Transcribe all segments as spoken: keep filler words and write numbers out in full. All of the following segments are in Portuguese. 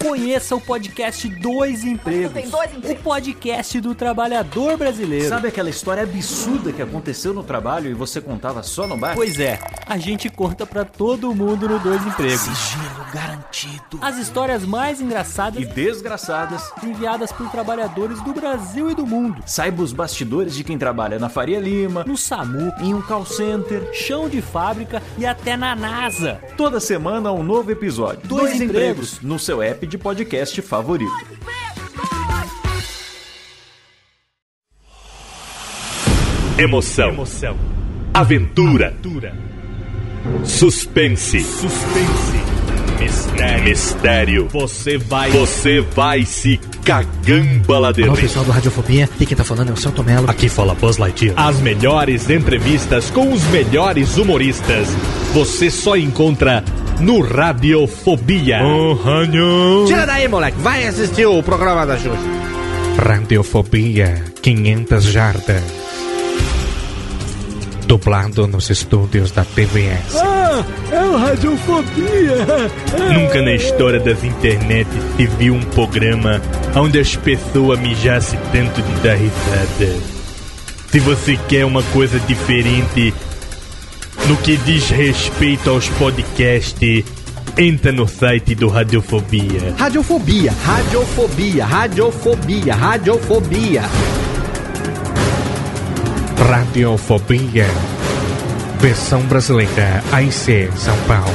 Conheça o podcast Dois Empregos. Tem dois empregos. O podcast do trabalhador brasileiro. Sabe aquela história absurda que aconteceu no trabalho e você contava só no bar? Pois é, a gente conta pra todo mundo no Dois Empregos. Sigilo garantido. As histórias mais engraçadas E desgraçadas. enviadas por trabalhadores do Brasil e do mundo. Saiba os bastidores de quem trabalha na Faria Lima, No SAMU, em um call center. chão de fábrica e até na NASA. Toda semana um novo episódio. Dois Empregos. no seu app de podcast favorito. Emoção. Emoção. Aventura. Aventura. Suspense. Suspense. Mistério. Mistério. Você vai. Você vai se cagambaladeiro. Olá, pessoal do Radiofobia. Aqui quem tá falando é o Celto Mello. Aqui fala Buzz Lightyear. As melhores entrevistas com os melhores humoristas. Você só encontra no Radiofobia. Oh, Ranho. Tira daí, moleque. Vai assistir o programa da Xuxa. Radiofobia, quinhentas jardas. Dublado nos estúdios da T V S. Ah, é o Radiofobia. Nunca na história das internet se viu um programa onde as pessoas mijassem tanto de dar risada. Se você quer uma coisa diferente no que diz respeito aos podcasts, entra no site do Radiofobia. Radiofobia, radiofobia, radiofobia, radiofobia. Radiofobia, versão brasileira, A I C, São Paulo.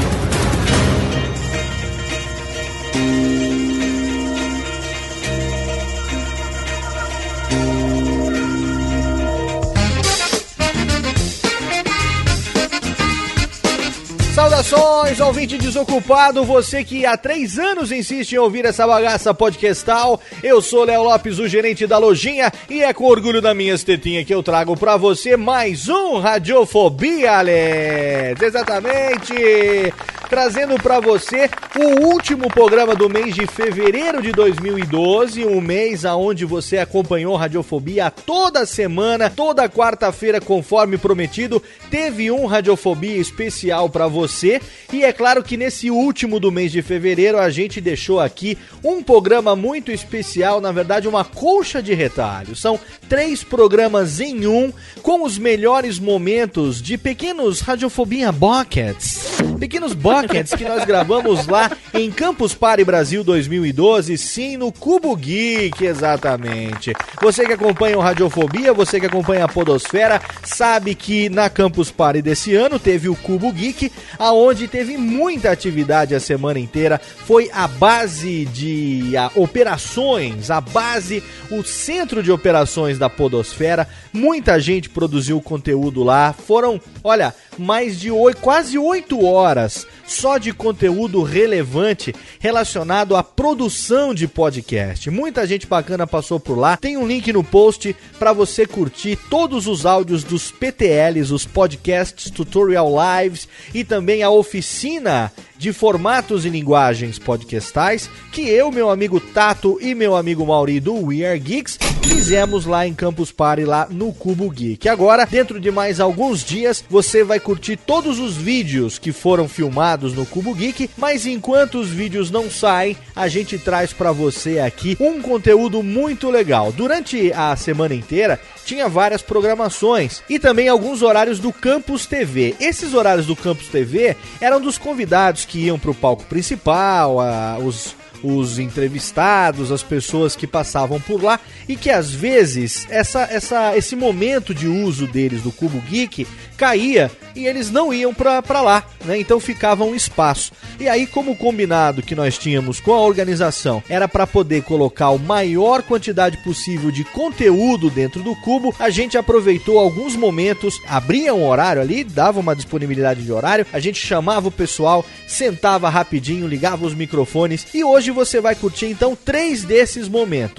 Saudações, ouvinte desocupado, você que há três anos insiste em ouvir essa bagaça podcastal. Eu sou Léo Lopes, o gerente da lojinha, e é com orgulho da minhas tetinhas que eu trago pra você mais um Radiofobia, Alex. Exatamente, trazendo pra você o último programa do mês de fevereiro de dois mil e doze, um mês aonde você acompanhou Radiofobia toda semana, toda quarta-feira, conforme prometido, teve um Radiofobia especial pra você. Você. E é claro que nesse último do mês de fevereiro a gente deixou aqui um programa muito especial, na verdade uma colcha de retalhos. São três programas em um, com os melhores momentos de pequenos Radiofobia Buckets. Pequenos buckets que nós gravamos lá em Campus Party Brasil dois mil e doze, sim, no Cubo Geek, exatamente. Você que acompanha o Radiofobia, você que acompanha a Podosfera, sabe que na Campus Party desse ano teve o Cubo Geek, aonde teve muita atividade a semana inteira. Foi a base de a, operações, a base, o centro de operações da Podosfera. Muita gente produziu conteúdo lá. Foram, olha, mais de oito, quase oito horas só de conteúdo relevante relacionado à produção de podcast. Muita gente bacana passou por lá. Tem um link no post para você curtir todos os áudios dos P T Ls, os Podcasts Tutorial Lives, e também a oficina de formatos e linguagens podcastais que eu, meu amigo Tato e meu amigo Mauri do We Are Geeks fizemos lá em Campus Party, lá no Cubo Geek. Agora, dentro de mais alguns dias, você vai curtir todos os vídeos que foram filmados no Cubo Geek, mas enquanto os vídeos não saem, a gente traz pra você aqui um conteúdo muito legal. Durante a semana inteira, tinha várias programações e também alguns horários do Campus T V. Esses horários do Campus T V eram dos convidados que iam pro palco principal, a, os... os entrevistados, as pessoas que passavam por lá, e que às vezes essa, essa, esse momento de uso deles do Cubo Geek caía e eles não iam pra, pra lá, né? Então ficava um espaço. E aí, como combinado que nós tínhamos com a organização era para poder colocar a maior quantidade possível de conteúdo dentro do cubo, a gente aproveitou alguns momentos, abria um horário ali, dava uma disponibilidade de horário, a gente chamava o pessoal, sentava rapidinho, ligava os microfones, e hoje você vai curtir então três desses momentos.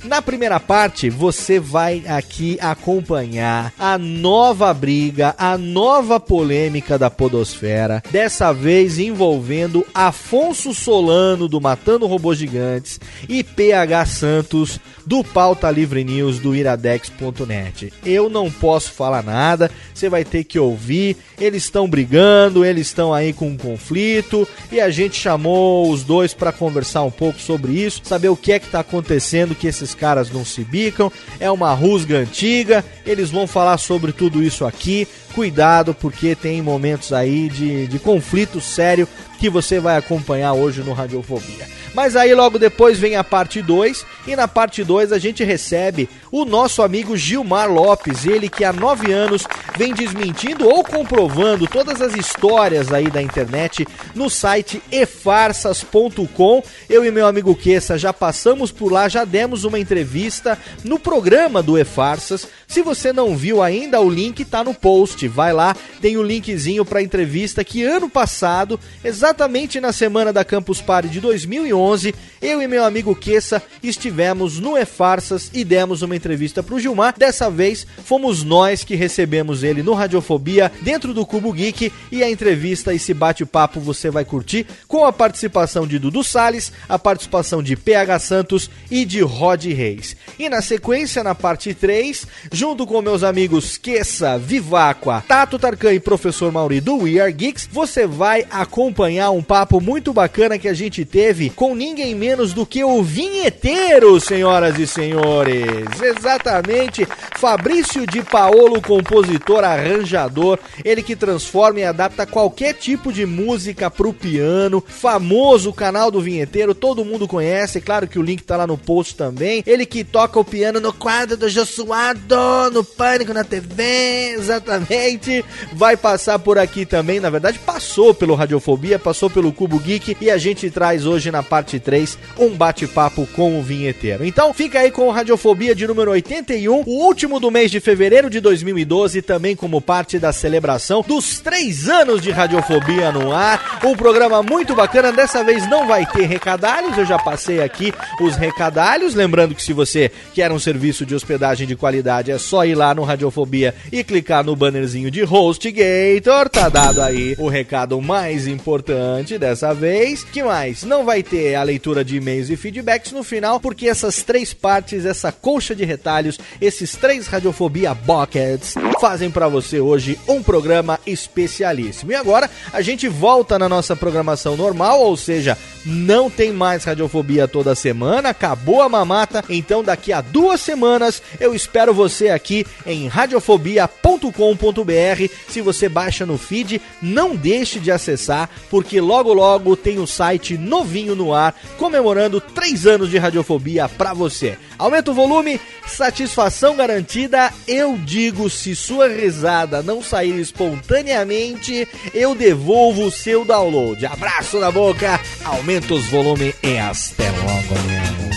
Na primeira parte, você vai aqui acompanhar a nova briga, a nova polêmica da podosfera, dessa vez envolvendo Afonso Solano, do Matando Robôs Gigantes, e P H Santos, do Pauta Livre News, do iradex ponto net. Eu não posso falar nada, você vai ter que ouvir. Eles estão brigando, eles estão aí com um conflito, e a gente chamou os dois para conversar um pouco sobre isso, saber o que é que tá acontecendo, que esses caras não se bicam, é uma rusga antiga, eles vão falar sobre tudo isso aqui. Cuidado, porque tem momentos aí de, de conflito sério que você vai acompanhar hoje no Radiofobia. Mas aí logo depois vem a parte dois, e na parte dois a gente recebe o nosso amigo Gilmar Lopes, ele que há nove anos vem desmentindo ou comprovando todas as histórias aí da internet no site e farsas ponto com. Eu e meu amigo Queça já passamos por lá, já demos uma entrevista no programa do E-Farsas. Se você não viu ainda, o link tá no post, vai lá, tem o linkzinho pra entrevista que ano passado, exatamente na semana da Campus Party de dois mil e onze, eu e meu amigo Queça estivemos no E-Farsas e demos uma entrevista pro Gilmar. Dessa vez, fomos nós que recebemos ele no Radiofobia, dentro do Cubo Geek, e a entrevista, esse bate-papo você vai curtir, com a participação de Dudu Salles, a participação de P H Santos e de Rod Reis. E na sequência, na parte três, junto com meus amigos Queça, Viváqua, Tato Tarkan e Professor Mauri do We Are Geeks, você vai acompanhar um papo muito bacana que a gente teve com ninguém menos do que o vinheteiro, senhoras e senhores. Exatamente, Fabrício de Paolo, compositor, arranjador, ele que transforma e adapta qualquer tipo de música pro piano, famoso canal do vinheteiro, todo mundo conhece, claro que o link tá lá no post também. Ele que toca o piano no quadro do Josuado, no Pânico na T V, exatamente, vai passar por aqui também, na verdade passou pelo Radiofobia, passou pelo Cubo Geek, e a gente traz hoje na parte três um bate-papo com o vinheteiro. Então fica aí com o Radiofobia de número oitenta e um, o último do mês de fevereiro de dois mil e doze, também como parte da celebração dos três anos de Radiofobia no ar, um programa muito bacana. Dessa vez não vai ter recadalhos, eu já passei aqui os recadalhos, lembrando que se você quer um serviço de hospedagem de qualidade, é só ir lá no Radiofobia e clicar no bannerzinho de HostGator, tá dado aí o recado mais importante dessa vez. Que mais? Não vai ter a leitura de e-mails e feedbacks no final, porque essas três partes, essa colcha de retalhos, esses três Radiofobia Buckets, fazem pra você hoje um programa especialíssimo. E agora a gente volta na nossa programação normal, ou seja, não tem mais Radiofobia toda semana, acabou a mamata, então daqui a duas semanas eu espero você aqui em radiofobia ponto com ponto b r. Se você baixa no feed, não deixe de acessar, porque logo logo tem um site novinho no ar, comemorando três anos de Radiofobia pra você. Aumenta o volume, satisfação garantida. Eu digo, se sua risada não sair espontaneamente, eu devolvo o seu download. Abraço na boca, aumenta os volumes e até logo, amigos.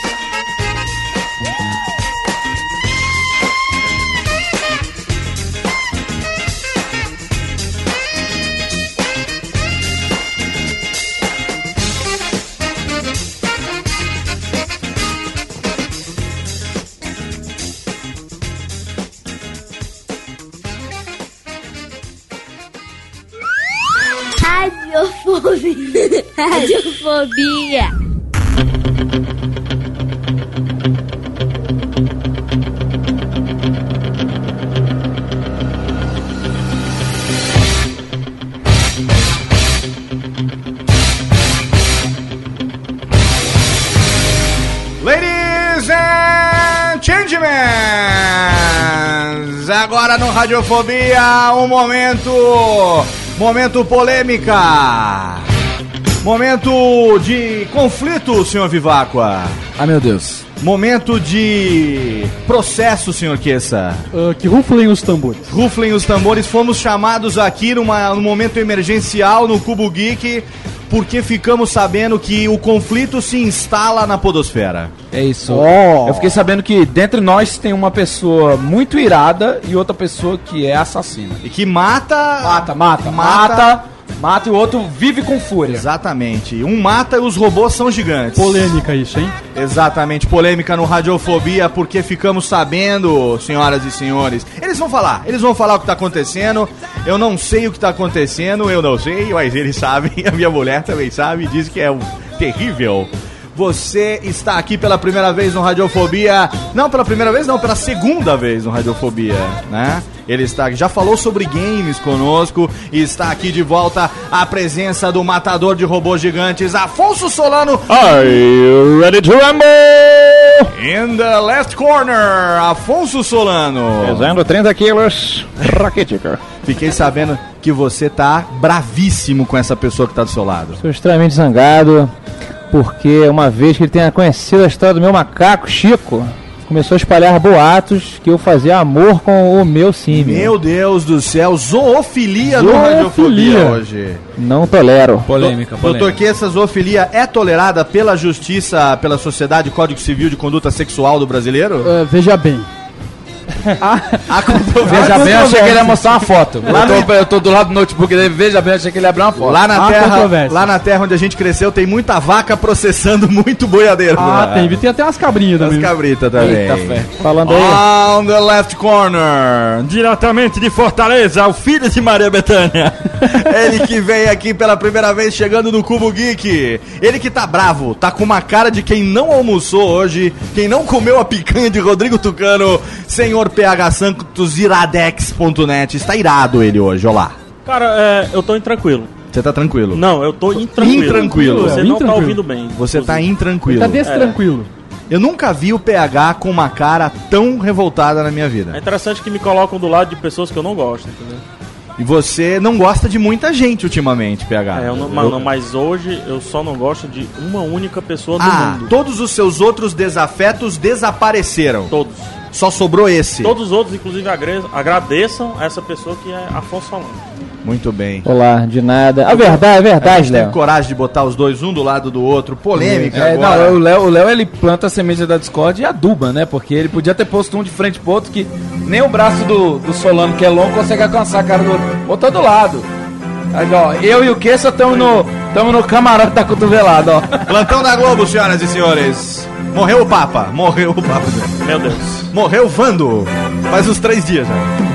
Radiofobia. Radiofobia. Ladies and gentlemen, agora no Radiofobia, um momento... Momento polêmica. Momento de conflito, senhor Viváqua. Ah, meu Deus. Momento de processo, senhor Queça. Uh, que ruflem os tambores. Ruflem os tambores. Fomos chamados aqui numa, num momento emergencial no Cubo Geek, porque ficamos sabendo que o conflito se instala na podosfera. É isso. Oh. Eu fiquei sabendo que dentre nós tem uma pessoa muito irada e outra pessoa que é assassina. E que mata... Mata, mata, mata... mata Mata e o outro vive com fúria. Exatamente. Um mata e os robôs são gigantes. Polêmica isso, hein? Exatamente. Polêmica no Radiofobia, porque ficamos sabendo, senhoras e senhores. Eles vão falar. Eles vão falar o que tá acontecendo. Eu não sei o que tá acontecendo. Eu não sei, mas eles sabem. A minha mulher também sabe. Diz que é um terrível. Você está aqui pela primeira vez no Radiofobia. Não, pela primeira vez não, pela segunda vez no Radiofobia, né? Ele está aqui, já falou sobre games conosco e está aqui de volta a presença do matador de robôs gigantes, Afonso Solano. Are you ready to rumble? In the left corner, Afonso Solano. Pesando trinta quilos, raquítica. Fiquei sabendo que você tá bravíssimo com essa pessoa que tá do seu lado. Sou extremamente zangado, porque uma vez que ele tenha conhecido a história do meu macaco, Chico, começou a espalhar boatos que eu fazia amor com o meu símio. Meu Deus do céu, zoofilia, Zoofilia. no Radiofobia hoje. Não tolero. Polêmica, polêmica. Doutor, que essa zoofilia é tolerada pela justiça, pela sociedade, Código Civil de Conduta Sexual do brasileiro? Uh, veja bem. A Veja bem, eu achei que ele ia mostrar uma foto. Lá eu, no- tô, eu tô do lado do notebook dele, veja bem, eu achei que ele ia abrir uma foto. Lá na, Há terra, controvérsias. lá na terra onde a gente cresceu tem muita vaca processando muito boiadeiro. Ah, tem. Tem até umas cabrinhas As também. cabritas também. Eita fé. Falando aí, On the left corner, Diretamente de Fortaleza, o filho de Maria Bethânia. ele que vem aqui pela primeira vez chegando no Cubo Geek. Ele que tá bravo, tá com uma cara de quem não almoçou hoje, quem não comeu a picanha de Rodrigo Tucano, senhor P H Santos iradex ponto net. Está irado ele hoje, olá. Cara, é, eu tô intranquilo. Você tá tranquilo? Não, eu tô intranquilo. Intranquilo. Você É, não intranquilo. tá ouvindo bem. Você tá inclusive. intranquilo. Tá desse tranquilo. Eu nunca vi o P H com uma cara tão revoltada na minha É vida. interessante que me colocam do lado de pessoas que eu não gosto, entendeu? E você não gosta de muita gente ultimamente, P H. É, eu não, mano, mas hoje eu só não gosto de uma única pessoa do Ah, mundo. todos os seus outros desafetos desapareceram. Todos. Só sobrou esse. Todos os outros, inclusive, agre- agradeçam a essa pessoa que é Afonso Solano. Muito bem. olá, de nada. A verdade, é A verdade, gente teve Léo. coragem de botar os dois um do lado do outro. Polêmica É, agora. não, o Léo, o Léo ele planta a semente da Discord e aduba, né? Porque ele podia ter posto um de frente pro outro que nem o braço do, do Solano, que é longo, consegue alcançar a cara do outro. Botou do lado. Aí, ó, eu e o que só estamos no, tamo no camarote da cotovelada, ó. Plantão da Globo, senhoras e senhores. Morreu o Papa. Morreu o Papa. Meu Deus. Morreu o Vando. Faz uns três dias já.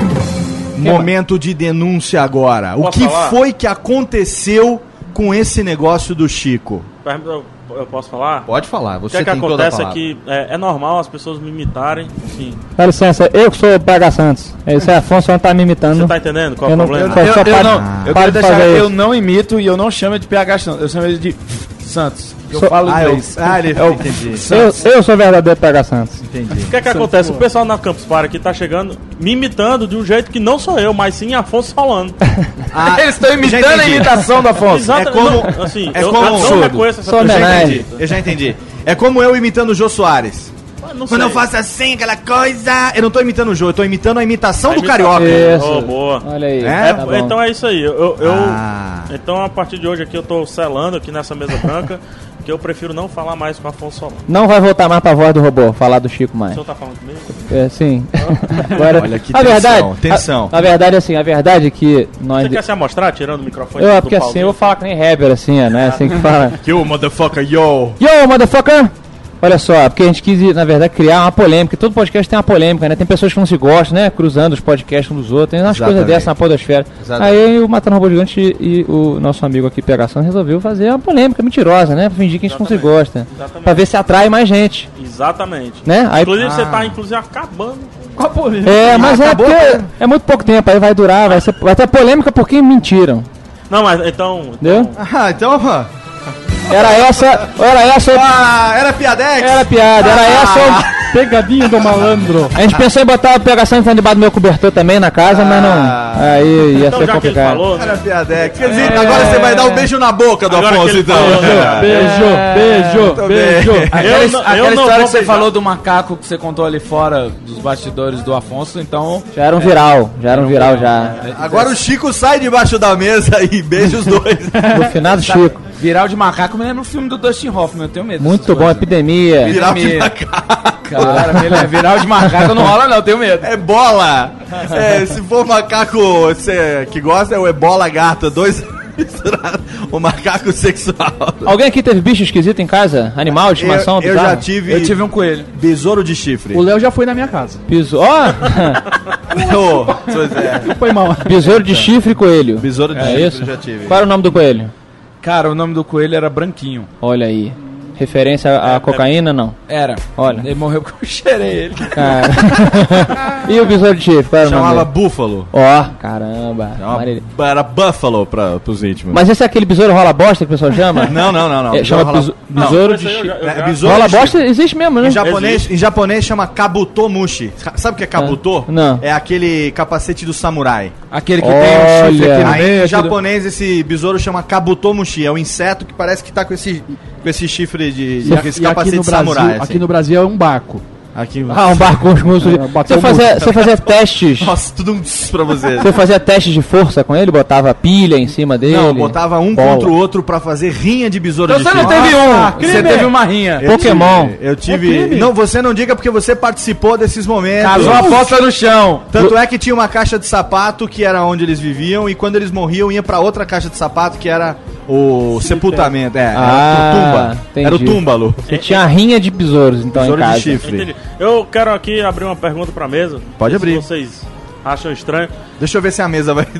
Momento de denúncia agora. O Posso que falar? foi que aconteceu com esse negócio do Chico? Eu, eu posso falar? Pode falar, O você que, é que tem toda a acontece é palavra. que é, é normal as pessoas me imitarem, assim. Dá licença, eu que sou o P H Santos. Esse é Afonso, não tá me imitando. Você tá entendendo qual é Eu o não- problema? eu- Eu, só eu para- não, eu para quero de deixar fazer que eu isso. não imito e eu não chamo ele de P H Santos, eu chamo ele de Santos. Eu Sou- falo Ah, eu, inglês. ah, ele, É o entendi. Eu, eu sou o verdadeiro P H Santos. Entendi. O que é que acontece? O pessoal na Campus Party aqui tá chegando, me imitando de um jeito que não sou eu, mas sim Afonso Solano. Ah, Eles estão já imitando a entendi. imitação do Afonso. Exato, é como- não, assim, é eu, como eu não surdo. reconheço essa Só pessoa. Eu já homenagem. entendi, eu já entendi. É como eu imitando o Jô Soares. Mas não Quando sei. eu faço assim, aquela coisa... Eu não tô imitando o Jô, eu tô imitando a imitação A do imitação. Carioca. Isso. Oh, boa. Olha aí. É? tá bom. Então é isso aí. Eu, eu- Ah. Então a partir de hoje aqui eu tô selando aqui nessa mesa branca que eu prefiro não falar mais com Afonso Solano. Não vai voltar mais pra voz do robô, falar do Chico O mais. senhor tá falando comigo? É, sim. Agora, Olha que a tensão, verdade, tensão. A, a verdade é assim, a verdade é que nós... Você quer se amostrar tirando o microfone Eu, do é porque assim, eu vou falar que nem rapper, assim, ó, né? Assim que fala. You motherfucker, yo. Yo, motherfucker! Olha só, porque a gente quis, na verdade, criar uma polêmica. Todo podcast tem uma polêmica, né? Tem pessoas que não se gostam, né? Cruzando os podcasts uns dos outros. Tem umas Exatamente. coisas dessas na podosfera. Exatamente. Aí o Matando Robô Gigante e, e o nosso amigo aqui, P H Santos, resolveu fazer uma polêmica mentirosa, né? Pra fingir que a gente não se gosta. Exatamente. Pra ver se atrai mais gente, Exatamente. né? Aí, Inclusive Ah. você tá inclusive acabando. Qual a polêmica? é, mas é acabou, porque né? é muito pouco tempo. Aí vai durar, vai, ser, vai ter polêmica porque mentiram. Não, mas então. Entendeu? então Ah, então... ó. Era essa, era essa... Ah, era piadex? Era piada, era essa... Pegadinha do malandro. A gente pensou em botar o P H Santos debaixo do meu cobertor também na casa, mas não. Aí ia então ser já que ele complicado. falou, né? Era piadex. Quer dizer, agora você vai dar um beijo na boca do Agora que Afonso, ele então. falou, né? Beijo, Muito beijo, bem. beijo. Aquela, Eu não- aquela eu não história vou que você beijar. falou do macaco que você contou ali fora dos bastidores do Afonso, então. Já era um viral, já era um viral já. Agora o Chico sai debaixo da mesa e beija os dois. No finado Chico. Viral de macaco me lembra um filme do Dustin Hoffman, eu tenho medo. Muito dessas bom, coisas. epidemia. Viral de Epidemia. macaco. Cara, me virar de macaco não rola não, tenho medo. É bola! É, se for macaco cê, que gosta, é o ebola gato, dois misturados, o macaco sexual. Alguém aqui teve bicho esquisito em casa? Animal de estimação? Eu, eu já tive. Eu tive um coelho. Besouro de chifre. O Léo já foi na minha casa. Piso... Ó! Oh, é. Foi mal. Besouro de chifre e coelho. Besouro de É chifre isso? eu já tive. Qual era o nome do coelho? Cara, o nome do coelho era Branquinho. Olha aí. Referência à cocaína, não? Era. Olha. Ele morreu porque eu cheirei ele. Cara. E o besouro de chifre? Qual era o nome Chamava dele? Búfalo. Ó, caramba. Chamava- Maravilha. Era Buffalo pra, pros íntimos. Mas esse é aquele besouro rola bosta que o pessoal chama? Não, não, não, não. É, chama Rola- beso- Não. besouro Esse de aí eu chifre. já- eu É, já- besouro Rola de chifre. bosta existe mesmo, né? Em japonês, em japonês chama kabutomushi. Sabe o que é kabuto? Ah, não. É aquele capacete do samurai. Aquele que Olha. tem um chifre aqui no Aí meio. em aqui do- japonês esse besouro chama kabutomushi. É um inseto que parece que tá com esse, com esse chifre de, de com esse E aqui capacete no de Brasil, samurai. assim. aqui no Brasil é um barco. Aqui- Ah, um barco com os músculos. É, bateu Você fazia, muito. você fazia testes. Nossa, tudo um tss pra você. Você fazia testes de força com ele? Botava pilha em cima dele? Não, botava um Bola. contra o outro pra fazer rinha de besouro Então de você não chifre. teve Nossa, um, você crime. teve uma rinha. Eu Pokémon. tive- Eu tive. É crime. Não, você não diga porque você participou desses momentos. Casou a aposta no chão. Tanto é que tinha uma caixa de sapato que era onde eles viviam e quando eles morriam ia pra outra caixa de sapato que era o sepultamento. É, Ah, era o tumba. entendi. Era o túmbalo. Você tinha a rinha de besouros, então, Besouro em de casa. chifre. Entendi. Eu quero aqui abrir uma pergunta pra mesa. Pode Se abrir. vocês acham estranho. Deixa eu ver se a mesa vai.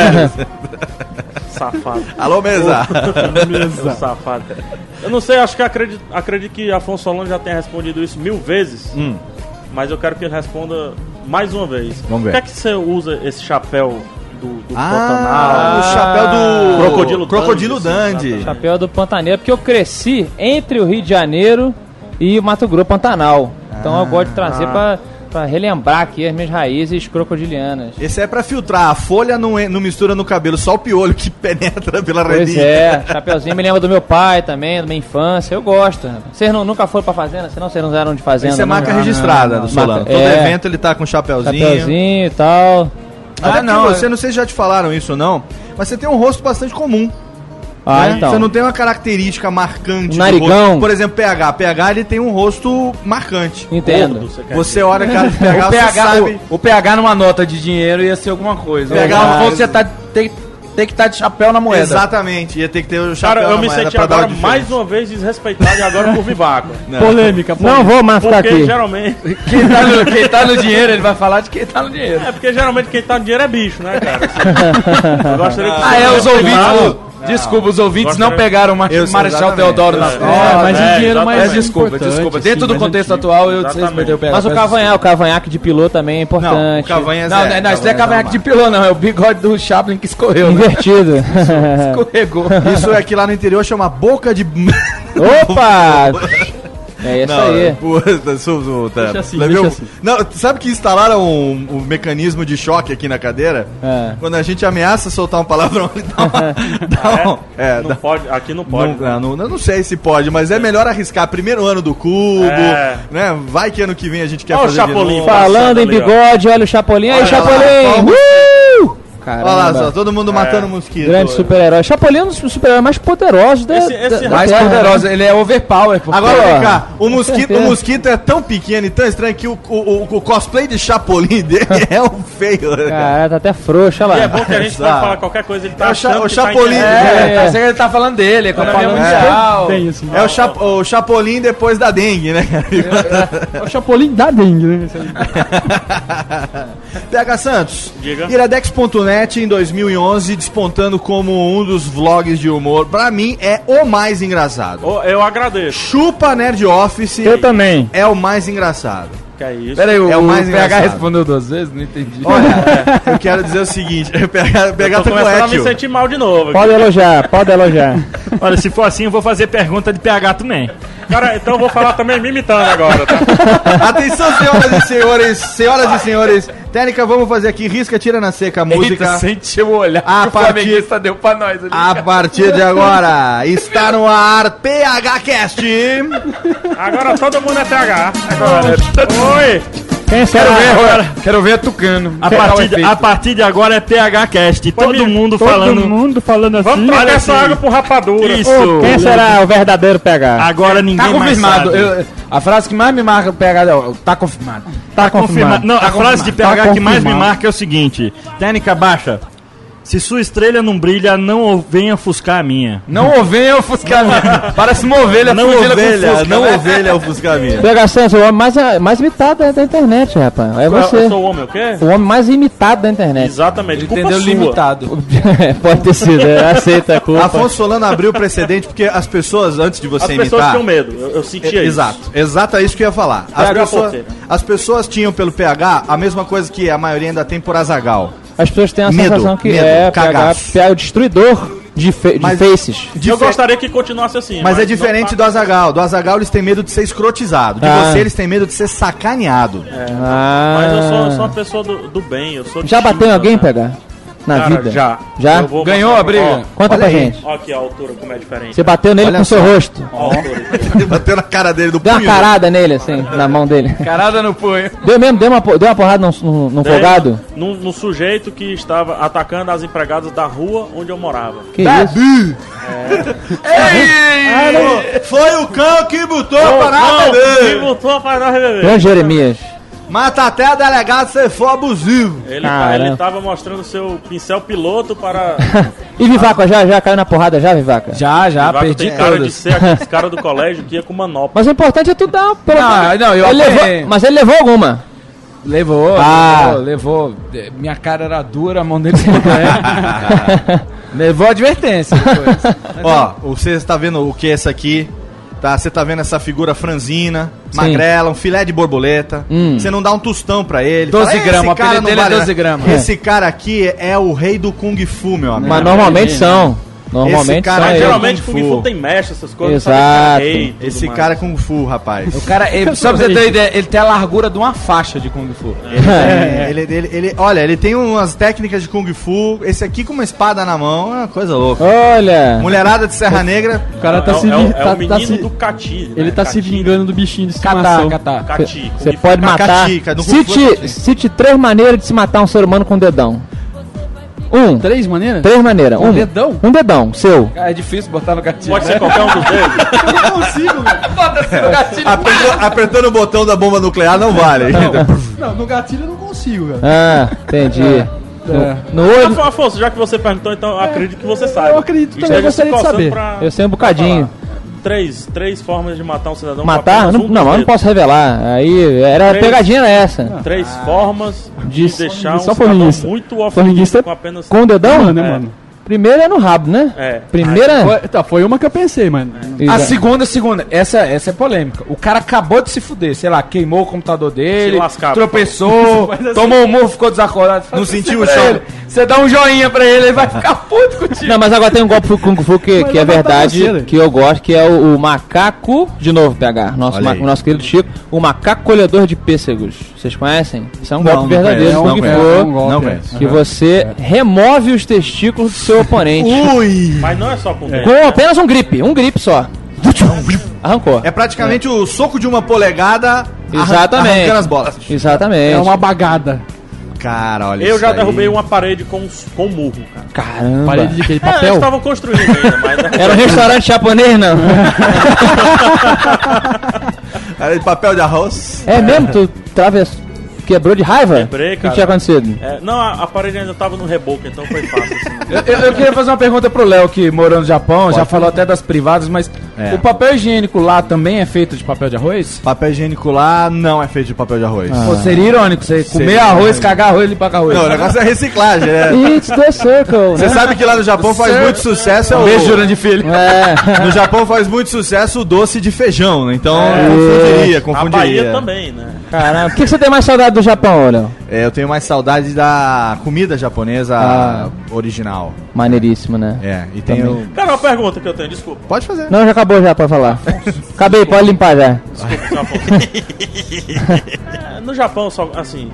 Safado. Alô, mesa! Ô, safado. Eu não sei, acho que acredito, acredito que Afonso Solano já tenha respondido isso mil vezes. Hum. Mas eu quero que ele responda mais uma vez. Vamos ver. Por que é que você usa esse chapéu do, do Ah, Pantanal? o chapéu do Crocodilo Crocodilo Dundee, Dundee. assim, Chapéu do Pantaneiro, porque eu cresci entre o Rio de Janeiro e o Mato Grosso Pantanal. Então eu gosto de trazer Ah. pra, pra relembrar aqui as minhas raízes crocodilianas. Esse é pra filtrar. A folha não, en- não mistura no cabelo, só o piolho que penetra pela Pois redinha. é, chapeuzinho me lembra do meu pai também, da minha infância. Eu gosto. rapaz. Vocês não, nunca foram pra fazenda, senão vocês não eram de fazenda. Isso é não? marca Não, registrada não, do não. Solano. Marca- Todo é, evento ele tá com chapeuzinho. chapeuzinho e tal. Ah, não, é- você não sei se já te falaram isso ou não, mas você tem um rosto bastante comum. Ah, né? então. Você não tem uma característica marcante. do Narigão. rosto. Por exemplo, P H. P H ele tem um rosto marcante. Entendo. Você quer Você olha a cara do P H, O você PH, sabe. o, o P H numa nota de dinheiro ia ser alguma coisa. P H Ou mas- você tá, tem, tem que estar de chapéu na moeda. Exatamente, ia ter que ter o chapéu Cara, eu na me moeda senti pra dar agora o diferença. mais uma vez desrespeitado e agora por Vivaco. Polêmica, Não vou mais ficar Porque aqui. geralmente. Quem tá, no, quem tá no dinheiro, ele vai falar de quem tá no dinheiro. É porque geralmente quem tá no dinheiro é bicho, né, cara? Assim, eu gostaria que Ah, é, os ouvintes. Não. Desculpa, os ouvintes não Gostaria- pegaram o Mar Eu sei, Marechal exatamente. Teodoro na É, frente. É, mas é, o dinheiro exatamente. mais Mas desculpa, importante, desculpa. assim, Dentro do mais contexto antigo. atual, eu Exatamente. desrespeitei o P H. Mas o peço cavanhaque, o cavanhaque de pilô também é importante. Não, o Cavanha Não, é não, não, isso não é cavanhaque de pilô, não. É o bigode do Chaplin que escorreu. Né? Invertido. Escorregou. Isso aqui lá no interior chama boca de. Opa! É isso aí. Puta, su- su- tá. Deixa assim, Levei deixa um- assim. Não, sabe que instalaram um, um mecanismo de choque aqui na cadeira? É. Quando a gente ameaça soltar um palavrão, ele dá uma, dá um- é, Não dá- pode, aqui não pode. não, não, não, não sei se pode, mas é melhor arriscar primeiro ano do cubo, É. né? Vai que ano que vem a gente quer Olha o fazer de Chapolin, novo. fala. Falando em ali, ó. bigode, olha o Chapolin. Aí, Olha lá, Chapolin! ó, Uh! Olha lá Caramba. só, todo mundo matando mosquito. Grande super-herói. Chapolin é um dos super-heróis mais poderosos da, Esse- esse da, da Mais Terra, poderoso, ele é overpower. porque- Agora Pô, vem cá, o com mosquito, o certeza. mosquito é tão pequeno e tão estranho que o, o, o- o cosplay de Chapolin dele é um feio. né, cara? Cara, tá até frouxo, olha E lá. é bom que a gente pode Sabe. falar qualquer coisa, ele tá É o Cha- achando o que tá Chapolin. entendendo. É, É. tá, ele tá falando dele, economia falando- mundial. Tem assim. É o, Cha- o Chapolin depois da dengue, né? É o Chapolin da dengue, né? Esse aí. P H Santos, Diga. iradex ponto net em dois mil e onze despontando como um dos vlogs de humor. Pra mim é o mais engraçado. Ô, Eu agradeço. Chupa Nerd Office Eu também. é o mais engraçado. Que é isso. Pera aí, o, É o mais P H engraçado. respondeu duas vezes? Não entendi. Olha, eu quero dizer o seguinte, P H, P H Eu tô tá com começando a me Etio. sentir mal de novo. aqui. Pode elogiar, pode elogiar. Olha, se for assim, eu vou fazer pergunta de P H também. Cara, então eu vou falar também me imitando agora, tá? Atenção, senhoras e senhores, senhoras e senhores. Técnica, vamos fazer aqui, risca, tira na seca a música. Eita, sentiu o olhar A que o partir- flamenguista deu pra nós ali. A partir de agora, está no ar P H Cast. Agora todo mundo é P H. Agora. Oi! Quem será? Quero ver agora. Quero ver Tucano. A partir, de, a partir de agora é PHcast. Todo mundo Todo falando. mundo falando assim. Vamos trocar essa água por rapadura. Isso. Quem será o verdadeiro P H? Agora ninguém Tá mais confirmado. sabe. Eu- a frase que mais me marca o P H é tá confirmado. Tá Confirma- Não, Tá a frase de confirmado. P H Tá que mais me confirmado. marca é o seguinte: técnica baixa. Se sua estrela não brilha, não venha ofuscar a minha. Não ovelha ofuscar minha. Parece uma ovelha Não fudida com ovelha, fusca, não né? ovelha ofuscar a minha. P H Santos, o homem mais, mais imitado da, da internet, rapaz. É Eu, você. eu sou o homem, o quê? O homem mais imitado da internet. Exatamente. Culpa Entendeu? sua. Limitado. Pode ter sido, é, aceita a culpa. Afonso Solano abriu o precedente porque as pessoas, antes de você As imitar... pessoas tinham medo. Eu, eu sentia É, isso. Exato, exato, é isso que eu ia falar. As P H pessoas, porteira. as pessoas tinham pelo P H a mesma coisa que a maioria ainda tem por Azaghal. As pessoas têm a Medo, sensação que medo, é P H, cagaço. P H é o destruidor de, fe, de Mas- faces. Eu Difer- gostaria que continuasse assim. Mas é diferente não do Azaghal. Do Azaghal eles têm medo de ser escrotizado. De Ah. você eles têm medo de ser sacaneado. Ah. Mas eu sou, eu sou uma pessoa do, do bem. Eu sou Já tímido, bateu em alguém, né? P H? Na Cara, vida? Já. Já? Eu vou Ganhou mostrar a briga? pra- Conta Olha pra aí. gente. Ó, ó aqui a altura como é diferente. Você bateu nele Olha com o seu só. rosto. Ó a altura. Ele bateu na cara dele do Deu uma punho. carada nele, assim, na mão dele. Carada no punho. Deu mesmo? Deu uma, po- deu uma porrada num, num, num Dei folgado? Num, num sujeito que estava atacando as empregadas da rua onde eu morava. Que isso? Foi o cão que botou Ô, a parada não, me dele. botou pra nós beber. Grande Jeremias. Mata até a delegado se for abusivo. Ele, tá, Caramba. ele tava mostrando seu pincel piloto para. E Vivaca, já, já caiu na porrada já, Vivaca? Já, já, Vivaco perdi tem cara de todas. ser aqueles cara do colégio que ia com manopla. Mas o importante é tu dar pelo Não, menos- não, eu ele apanhei. levou, Mas ele levou alguma. Levou, Ah. levou, levou. Eh, Minha cara era dura, a mão dele ficou doendo. Levou advertência depois. Ó, você está vendo o que é essa aqui? Tá, você tá vendo essa figura franzina, Sim. magrela, um filé de borboleta. Hum. Você não dá um tostão pra ele. doze Fala, "Esse gramas, o cara apelido não dele é vale doze nada." gramas. Esse cara aqui é o rei do Kung Fu, meu amigo. Mas normalmente são. Normalmente Esse cara são é eles. Geralmente Kung Kung Fu. Fu tem mecha, essas coisas. Exato. sabe? Rei e tudo Esse mais. cara é Kung Fu, rapaz. O cara, ele, só pra você ter uma ideia, ele tem a largura de uma faixa de Kung Fu. É, ele, ele, ele- olha, ele tem umas técnicas de Kung Fu. Esse aqui com uma espada na mão é uma coisa louca. Olha. Mulherada de Serra Negra. O cara tá é, se é, o- vi- é tá- o menino tá se- do Cati. Ele né? tá se Cati. vingando do bichinho de Catar, estimação. catar. Cati. Você Kung Fu. pode matar. Macatica, no Kung Fu é Cite, Cati. cite três maneiras de se matar um ser humano com o dedão. Um. Três maneiras? Três maneiras. Um Um dedão? Um dedão, seu. É difícil botar no gatilho. Pode né? ser qualquer um dos dedos. Eu não consigo, velho. Bota-se no gatilho. Apertando, apertando o botão da bomba nuclear não vale. Não, no gatilho eu não consigo, velho. Ah, entendi. É. No olho. Afo- Afonso, já que você perguntou, então eu acredito que você saiba. Eu acredito também, Esteja eu gostaria se de coçando saber. pra- Eu sei um pra bocadinho. falar. Três, três formas de matar um cidadão. com Matar? apenas Não, um dos não, mas eu não dedos. posso revelar. Aí era Três. pegadinha era essa. Três formas de, De- deixar um só cidadão formiguista. muito Formiguista ofendido com apenas... Com o dedão? Mano, né, É. mano? Primeiro é no rabo, né? É. Primeira. Foi, tá, foi uma que eu pensei, mano. Exa- A segunda, segunda, essa, essa é polêmica. O cara acabou de se fuder, sei lá, queimou o computador dele, Se lascar, tropeçou, tomou um murro, ficou desacordado. Não Faz sentiu assim o pra chão. ele. Você dá um joinha pra ele, ele vai ficar puto contigo. Não, mas agora tem um golpe pro Kung Fu que, Mas que é vai matar verdade, você, né? que eu gosto, que é o, o macaco. De novo, P H. Nosso, Olha ma- aí. o nosso querido Chico. O macaco colhedor de pêssegos. Vocês conhecem? Isso é um Não, golpe não verdadeiro conheço, do não Kung conheço. Fu. É um golpe, Não é. conheço. Que você remove os testículos do seu oponente. Ui! Mas não é só com o dedo. Com apenas um grip. Um grip só. Arrancou. É praticamente o soco de uma polegada arran- Exatamente. arrancando as bolas. Exatamente. É uma bagada. Cara, olha Eu isso já aí. derrubei uma parede com, com murro, cara. Caramba. Parede de aquele É, eles papel. estavam construindo ainda, mas... Era um restaurante japonês, não? Era de papel de arroz. É mesmo? Tu traves... quebrou de raiva? Quebrei, O que cara. tinha acontecido? É, não, a, a parede ainda tava no reboco, então foi fácil. Assim. Eu, eu- eu queria fazer uma pergunta pro Léo, que morou no Japão, já falou até das privadas, mas É. o papel higiênico lá também é feito de papel de arroz? Papel higiênico lá não é feito de papel de arroz. Pô, seria irônico você comer Seria arroz, irônico. cagar arroz e limpar com arroz. Não, o negócio é reciclagem, né? It's the circle, Você né? sabe que lá no Japão faz Sir- muito sucesso é o... Beijo, Jurandir Filho. É. No Japão faz muito sucesso o doce de feijão, né? Então É. confundiria, A confundiria. Bahia também, né? Caramba. O que, que você tem mais saudade do Japão, Léo? É, eu tenho mais saudade da comida japonesa Ah. original. Maneiríssimo, né? É, e tenho... Cara, uma pergunta que eu tenho, desculpa. Pode fazer. Não, já acabou já, pode falar. Acabei, pode limpar já. Desculpa, seu Afonso. É, no Japão, só, assim,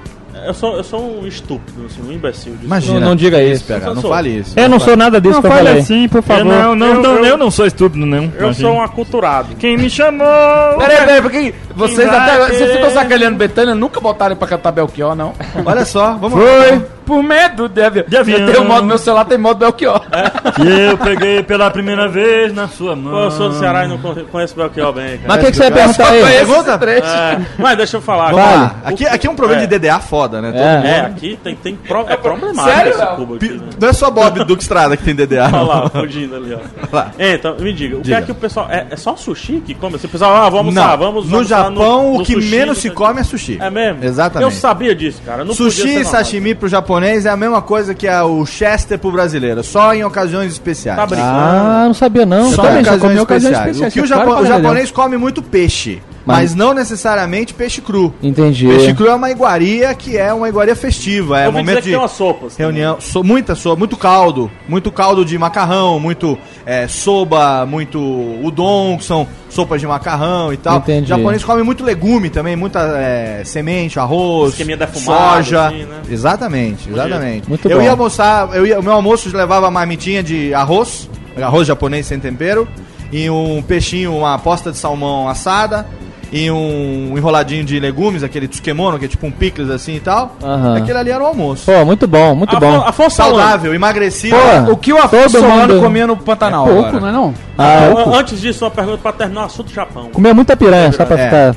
eu sou, eu sou um estúpido, assim, um imbecil. desculpa. Imagina. Não, não diga isso. P H, não sou. fale isso. Eu não sou nada disso Não que eu fale falei. assim, por favor. Eu não, não, eu, não, eu, eu- não sou estúpido, não. Eu sou um aculturado. Quem me chamou? Peraí, peraí, porque vocês vai até. ter? Vocês ficam sacaneando Betânia, nunca botaram ele pra cantar Belchior, não. Olha só, vamos Foi por medo de avião. De avião. Eu tenho modo, meu celular tem modo Belchior. Que eu peguei pela primeira vez na sua mão. Pô, eu sou do Ceará e não con- conheço o Belchior bem, cara. Mas o que, que você vai perguntar aí? Pergunta? É, mas deixa eu falar. Vamos cara. lá. Aqui, aqui é um problema É. de D D A foda, né? Todo É. mundo- É, aqui tem, tem pro, é problemático Sério, esse Léo? cubo aqui, né? Não é só Bob Duque Estrada que tem D D A. Olha não. lá, fugindo ali, ó. Lá. É, então, me diga, o Diga. que é que o pessoal. É, é só sushi que come? Assim, o pessoal, ah, vamos Não, almoçar, vamos no almoçar Japão no o que sushi, menos não se sei o come é sushi. É mesmo? Exatamente. Eu sabia disso, cara. Não podia Sushi ser e normal. sashimi pro japonês é a mesma coisa que é o Chester pro brasileiro, só em ocasiões especiais. Tá brincando. Ah, não sabia não. Só também em só ocasiões comi ocasiões especiais. O especiais, que o, é claro japo- pra o caralho. japonês come muito peixe, mas, Mas- não necessariamente peixe cru. Entendi. Peixe cru é uma iguaria que é uma iguaria festiva, é Eu ouvi dizer momento que de tem uma sopa. assim, reunião, so, muita sopa, muito caldo, muito caldo de macarrão, muito é, soba, muito udon, que são sopas de macarrão e tal. Entendi. O japonês come muito legume também, muita é, semente, arroz, Esqueminha defumado, soja. assim, né? Exatamente, exatamente. Muito eu bom. ia almoçar, eu ia, o meu almoço levava marmitinha de arroz, arroz japonês sem tempero, e um peixinho, uma posta de salmão assada, e um enroladinho de legumes, aquele tsukemono, que é tipo um picles assim e tal. Aham. Aquele ali era o almoço. Pô, muito bom, muito Afon- bom. Afonso Solano. Saudável, emagrecido. Pô, O que o Afonso Todo Solano mundo- comia no Pantanal Pouco, agora? não é não? Ah, eu An- Antes disso, uma pergunta pra terminar o assunto do Japão. comia muita piranha, só pra É. ficar...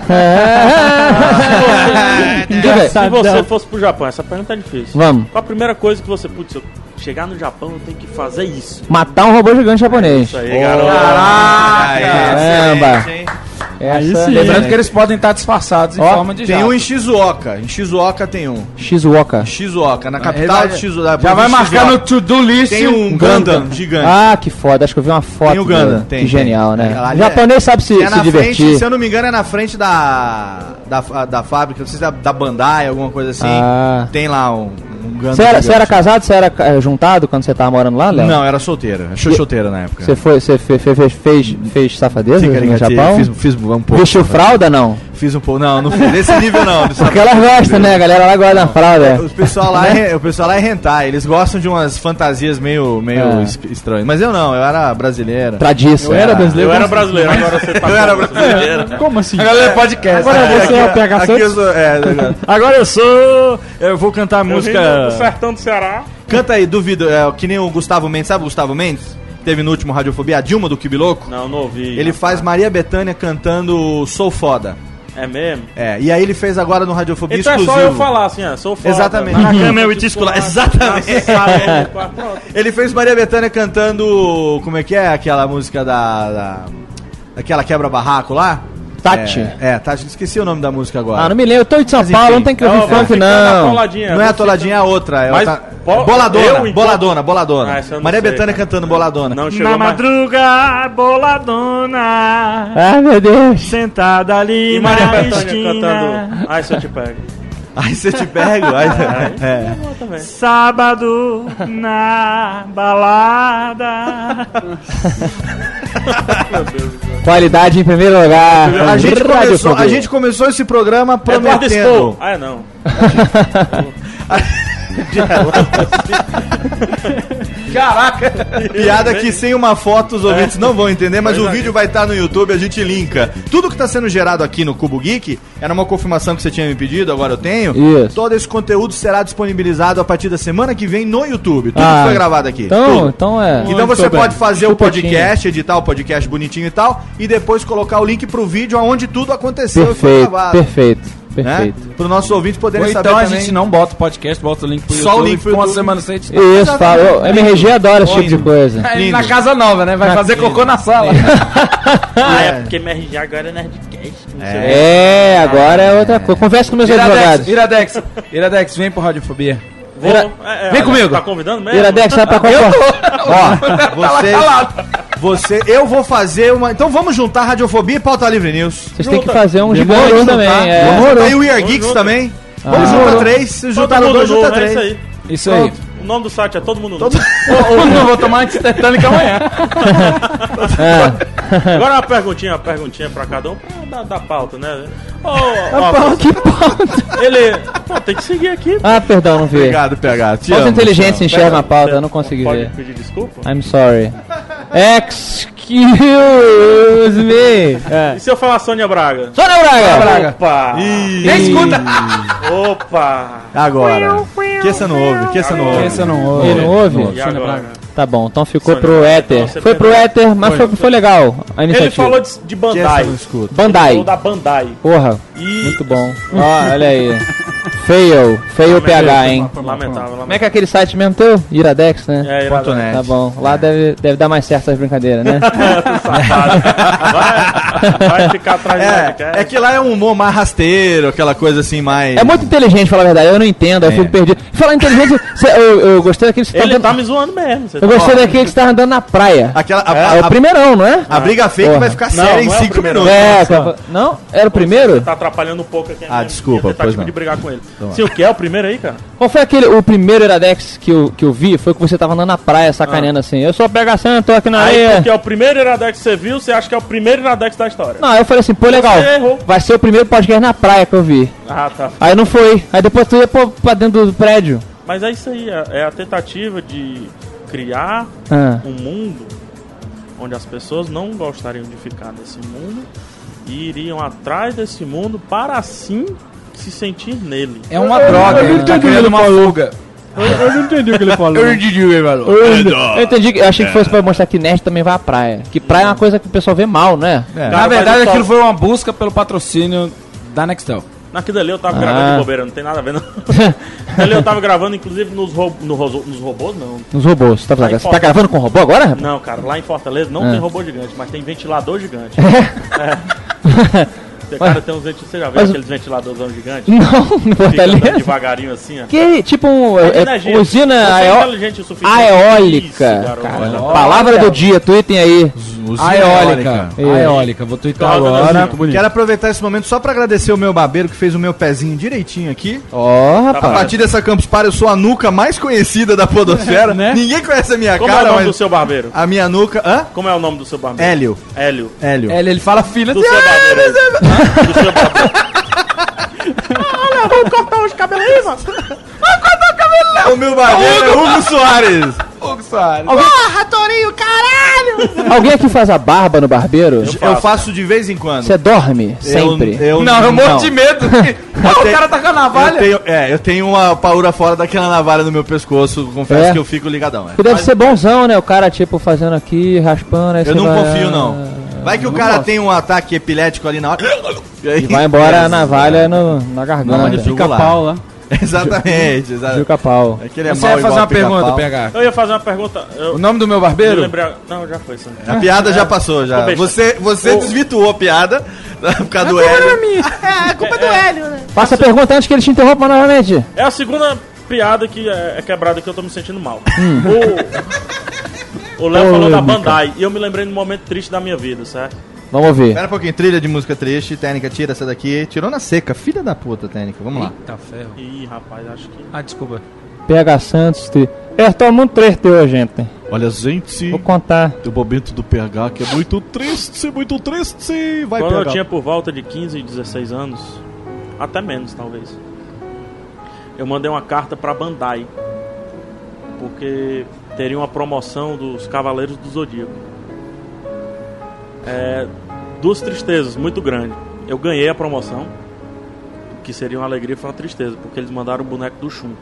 É. Diga aí. Se você fosse pro Japão, essa pergunta é difícil. Vamos. Qual a primeira coisa que você, putz, eu chegar no Japão, eu tenho que fazer isso? Matar um robô gigante japonês. Isso aí, garoto. Caramba. Essa... sim. Lembrando que eles podem estar disfarçados em Ó, forma de Tem jato. um em Shizuoka. Em Shizuoka tem um. Shizuoka. Shizuoka, na Ele capital vai- de Shizuoka. Já vai marcar no to-do list. Tem um Gundam gigante. Ah, que foda. Acho que eu vi uma foto. Tem o Gundam, dele. tem, Que genial, tem. né? Ela O ali japonês sabe se, É se na divertir. frente, se eu não me engano, é na frente da, da, da fábrica, não sei se é da Bandai, alguma coisa assim. Ah. Tem lá um, um Gundam Você era, gigante. você era casado? Você era eh, juntado quando você tava morando lá, Léo? Não, era solteiro. Xoxoteiro na época. Você foi, você fe- fe- fe- fez, fez safadeza Fica no ligado, Japão? Fiz, fiz um pouco. Vestiu fralda, não? Fiz um pouco. Não, não fiz desse nível não. de Porque elas gostam, né? A galera lá guarda a fralda. O pessoal lá é, o pessoal lá é hentai, eles gostam de umas fantasias meio, meio É. es- estranhas. Mas eu não, eu era brasileira. Tradiça. Eu era brasileiro. Eu era brasileiro, agora você tá Eu era falando brasileiro. Como assim? A galera podcast. Agora você é o P H Aqui Santos? eu sou, é, agora. Agora eu sou. Eu vou cantar a Eu vim música. do sertão do Ceará. Canta aí, duvido, é, que nem o Gustavo Mendes, sabe o Gustavo Mendes? Teve no último Radiofobia, a Dilma do Kibiloco. Não, não ouvi. Ele faz Maria Bethânia cantando Sou Foda. É mesmo? É, e aí ele fez agora no Radiofobia Então exclusivo. é só eu falar assim, ó, sou foda. Exatamente. Na Cama, eu eu te escular. Exatamente. Ele fez Maria Bethânia cantando. Como é que é aquela música da. da aquela quebra-barraco lá? Tati. É, é, Tati, esqueci o nome da música agora. Ah, não me lembro. Eu tô de São Mas, Paulo, enfim. não tem que É, ouvir ó, vai funk, ficar na não. toladinha, Não é a vou toladinha, é a outra. É Mas, outra... bo- boladona, eu, então- boladona, boladona. Ah, essa eu não Maria sei, Bethânia cara. cantando boladona. Não chegou Na mais. madruga, boladona. Ai, meu Deus. Sentada ali E Maria na Bethânia esquina. cantando Ai, se eu te pego. Aí você te pego. Aí, é. Boa também. Sábado na balada. Qualidade em primeiro lugar. A gente, começou, Radiofobia. a gente começou esse programa Eduardo prometendo. Spoh. Ah, é não. Caraca. Piada que sem uma foto os ouvintes não vão entender, mas o vídeo vai estar no YouTube, a gente linka. Tudo que está sendo gerado aqui no Cubo Geek, era uma confirmação que você tinha me pedido, agora eu tenho. Isso. Todo esse conteúdo será disponibilizado a partir da semana que vem no YouTube. Tudo Ah, que foi gravado aqui. Então, Tudo. então é. Então você Muito bem. pode fazer o Chupetinho. podcast, editar o podcast bonitinho e tal, e depois colocar o link pro vídeo aonde tudo aconteceu e foi Perfeito, gravado. perfeito, Né? perfeito. Para os nossos ouvintes poderem Ou saber então a também. gente não bota o podcast, bota o link pro Só o YouTube. link pro com uma YouTube. semana sem editar. Isso, fala. O M R G adora esse tipo de coisa. É, Lindo. na casa nova, né? Vai fazer cocô na sala. Ah, é porque M R G agora é Nerdcast. Não sei. É, agora é outra coisa. Conversa com meus Iradex, advogados. Iradex, Iradex, vem pro Radiofobia. Vou, Ira- é, é, Vem comigo. Tá convidando mesmo? Iradex, sai pra concorrer. Ó, você, você, eu vou fazer uma. Então vamos juntar Radiofobia e Pauta Livre News. Vocês têm que Junta. fazer um Demorou, gigante juntar. também. É. Vamos juntar aí o We Are Vamos Geeks junto. também. Ah. Vamos juntar Demorou. três. Se Todo juntar mundo dois, novo, junta é três. isso aí. Isso aí. O nome do site é Todo Mundo Todo- Novo. Eu não vou tomar antitetânica amanhã. É. Agora uma perguntinha, uma perguntinha pra cada um, pra dar, dar pauta, né? Ô, A pauta, que pauta? Ele. Pô, tem que seguir aqui. Ah, perdão, não vi. Obrigado, P H. Te Falta amo, inteligência te amo. enxerga a pauta, eu não consegui Pode ver. pedir desculpa? I'm sorry. Excuse me. É. E se eu falar Sônia Braga? Sônia Braga! Braga. Opa! Ih, Nem escuta! Opa! Agora. Que essa não ouve, que essa não ouve. Essa não ouve. Ele não ouve? E agora? Tá bom, então ficou Sônia pro Braga, éter. então você Foi pro perdeu. éter, mas foi, foi legal a Ele iniciativa. falou de, de Que essa Bandai. não escuta. Ele Bandai. falou da Bandai. Porra, E... muito bom. Ó, olha aí. Fail. Fail P H, hein? Lamentável, lamentável. Como é que é aquele site mesmo teu? Iradex, né? É, Ponto Iradex. net. Tá bom. Lá deve, deve dar mais certo essas brincadeiras, né? Safado. Vai, vai ficar atrás de É, é que lá é um humor mais rasteiro, aquela coisa assim, mais... É muito inteligente, falar a verdade. Eu não entendo, eu É. fico perdido. Falar inteligente, cê- eu, eu gostei daquele que você tá Ele andando. tá me zoando mesmo. Você Eu tá- gostei daquele que você tava andando na praia. Aquela, a, É, a, é o primeirão, não é? a briga fake Porra. vai ficar Não, séria em não é o cinco primeiro. minutos. É, cara, não? Era o primeiro? Você tá atrapalhando um pouco aqui a Ah, minha- desculpa, minha pois tentativa não. de brigar com ele. Então Sim, o que é o primeiro aí, cara? Qual foi aquele, o primeiro Iradex que eu, que eu vi? Foi que você tava andando na praia, sacaneando assim. Eu sou P H Santos, tô aqui na Aí, areia. porque é o primeiro Iradex que você viu, você acha que é o primeiro Iradex da história. Não, eu falei assim, pô, legal. Você errou. Vai ser o primeiro podcast na praia que eu vi. Ah, tá. Aí não foi. Aí depois tu ia pô, pra dentro do prédio. Mas é isso aí, é é a tentativa de criar Ah. um mundo onde as pessoas não gostariam de ficar nesse mundo e iriam atrás desse mundo para assim se sentir nele. É uma droga, ele tá criando uma fuga. Eu, eu não entendi o que ele falou. Eu entendi o que ele falou. Eu entendi, que- eu achei que fosse pra mostrar que nerd também vai à praia. Que praia é uma coisa que o pessoal vê mal, né? É. Na Cara, verdade, mas eu aquilo só- foi uma busca pelo patrocínio da Nextel. Naquilo ali eu tava Ah. gravando de bobeira, não tem nada a ver não. Ali eu tava gravando inclusive nos, ro no roso- nos robôs, não. Nos robôs. Tá, Aí, você tá foda. gravando com robô agora, rapaz? Não, cara, lá em Fortaleza não Ah. tem robô gigante, mas tem ventilador gigante. É. Você, cara, tem uns ventiladores, você já viu Mas- aqueles ventiladores gigantes? Não, no Fica andando Fortaleza. devagarinho assim, ó. Que tipo um. É de é, energia. usina Você é aeo- inteligente o suficiente. aeólica. Isso, garoto. Cara, Olha. palavra do dia, tweetem aí. A eólica. A É. eólica. Vou twittar Tô agora. muito bonito. Quero aproveitar esse momento só pra agradecer o meu barbeiro que fez o meu pezinho direitinho aqui. Ó, A rapaz. partir dessa Campus Party eu sou a nuca mais conhecida da podosfera. Né? Ninguém conhece a minha Como é o cara, nome do mas seu barbeiro? a minha nuca... Hã? Como é o nome do seu barbeiro? Hélio. Hélio. Hélio. Ele, ele fala filha Do de... seu barbeiro. aí. Do seu barbeiro. Olha, vamos cortar os cabelos aí, mano. O meu barbeiro é Hugo Soares. Hugo Soares. Alguém aqui faz a barba no barbeiro? Eu faço de vez em quando. Você dorme? Sempre. Eu, eu, Não, eu morro de medo. Ó, o tenho- cara tá com a Eu navalha. tenho, é, eu tenho uma paura fora daquela navalha no meu pescoço. Confesso É? que eu fico ligadão. É. Porque deve ser bonzão, né? O cara, tipo, fazendo aqui, raspando. Aí Eu você não vai- confio, não. Vai que o cara tem um ataque epilético ali na hora. E aí- E vai embora a navalha no, na garganta. Onde fica lá. pau lá. Exatamente, exatamente. Juca pau. É que ele é Você mau ia fazer igual uma pergunta, pica-pau. P H. Eu ia fazer uma pergunta. Eu, O nome do meu eu barbeiro? lembrei. Não, já foi, Sandro. A piada já passou, já. Ô, besta. Você, você Ô. desvirtuou a piada por causa do Hélio. Faça a pergunta antes que ele te interrompa novamente. É a segunda piada que é, é quebrada que eu tô me sentindo mal. O, o Léo falou da Bandai e eu me lembrei de um momento triste da minha vida, certo? Vamos ouvir. Espera um pouquinho, trilha de música triste. Técnica, tira essa daqui. Tirou na seca, filha da puta, Técnica. Vamos lá. Eita ferro. Ih, rapaz, acho que. Ah, desculpa. P H Santos. Tri... Eu tô muito triste hoje, gente. Olha, gente, Vou contar. o momento do P H que é muito triste, muito triste. Vai Quando eu pegar. tinha por volta de quinze, dezesseis anos, até menos talvez, eu mandei uma carta pra Bandai, porque teria uma promoção dos Cavaleiros do Zodíaco. É, duas tristezas muito grandes. Eu ganhei a promoção, que seria uma alegria e foi uma tristeza, porque eles mandaram o boneco do Shun.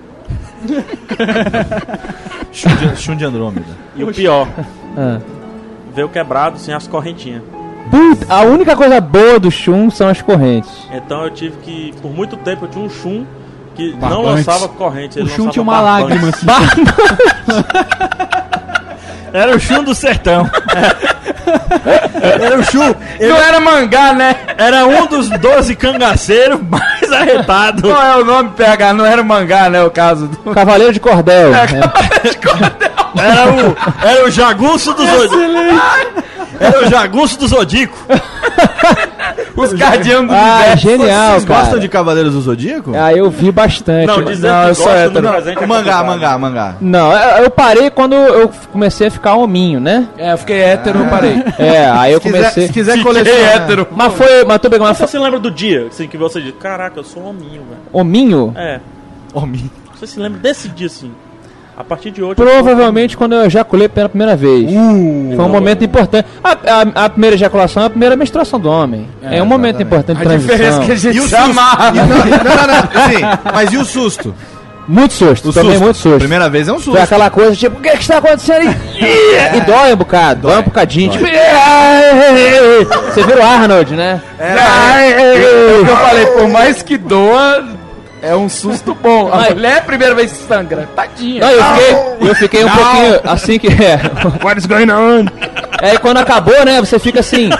Chum de, chum de Andrômeda. E o pior, Ah. veio quebrado sem as correntinhas. Puta, a única coisa boa do Shun são as correntes. Então eu tive que, por muito tempo eu tinha um Shun que não Barbantes. lançava correntes. O ele Shun lançava tinha uma barbantes. lágrima assim. Era o Shun do sertão. Era o Shun. Ele Não era mangá, né? era um dos doze cangaceiros mais arretados. Qual é o nome, P H? Não era mangá, né? O caso do... Cavaleiro de Cordel. É. Era o, era o jagunço do Zodíaco. Era o jagunço do Zodíaco. Os guardiões do Ah, universo. genial, Vocês cara. gostam de Cavaleiros do Zodíaco? Ah, eu vi bastante. Não, dizer Não, que eu sou gosta hétero. no presente é Mangá, complicado. mangá, mangá. Não, eu eu parei quando eu comecei a ficar hominho, né? É, eu fiquei hétero, eu parei. É, aí eu Se quiser, comecei... se quiser Fiquei colecionar... hétero. Mas foi, mas tudo bem, mas Você foi... se lembra do dia assim, que você diz, caraca, eu sou um hominho, velho. Hominho? É, Homem. você se lembra desse dia assim? A partir de hoje... Provavelmente quando eu ejaculei pela primeira vez. Uh. Foi um momento importante. A, a- a primeira ejaculação é a primeira menstruação do homem. É, um momento importante de A diferença transição. é que a gente E o se susto? amarra. E- não, não, não, não, sim, mas e o susto? Muito susto, O também susto. muito susto. Primeira vez é um susto. Foi aquela coisa tipo, o que, que está acontecendo aí? E dói um bocado, dói, um bocadinho. Tipo, você vira o Arnold, né? É o que eu falei, por mais que doa, é um susto bom. A Mas- mulher é a primeira vez que sangra. Tadinha. Não, eu fiquei, eu fiquei um pouquinho assim que é. What is going on? Aí quando acabou, né, você fica assim.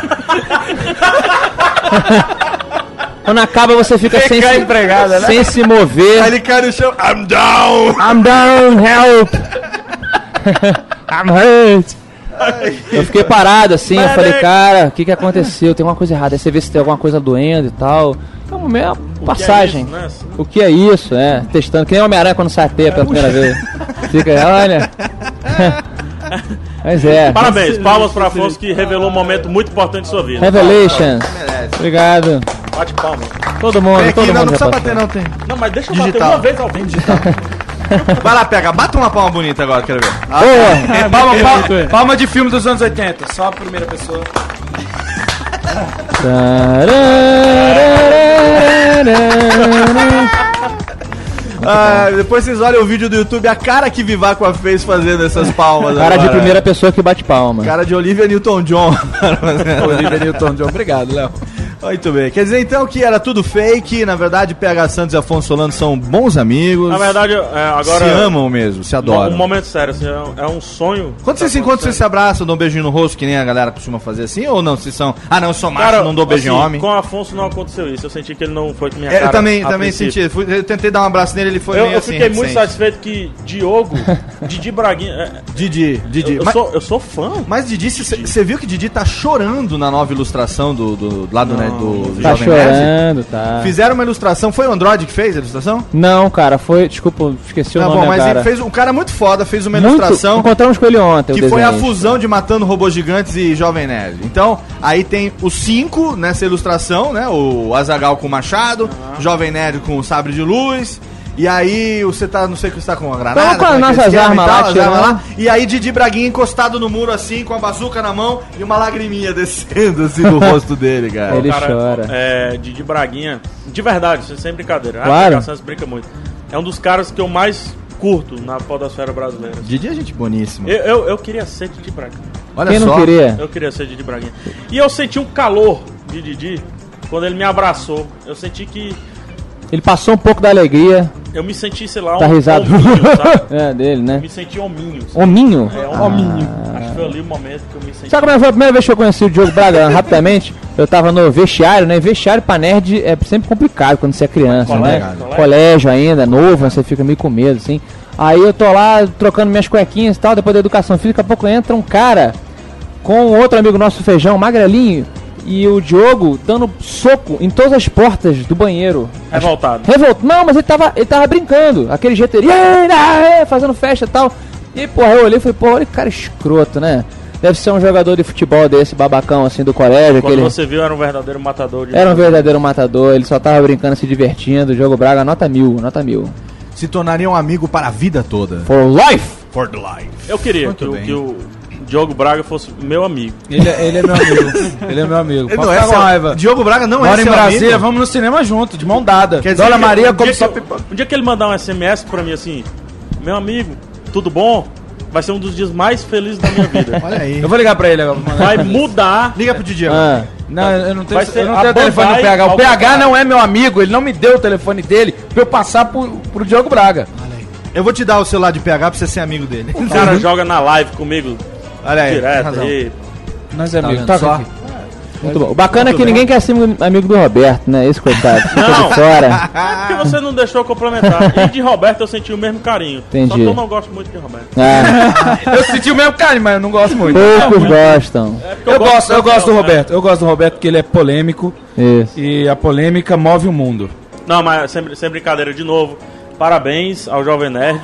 Quando acaba, você fica sem Fica se, empregada, né? sem se mover. Aí ele cai no chão, I'm down! I'm down, help! I'm hurt! Eu fiquei parado assim, eu falei, cara, o que que aconteceu? Tem uma coisa errada. Aí você vê se tem alguma coisa doendo e tal. É uma meia passagem. isso, né? Assim. O que é isso, é? Testando, que nem Homem-Aranha quando sai a teia pela primeira vez. Fica, olha. Mas é. Parabéns, palmas pra Afonso que revelou um momento muito importante de sua vida. Revelations. Obrigado. Bate palmas. Todo mundo, Vem todo aqui, não, mundo não já precisa passou. bater não, tem. Não, mas deixa eu Digital. bater uma vez ao vivo. Vai lá, pega, bata uma palma bonita agora, quero ver. Ah, Boa. É, palma, palma, palma de filme dos anos oitenta, só a primeira pessoa. ah, depois vocês olham o vídeo do YouTube, a cara que Viváqua fez fazendo essas palmas. Cara de agora. primeira pessoa que bate palma. Cara de Olivia Newton-John. Olivia Newton-John, obrigado, Léo. Muito bem. Quer dizer então que era tudo fake, na verdade P H Santos e Afonso Solano são bons amigos. Na verdade, é, agora... se amam mesmo, se adoram. Um momento sério, assim, é um- é um sonho. Quando vocês se encontram, vocês se abraçam, dão um beijinho no rosto, que nem a galera costuma fazer assim, ou não? Vocês são, ah não, eu sou macho, Cara, não dou beijo em assim, homem. com o Afonso não aconteceu isso. Eu senti que ele não foi com minha É, cara. eu também, a também princípio. senti, fui- eu tentei dar um abraço nele, ele foi Eu, meio eu assim, fiquei muito reticente. satisfeito que Diogo, Didi Braguinha. é, Didi, Didi. Eu, eu mas, sou, eu sou fã. mas Didi, você viu que Didi tá chorando na nova ilustração do, do, lá do, né, do Tá Jovem Nerd? chorando, tá. Fizeram uma ilustração, foi o Android que fez a ilustração? Não, cara, foi. Desculpa, esqueci o Tá nome bom, mas agora. ele fez, um cara muito foda fez uma Muito- ilustração Encontramos com ele ontem. que o foi a desenhista. fusão de Matando Robôs Gigantes e Jovem Nerd. Então, aí tem os cinco nessa ilustração, né? O Azaghal com o machado, Jovem Nerd com o sabre de luz. E aí você tá, não sei o que você tá com a granada. Tamo com as como é que é nossas esse esquema armas e lá, tal, as tirando. armas lá. E aí Didi Braguinha encostado no muro assim, com a bazuca na mão e uma lagriminha descendo assim do rosto dele, cara. Ele Cara, chora. É, Didi Braguinha, de verdade, sem brincadeira. Claro. A P H Santos brinca muito. É um dos caras que eu mais curto na podosfera brasileira. Didi é gente boníssima. Eu, eu, eu queria ser Didi Braguinha. Olha Quem só. não queria? Eu queria ser Didi Braguinha. E eu senti um calor de Didi quando ele me abraçou. Eu senti que Ele passou um pouco da alegria eu me senti, sei lá, um da risada. hominho, sabe? É, dele, Eu né? me senti hominho. sabe? Hominho? É, um hominho. Acho que foi ali o momento que eu me senti. Sabe como é que foi a primeira vez que eu conheci o Diogo Braga? Rapidamente, eu tava no vestiário, né? Vestiário pra nerd é sempre complicado quando você é criança, Colégio, né? colégio. Colégio ainda, novo, você fica meio com medo, assim. Aí eu tô lá trocando minhas cuequinhas e tal, depois da educação física, daqui a pouco entra um cara com outro amigo nosso, Feijão, magrelinho, e o Diogo dando soco em todas as portas do banheiro. Revoltado. Revoltado. Não, mas ele tava, ele tava brincando. Aquele jeito ele, "Ei, ah, é", fazendo festa e tal. E, porra, eu olhei e falei, porra, olha que cara escroto, né? Deve ser um jogador de futebol desse, babacão, assim, do colégio. Quando Aquele... você viu, era um verdadeiro matador de... Era um verdadeiro matador, ele só tava brincando, se divertindo. O Diogo Braga, nota mil, nota mil. Se tornaria um amigo para a vida toda. For life! For the life. Eu queria Muito que, o- bem. que o Diogo Braga fosse meu amigo. Ele, é- ele é meu amigo. Ele é meu amigo. Ele Pode não é ficar com seu- raiva. Diogo Braga não é Mora em seu Brasília, amigo? vamos no cinema junto, de mão dada. Quer dizer Dona que Maria um come dia só que- pipoca. Um dia que ele mandar um S M S pra mim assim, meu amigo, tudo bom? Vai ser um dos dias mais felizes da minha vida. Olha aí. Eu vou ligar pra ele agora. vou mandar. Vai mudar. Liga pro Didi. Ah, Não, eu não tenho, Vai ser eu não a tenho o telefone do Bandai P H. O ao P H contrário. não é meu amigo, ele não me deu o telefone dele pra eu passar pro, pro Diogo Braga. Eu vou te dar o celular de P H pra você ser amigo dele. O cara joga na live comigo Olha aí, tem direto razão. aí. Nós é Tá amigo. vendo Toca só? aqui. Muito bom. O bacana é que ninguém quer ser amigo do Roberto, né? Esse coitado. Fica de fora. É porque você não deixou eu complementar. E de Roberto eu senti o mesmo carinho. Entendi. Só que eu não gosto muito de Roberto. Ah. Eu senti o mesmo carinho, mas eu não gosto muito. Poucos Não, gostam. É Eu, gosto, eu gosto do Roberto. Eu gosto do Roberto porque ele é polêmico. Isso. E a polêmica move o mundo. Não, mas sem, sem brincadeira de novo. Parabéns ao Jovem Nerd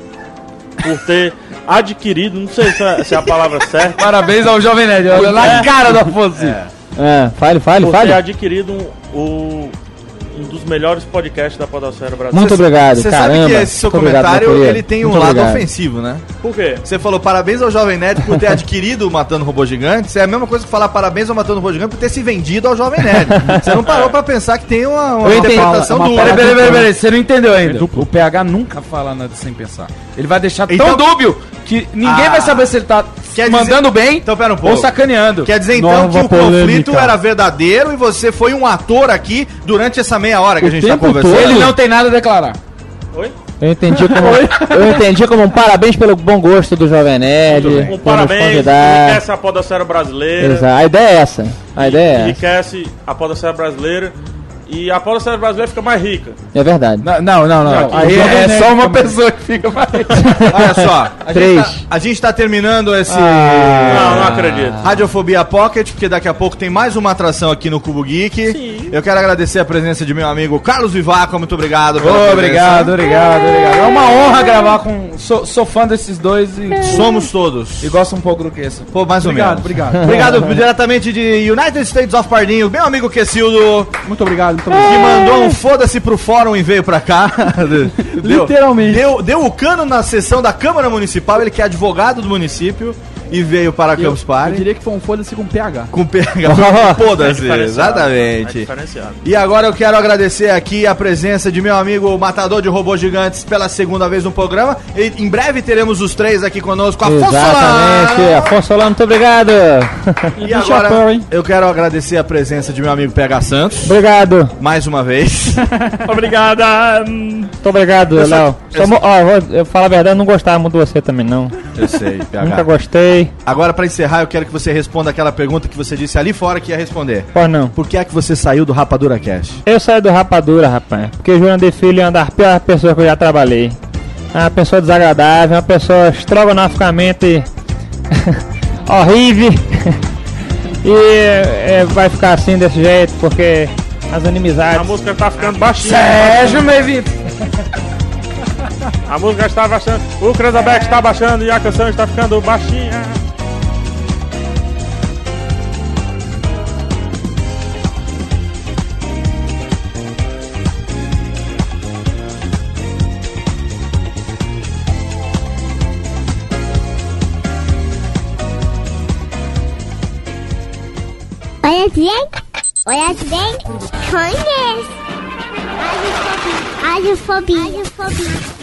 por ter adquirido, não sei se é, se é a palavra certa. Parabéns ao Jovem Nerd. Olha na É. cara do Afonso. É. É, fale, fale, Por fale. ter adquirido um, o- um dos melhores podcasts da podosfera brasileira. Muito obrigado, Você caramba. sabe que esse seu Muito obrigado, comentário, meu querido. ele tem um Muito lado obrigado. ofensivo, né? Por quê? Você falou parabéns ao Jovem Nerd por ter adquirido o Matando Robô Gigantes. É a mesma coisa que falar parabéns ao Matando Robô Gigante por ter se vendido ao Jovem Nerd. Você não parou pra pensar que tem uma, uma Eu entendi. interpretação Mas dura. Peraí, peraí, peraí, peraí, você não entendeu ainda. O P H nunca fala nada sem pensar. Ele vai deixar Então- tão dúbio que ninguém Ah. vai saber se ele tá Quer mandando dizer- bem Então, pera um pouco. ou sacaneando. Quer dizer então Nova que o polêmica. conflito era verdadeiro e você foi um ator aqui durante essa meia hora que O a gente tá tempo conversando. todo. Ele não tem nada a declarar. Oi? Eu entendi como, eu entendi como um parabéns pelo bom gosto do Jovem Nerd. Um por nos parabéns, convidar. enriquece a podosfera brasileira. Exato. A ideia é essa. A ideia é essa. Enriquece a podosfera brasileira. E a podosfera brasileira fica mais rica. É verdade. Não, não, não. não. Não, Aí o Jovem é Nerd só uma também. pessoa que fica mais. Olha só, a Três. gente, tá, a gente tá terminando esse Não, não acredito. Radiofobia Pocket, porque daqui a pouco tem mais uma atração aqui no Cubo Geek. Sim. Eu quero agradecer a presença de meu amigo Carlos Vivaco, muito obrigado. pela Ô, presença. obrigado, obrigado, obrigado. É uma honra gravar com. Sou, sou fã desses dois e, Somos todos. e gosto um pouco do Queça. Pô, mais ou Obrigado, menos. obrigado. Obrigado diretamente de United States of Pardinho, meu amigo Quessildo, Muito obrigado, muito que obrigado. mandou um foda-se pro fórum e veio pra cá. Deu- Literalmente. Deu, deu o cano na sessão da Câmara Municipal, ele que é advogado do município, e veio para Eu, Campus eu Party. diria que foi um foda-se com P H. Com pega. É Foda-se, diferenciado. É exatamente. diferenciado. E agora eu quero agradecer aqui a presença de meu amigo Matador de Robôs Gigantes pela segunda vez no programa. E em breve teremos os três aqui conosco. Afonso Exatamente. Solano. Afonso Solano, muito obrigado. E do agora chapéu, hein? eu quero agradecer a presença de meu amigo P H Santos. Obrigado. Mais uma vez. Obrigada. Muito obrigado, Eu só- Léo. eu Só mo- Ó, eu, vou- eu falo a verdade, eu não gostava muito de você também, não. Eu sei, P Nunca H. gostei. Agora, pra encerrar, eu quero que você responda aquela pergunta que você disse ali fora que ia responder. Pois não. Por que é que você saiu do Rapadura Cash? Eu saí do Rapadura, rapaz. Porque Joana de Filho é uma das piores pessoas que eu já trabalhei. É uma pessoa desagradável, uma pessoa estrogonoficamente horrível. E é, vai ficar assim desse jeito, porque as A inimizades. música tá ficando baixinha. Sérgio Mevito. A música está baixando. O Cranzabeck está baixando e a canção está ficando baixinha. Olha bem, olha bem, conhece. Agiofobia, agiofobia.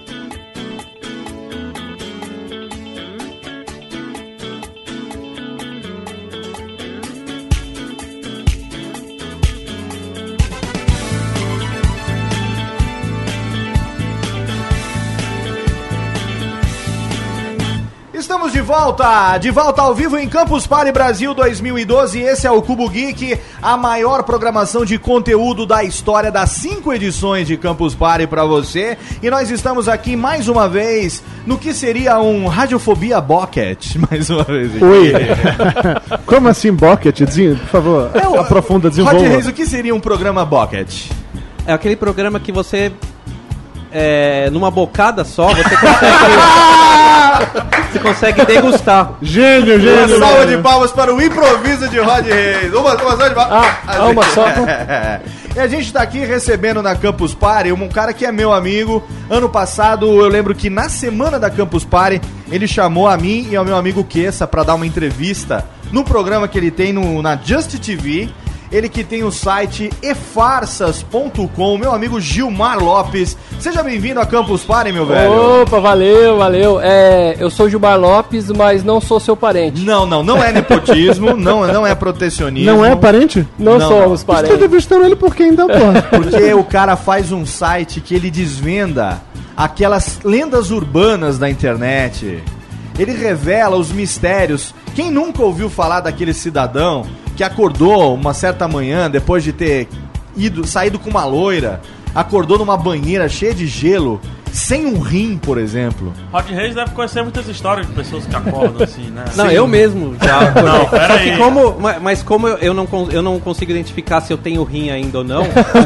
Estamos de volta, de volta ao vivo em Campus Party Brasil dois mil e doze. Esse é o Cubo Geek, a maior programação de conteúdo da história das cinco edições de Campus Party pra você. E nós estamos aqui mais uma vez no que seria um Radiofobia Bucket. Mais uma vez aqui. Oi. Como assim, Bucket? Desen- Por favor, É o- aprofunda, Rod desenvolva. Reis, o que seria um programa Bucket? É aquele programa que você, é, numa bocada só, você consegue, você consegue degustar. Gênio, Uma gênio. salva de palmas para o improviso de Rod Reis. Uma, uma salva de palmas. Ah, uma só. E a gente tá aqui recebendo na Campus Party um cara que é meu amigo. Ano passado, eu lembro que na semana da Campus Party, ele chamou a mim e ao meu amigo Queça pra dar uma entrevista no programa que ele tem no, na Just T V. Ele que tem o site e farsas ponto com, meu amigo Gilmar Lopes. Seja bem-vindo a Campus Party, meu velho. Opa, valeu, valeu. É, eu sou Gilmar Lopes, mas não sou seu parente. Não, não, não é nepotismo, não, não é protecionismo. Não é parente? Não, Não, somos Você tá parentes. entrevistando ele por quê, então, pô? Porque o cara faz um site que ele desvenda aquelas lendas urbanas da internet. Ele revela os mistérios. Quem nunca ouviu falar daquele cidadão que acordou uma certa manhã, depois de ter ido, saído com uma loira, acordou numa banheira cheia de gelo, sem um rim, por exemplo. Rod Reis deve conhecer muitas histórias de pessoas que acordam assim, né? Não, Sim. eu mesmo já. Não, pera Só aí. que como, mas- mas como eu eu não, con- eu não consigo identificar se eu tenho rim ainda ou não,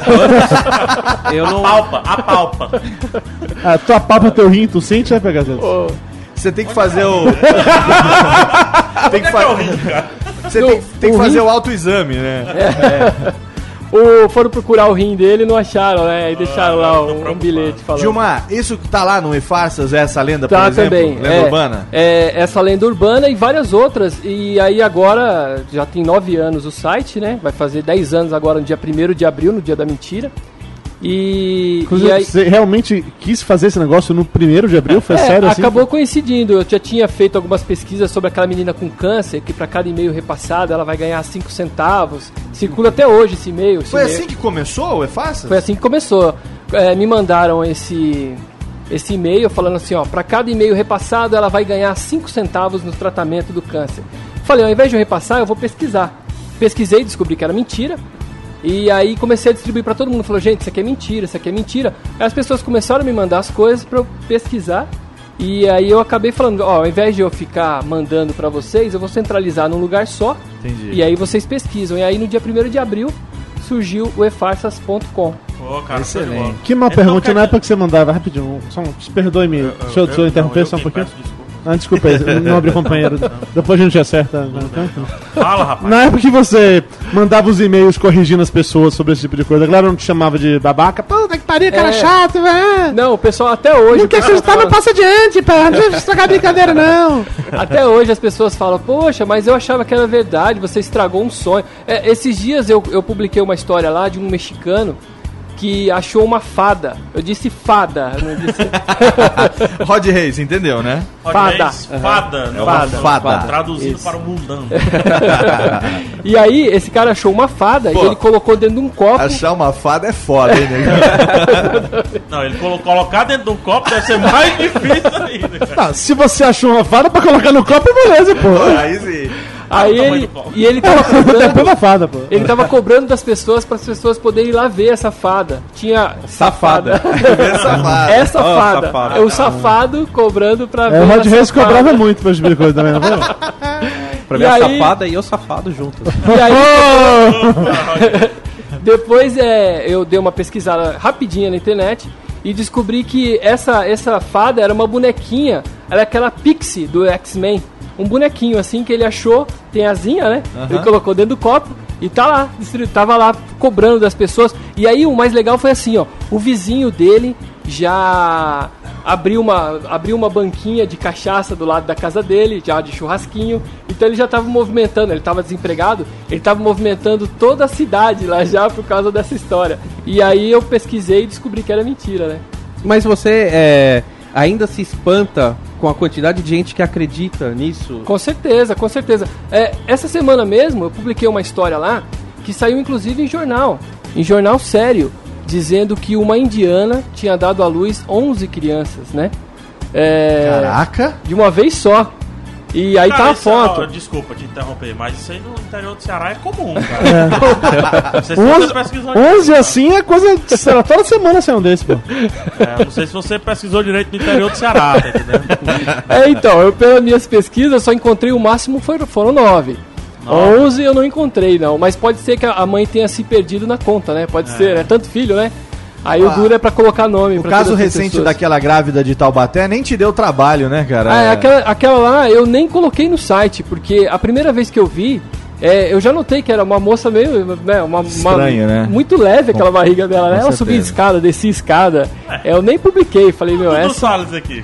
eu não. Apalpa, apalpa. Ah, tu apalpa teu rim, tu sente, vai pegar Você tem que fazer o. tem que, é fa... o rim, cara? Você tem, tem que fazer o autoexame, né? O, foram procurar o rim dele e não acharam, né? E deixaram lá um, um bilhete falando. Gilmar, isso que tá lá no E-Farsas, essa lenda, por Tá exemplo? também. Lenda é, urbana? É, essa lenda urbana e várias outras. E aí agora, já tem nove anos o site, né? Vai fazer dez anos agora no dia primeiro de abril, no dia da mentira. E, Inclusive, e aí, você realmente quis fazer esse negócio no primeiro de abril? Foi é, sério assim? acabou coincidindo. Eu já tinha feito algumas pesquisas sobre aquela menina com câncer, que para cada e-mail repassado ela vai ganhar cinco centavos. Circula até hoje esse e-mail. esse Foi e-mail. assim que começou o E-Farsas? Foi assim que começou. É, me mandaram esse, esse e-mail falando assim, ó, para cada e-mail repassado ela vai ganhar cinco centavos no tratamento do câncer. Falei, ao invés de eu repassar, eu vou pesquisar. Pesquisei, descobri que era mentira. E aí comecei a distribuir para todo mundo. Falou, gente, isso aqui é mentira, isso aqui é mentira. Aí as pessoas começaram a me mandar as coisas para eu pesquisar. E aí eu acabei falando, ó, ao invés de eu ficar mandando para vocês, eu vou centralizar num lugar só. Entendi. E aí vocês pesquisam. E aí no dia primeiro de abril surgiu o e farsas ponto com. Pô, cara, excelente. Que mal Então, pergunta, quer na época que você mandava, rapidinho, só, um- perdoe-me, Eu- deixa eu, deixa eu eu- interromper não, só um eu que pouquinho. peço desculpa. Ah, desculpa aí, não abri companheiro. Depois a gente acerta. Fala, rapaz. Na época que você mandava os e-mails corrigindo as pessoas sobre esse tipo de coisa, a galera não te chamava de babaca? Puta que pariu, cara É. chato, velho. Não, o pessoal até hoje... Não o quer pessoal acreditar, não fala- passa adiante, pá. Não deixa estragar a brincadeira, não. Até hoje as pessoas falam, poxa, mas eu achava que era verdade, você estragou um sonho. É, esses dias eu, eu publiquei uma história lá de um mexicano que achou uma fada. Eu disse fada, eu não disse... Rod Reis, entendeu, né? Rod Fada. Reis, fada, né? É uma Fada. fada. Traduzindo Isso. para o mundano. E aí, esse cara achou uma fada Pô. e ele colocou dentro de um copo. Achar uma fada é foda, hein, né? Não, ele colo- colocar dentro de um copo deve ser mais difícil ainda, cara. Ah, se você achou uma fada pra colocar no copo, beleza, pô. Aí sim. Aí o tamanho ele, do copo. e ele tava Depois cobrando, da fada, pô. ele tava cobrando das pessoas para as pessoas poderem ir lá ver essa fada. Tinha Safada. Essa fada. Essa Oh, fada. safado. É o safado cobrando pra É, ver o Rod a Reis safada. cobrava muito pra esse tipo de coisa também, não foi? Pra E ver a aí- safada e eu safado juntos. E aí, depois é, eu dei uma pesquisada rapidinha na internet e descobri que essa, essa fada era uma bonequinha, era aquela Pixie do X-Men. Um bonequinho assim que ele achou, tem asinha, né? Ele colocou dentro do copo e tá lá, distribu- tava lá cobrando das pessoas. E aí o mais legal foi assim, ó, o vizinho dele já abriu uma, abriu uma banquinha de cachaça do lado da casa dele, já de churrasquinho. Então ele já tava movimentando, ele tava desempregado, ele tava movimentando toda a cidade lá já por causa dessa história. E aí eu pesquisei e descobri que era mentira, né? Mas você é, ainda se espanta com a quantidade de gente que acredita nisso? Com certeza, com certeza. É, essa semana mesmo eu publiquei uma história lá que saiu inclusive em jornal, em jornal sério, dizendo que uma indiana tinha dado à luz onze crianças, né? É, Caraca. de uma vez só. E aí Cara, tá a isso é- ó, foto. desculpa te interromper, mas isso aí no interior do Ceará é comum, cara. Não sei se onze, você pesquisou onze assim é coisa. Será toda semana sai um desse, pô. É, não sei se você pesquisou direito no interior do Ceará, tá entendendo? É, então, eu pelas minhas pesquisas só encontrei o máximo foram, foram nove. Nove. onze eu não encontrei, não. Mas pode ser que a mãe tenha se perdido na conta, né? Pode ser, né? Tanto filho, né? Aí Ah, o duro é pra colocar nome. O pra caso todas as recente pessoas. daquela grávida de Taubaté nem te deu trabalho, né, cara? Ah, é, aquela, aquela lá eu nem coloquei no site, porque a primeira vez que eu vi, é, eu já notei que era uma moça meio. Né, uma, Estranha, uma- né? Muito leve aquela barriga dela, né? Com Ela subia certeza. escada, descia escada. É, eu nem publiquei, falei, meu, Dudu essa. Salles aqui.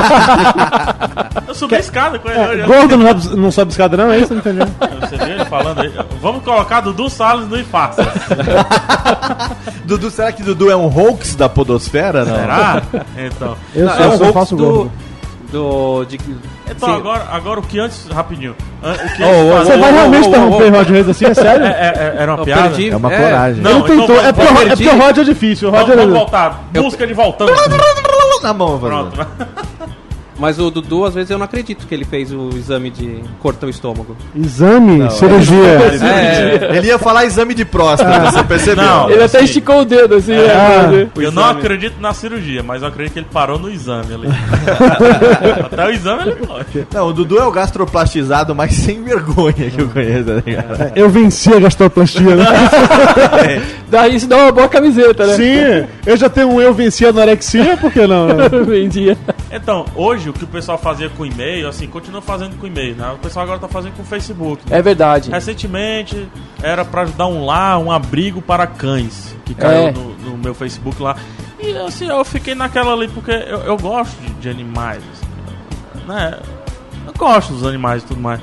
Eu subi a escada com ele hoje. Gordo não sobe, não sobe escada, não? É isso? Não entendi. Você viu ele falando aí? Vamos colocar Dudu Salles no Ifaça. Dudu, será que Dudu é um hoax da podosfera, não? Será? Então. Eu Não, sou, é eu um só hoax faço do, gordo. do de, Então, sim. agora, agora o que antes. Rapidinho. An- O que Oh, antes oh, Você fazia- vai oh, realmente oh, interromper oh, o Rod Reis assim? É sério? É, é- era uma Eu piada? perdi. É uma É. coragem. Não, Ele então tentou. vamos- É porque, vamos é porque o perdi. Rod é difícil. O Rod Vamos, vamos é... voltar. Busca de voltando. Na mão, vou fazer. Pronto. Mas o Dudu, às vezes, eu não acredito que ele fez o exame de cortar o estômago. Exame? Não, cirurgia. É, é. Ele ia falar exame de próstata, você percebeu? Não, ele até esticou o dedo assim. Ah, né? eu não acredito na cirurgia, mas eu acredito que ele parou no exame ali. Até o exame ele pode. Não, o Dudu é o gastroplastizado mais sem vergonha que eu conheço, tá ligado? Eu venci a gastroplastia, né? É. Daí isso dá uma boa camiseta, né? Sim, eu já tenho um eu venci a anorexia, por que não? Né? Vendia. Então, hoje o que o pessoal fazia com e-mail, assim, continua fazendo com e-mail, né? O pessoal agora tá fazendo com o Facebook. Né? É verdade. Recentemente era pra ajudar um lar, um abrigo para cães, que caiu É. no, no meu Facebook lá. E assim, eu fiquei naquela ali porque eu, eu gosto de, de animais, assim, né? Eu gosto dos animais e tudo mais.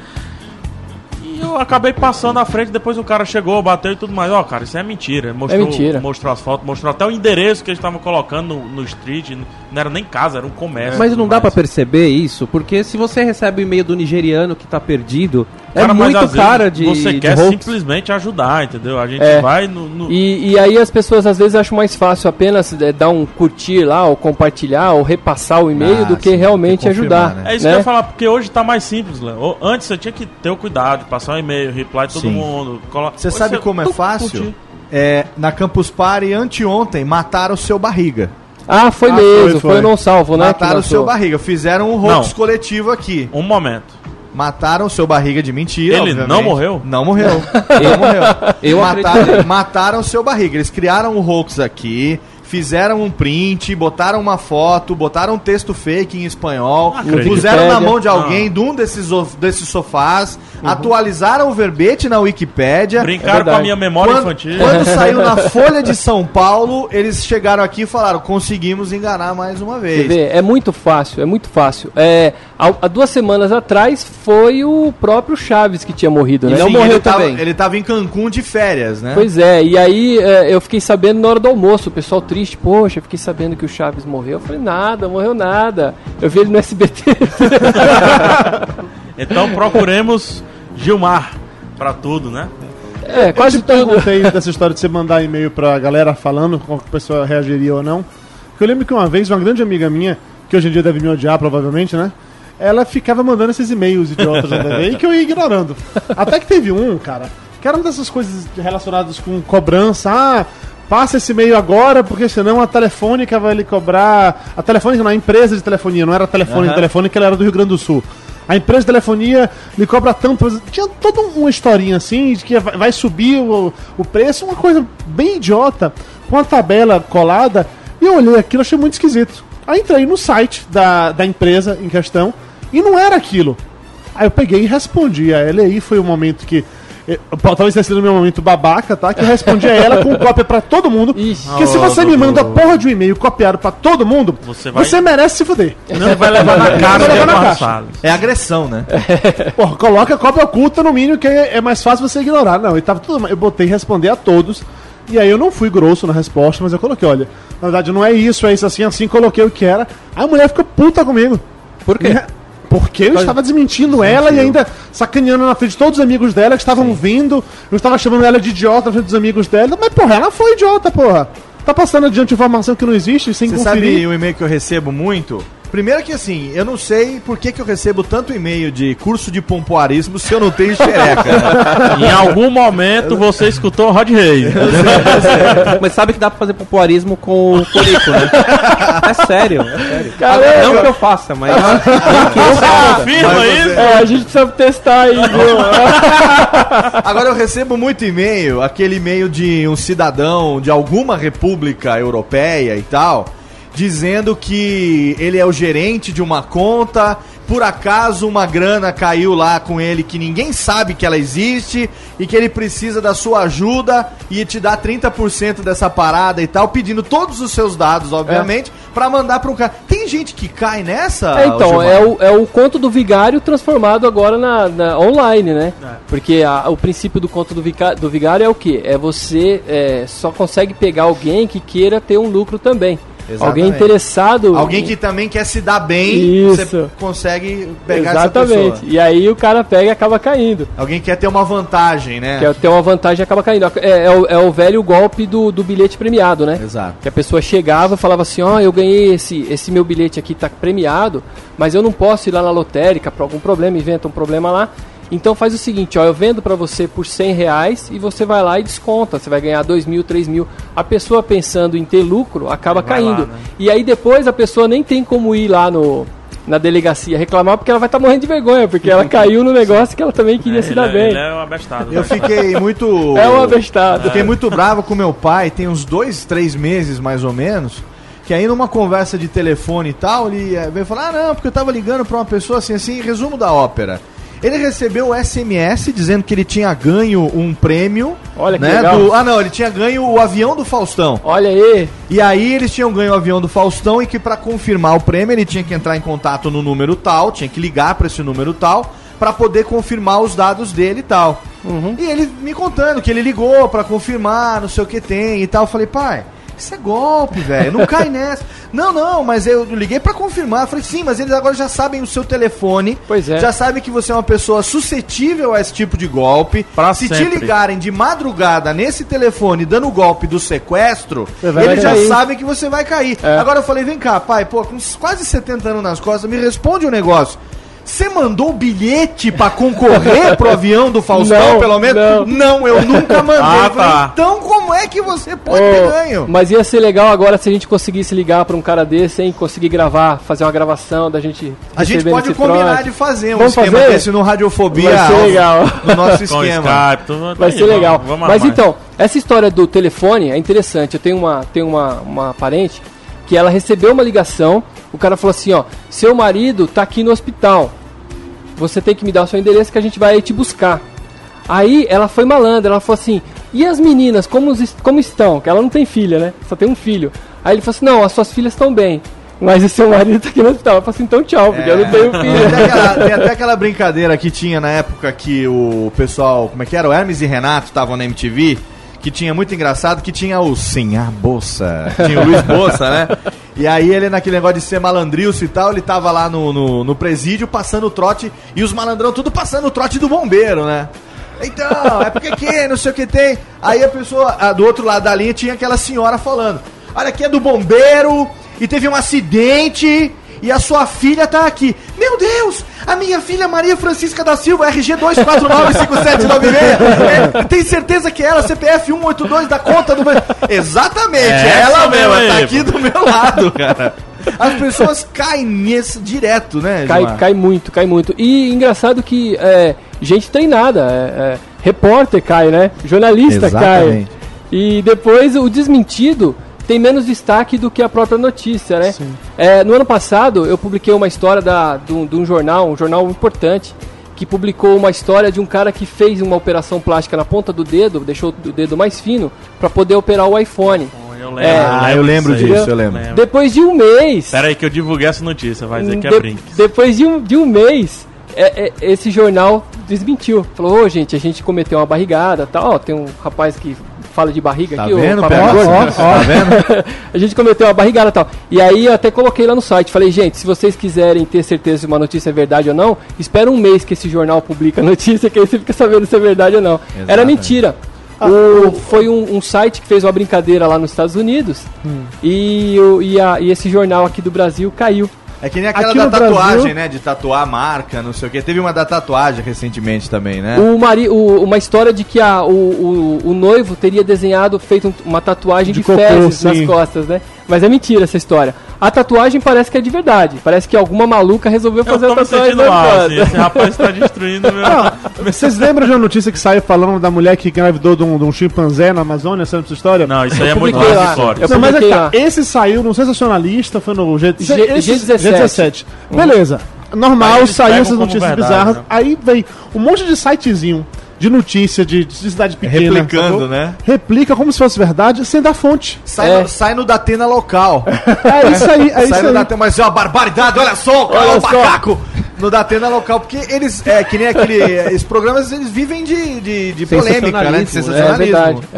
E eu acabei passando à frente, depois o cara chegou, bateu e tudo mais. Ó, oh, cara, isso é mentira. Mostrou, É mentira. Mostrou as fotos, mostrou até o endereço que eles estavam colocando no, no street. Não era nem casa, era um comércio. Mas não dá pra perceber isso, porque se você recebe o e-mail do nigeriano que tá perdido, é Cara, mas muito às cara vezes de você de quer hoax. simplesmente ajudar, entendeu? A gente É. vai no... no- E, e aí as pessoas às vezes acham mais fácil apenas é, dar um curtir lá, ou compartilhar, ou repassar o e-mail Ah, do que sim, realmente tem que confirmar, ajudar. né? É isso que eu ia falar, porque hoje tá mais simples, Léo. Ou- Antes você tinha que ter o cuidado de passar um e-mail, reply todo Sim. mundo. Colo... Você Hoje sabe como é tu fácil? curte. É, na Campus Party, anteontem, mataram o seu barriga. Ah, foi Ah, mesmo, foi, foi, foi. o não salvo, né? Mataram o que seu lançou. barriga. Fizeram um hoax Não. coletivo aqui. Um momento. Mataram o seu barriga de mentira. Ele obviamente. não morreu? Não morreu. Não morreu. Eu mataram, acredito. mataram o seu barriga. Eles criaram um hoax aqui. Fizeram um print, botaram uma foto, botaram um texto fake em espanhol, acredito. puseram na Wikipédia. mão de alguém de um desses, of- desses sofás, atualizaram o verbete na Wikipédia. Brincaram com verdade. a minha memória Quando, infantil. quando saiu na Folha de São Paulo, eles chegaram aqui e falaram: conseguimos enganar mais uma Você vez. vê, é muito fácil, é muito fácil. É, há, há duas semanas atrás foi o próprio Chaves que tinha morrido, né? Sim, não morreu ele tava, também. ele tava em Cancún de férias, né? Pois é, e aí é, eu fiquei sabendo na hora do almoço, o pessoal triste, poxa, eu fiquei sabendo que o Chaves morreu. Eu falei, nada, morreu nada. Eu vi ele no S B T. Então procuremos Gilmar pra tudo, né? É, quase eu te tudo. perguntei dessa história de você mandar e-mail pra galera falando como que a pessoa reagiria ou não. Porque eu lembro que uma vez uma grande amiga minha, que hoje em dia deve me odiar provavelmente, né? Ela ficava mandando esses e-mails idiotas na T V e que eu ia ignorando. Até que teve um, cara, que era uma dessas coisas relacionadas com cobrança. Ah, passa esse e-mail agora, porque senão a Telefônica vai lhe cobrar. A Telefônica não, a empresa de telefonia, não era a Telefônica, Aham. Telefônica, ela era do Rio Grande do Sul. A empresa de telefonia lhe cobra tanto. Tinha toda uma historinha assim, de que vai vai subir o, o preço, uma coisa bem idiota, com a tabela colada. E eu olhei aquilo, achei muito esquisito. Aí entrei no site da, da empresa em questão e não era aquilo. Aí eu peguei e respondi a ela, e aí foi o momento que. eh, Talvez tenha sido o meu momento babaca, tá? Que eu respondi a ela com cópia pra todo mundo. Ixi. Porque se você me manda a porra de um e-mail copiado pra todo mundo, Você você, vai- merece se fuder. Você vai levar na cara Vai de levar na Eduardo caixa. Salles. É agressão, né? Porra, coloca a cópia oculta no mínimo, que é é mais fácil você ignorar. Não, eu, tava tudo, eu botei responder a todos. E aí eu não fui grosso na resposta, mas eu coloquei, olha, na verdade não é isso, é isso assim, assim, coloquei o que era. Aí a mulher ficou puta comigo. Por quê? Porque eu estava desmentindo ela e ainda sacaneando na frente de todos os amigos dela que estavam vindo. Eu estava chamando ela de idiota na frente dos amigos dela. Mas, porra, ela foi idiota, porra. Tá passando adiante informação que não existe, sem Você conferir. sabe o e-mail que eu recebo muito? Primeiro que assim, eu não sei por que, que eu recebo tanto e-mail de curso de pompoarismo se eu não tenho xereca. Em algum momento você escutou o Rod Reis. Mas sabe que dá pra fazer popularismo com o Curico, né? É sério, é sério. Caramba. Não que eu faça, mas. Confirma Mas isso? você- É, a gente precisa testar aí, viu? Agora eu recebo muito e-mail, aquele e-mail de um cidadão de alguma república europeia e tal, dizendo que ele é o gerente de uma conta, por acaso uma grana caiu lá com ele que ninguém sabe que ela existe e que ele precisa da sua ajuda e te dá trinta por cento dessa parada e tal, pedindo todos os seus dados, obviamente, pra mandar pro cara. Tem gente que cai nessa? É, então, Gilmar? é o, é o conto do vigário transformado agora na, na- online, né? Porque a- o princípio do conto do, vica- do vigário é o quê? É você é, só consegue pegar alguém que queira ter um lucro também. Exatamente. Alguém interessado. Alguém que também quer se dar bem, Isso. você consegue pegar Exatamente. essa pessoa. E aí o cara pega e acaba caindo. Alguém quer ter uma vantagem, né? Quer ter uma vantagem e acaba caindo. É, é, o, é o velho golpe do, do bilhete premiado, né? Exato. Que a pessoa chegava e falava assim, ó, oh, eu ganhei esse, esse meu bilhete aqui, tá premiado, mas eu não posso ir lá na lotérica por algum problema, inventa um problema lá. Então faz o seguinte, ó, eu vendo pra você por cem reais e você vai lá e desconta. Você vai ganhar dois mil, três mil. A pessoa pensando em ter lucro acaba Vai caindo. lá, né? E aí depois a pessoa nem tem como ir lá no, na delegacia reclamar, porque ela vai estar tá morrendo de vergonha, porque ela caiu no negócio que ela também queria É, se dar ele bem. É, ele é um abestado. Eu fiquei muito... É um abestado. Fiquei muito bravo com meu pai, tem uns dois, três meses mais ou menos, que aí numa conversa de telefone e tal, ele eh, veio falar, ah não, porque eu tava ligando pra uma pessoa assim, assim, resumo da ópera. Ele recebeu o S M S dizendo que ele tinha ganho um prêmio. Olha que né, legal. do, ah não, ele tinha ganho o avião do Faustão. Olha aí. E aí eles tinham ganho o avião do Faustão e que pra confirmar o prêmio ele tinha que entrar em contato no número tal, tinha que ligar pra esse número tal, pra poder confirmar os dados dele e tal. Uhum. E ele me contando que ele ligou pra confirmar, não sei o que tem e tal. Eu falei, pai, isso é golpe, velho, não cai nessa. Não, não, mas eu liguei pra confirmar. Eu falei, sim, mas eles agora já sabem o seu telefone. Pois é. Já sabem que você é uma pessoa suscetível a esse tipo de golpe. Pra Se sempre. te ligarem de madrugada nesse telefone dando o golpe do sequestro, vai eles já cair. sabem que você vai cair. É. Agora eu falei, vem cá, pai, pô, com quase setenta anos nas costas, me responde um negócio. Você mandou o bilhete pra concorrer pro avião do Faustão, Não, pelo menos? não. eu nunca mandei. Ah, Eu falei, tá. então como é que você pode Ô, ter ganho? Mas ia ser legal agora se a gente conseguisse ligar pra um cara desse, hein? Conseguir gravar, fazer uma gravação da gente. A gente recebendo pode esse combinar trote. de fazer um Vamos esquema fazer? desse no Radiofobia Vai ser ao- legal. no nosso Com esquema. Skype, tudo, Vai aí, ser legal. Vamos, vamos Mas armar. então, essa história do telefone é interessante. Eu tenho uma, tenho uma, uma parente que ela recebeu uma ligação. O cara falou assim: ó, seu marido tá aqui no hospital. Você tem que me dar o seu endereço que a gente vai te buscar. Aí ela foi malandra, ela falou assim: e as meninas, como, como estão? Que ela não tem filha, né? Só tem um filho. Aí ele falou assim: não, as suas filhas estão bem. Mas o seu marido tá aqui no hospital. Eu falei assim, então tchau, porque eu não tenho Tem filho. até, aquela, tem até aquela brincadeira que tinha na época que o pessoal, como é que era? O Hermes e Renato estavam na M T V, que tinha muito engraçado, que tinha o Senhor Bolsa, tinha o Luiz Bolsa, né? E aí ele naquele negócio de ser malandrilso e tal, ele tava lá no, no, no presídio passando o trote, e os malandrão tudo passando o trote do bombeiro, né? Então, é porque que, não sei o que tem. Aí a pessoa, a, do outro lado da linha, tinha aquela senhora falando: olha, aqui é do bombeiro, e teve um acidente, e a sua filha tá aqui. Meu Deus, a minha filha Maria Francisca da Silva, R G dois quatro nove cinco sete nove seis. É, tem certeza que é ela, C P F cento e oitenta e dois da conta do... Exatamente, É ela essa mesma, mesmo tá aí, aqui do meu lado, cara. As pessoas caem nesse direto, né, Cai, Gilmar? cai muito, cai muito. E engraçado que é, gente treinada, é, é, repórter cai, né? Jornalista Exatamente. cai. E depois o desmentido tem menos destaque do que a própria notícia, né? É, no ano passado eu publiquei uma história da, de, um, de um jornal, um jornal importante, que publicou uma história de um cara que fez uma operação plástica na ponta do dedo, deixou o dedo mais fino, para poder operar o iPhone. Eu lembro, É, Ah, eu lembro disso aí. disso, eu lembro. Depois de um mês... Pera aí que eu divulguei essa notícia, vai dizer que é De- brinque. Depois de um, de um mês, é, é, esse jornal desmentiu. Falou, ô gente, a gente cometeu uma barrigada, tal. Ó, tem um rapaz que fala de barriga Tá aqui. vendo, o Papai Pega? Gordo. Ó, ó, tá vendo? A gente cometeu uma barrigada e tal. E aí eu até coloquei lá no site, falei, gente, se vocês quiserem ter certeza se uma notícia é verdade ou não, espera um mês que esse jornal publica a notícia, que aí você fica sabendo se é verdade ou não. Era Exatamente. mentira. O, foi um, um site que fez uma brincadeira lá nos Estados Unidos e, o, e, a, e esse jornal aqui do Brasil caiu. É que nem aquela Aqui da no tatuagem, Brasil- né? De tatuar a marca, não sei o que. Teve uma da tatuagem recentemente também, né? O mari, o, uma história de que a, o, o, o noivo teria desenhado, feito um- uma tatuagem de, De cocô, fezes nas sim. costas, né? Mas é mentira essa história. A tatuagem parece que é de verdade. Parece que alguma maluca resolveu Eu fazer tô a me tatuagem sentindo nas mal, costas. assim, esse rapaz tá destruindo meu... Ah, vocês lembram de uma notícia que saiu falando da mulher que engravidou de um, de um chimpanzé na Amazônia, sabe essa história? Não, isso aí é Eu muito publiquei lá. hardcore. Eu Não, mas é que publiquei tá, lá. esse saiu no sensacionalista, foi no G, G- esse- G dezessete. G dezessete. Beleza. Normal, Aí eles saiu pegam essas como notícias verdade, bizarras. né? Aí vem um monte de sitezinho de notícia de, de cidade pequena. Replicando, sacou? né? Replica como se fosse verdade, sem dar fonte. Sai, É. no, sai no Datena local. É isso aí, é sai isso no aí. Datena, mas é uma barbaridade, olha só, olha Olha o só. macaco. No Datena local, porque eles, é que nem aquele, esses programas, eles vivem de, de, de polêmica, né? De É sensacionalismo. verdade. É.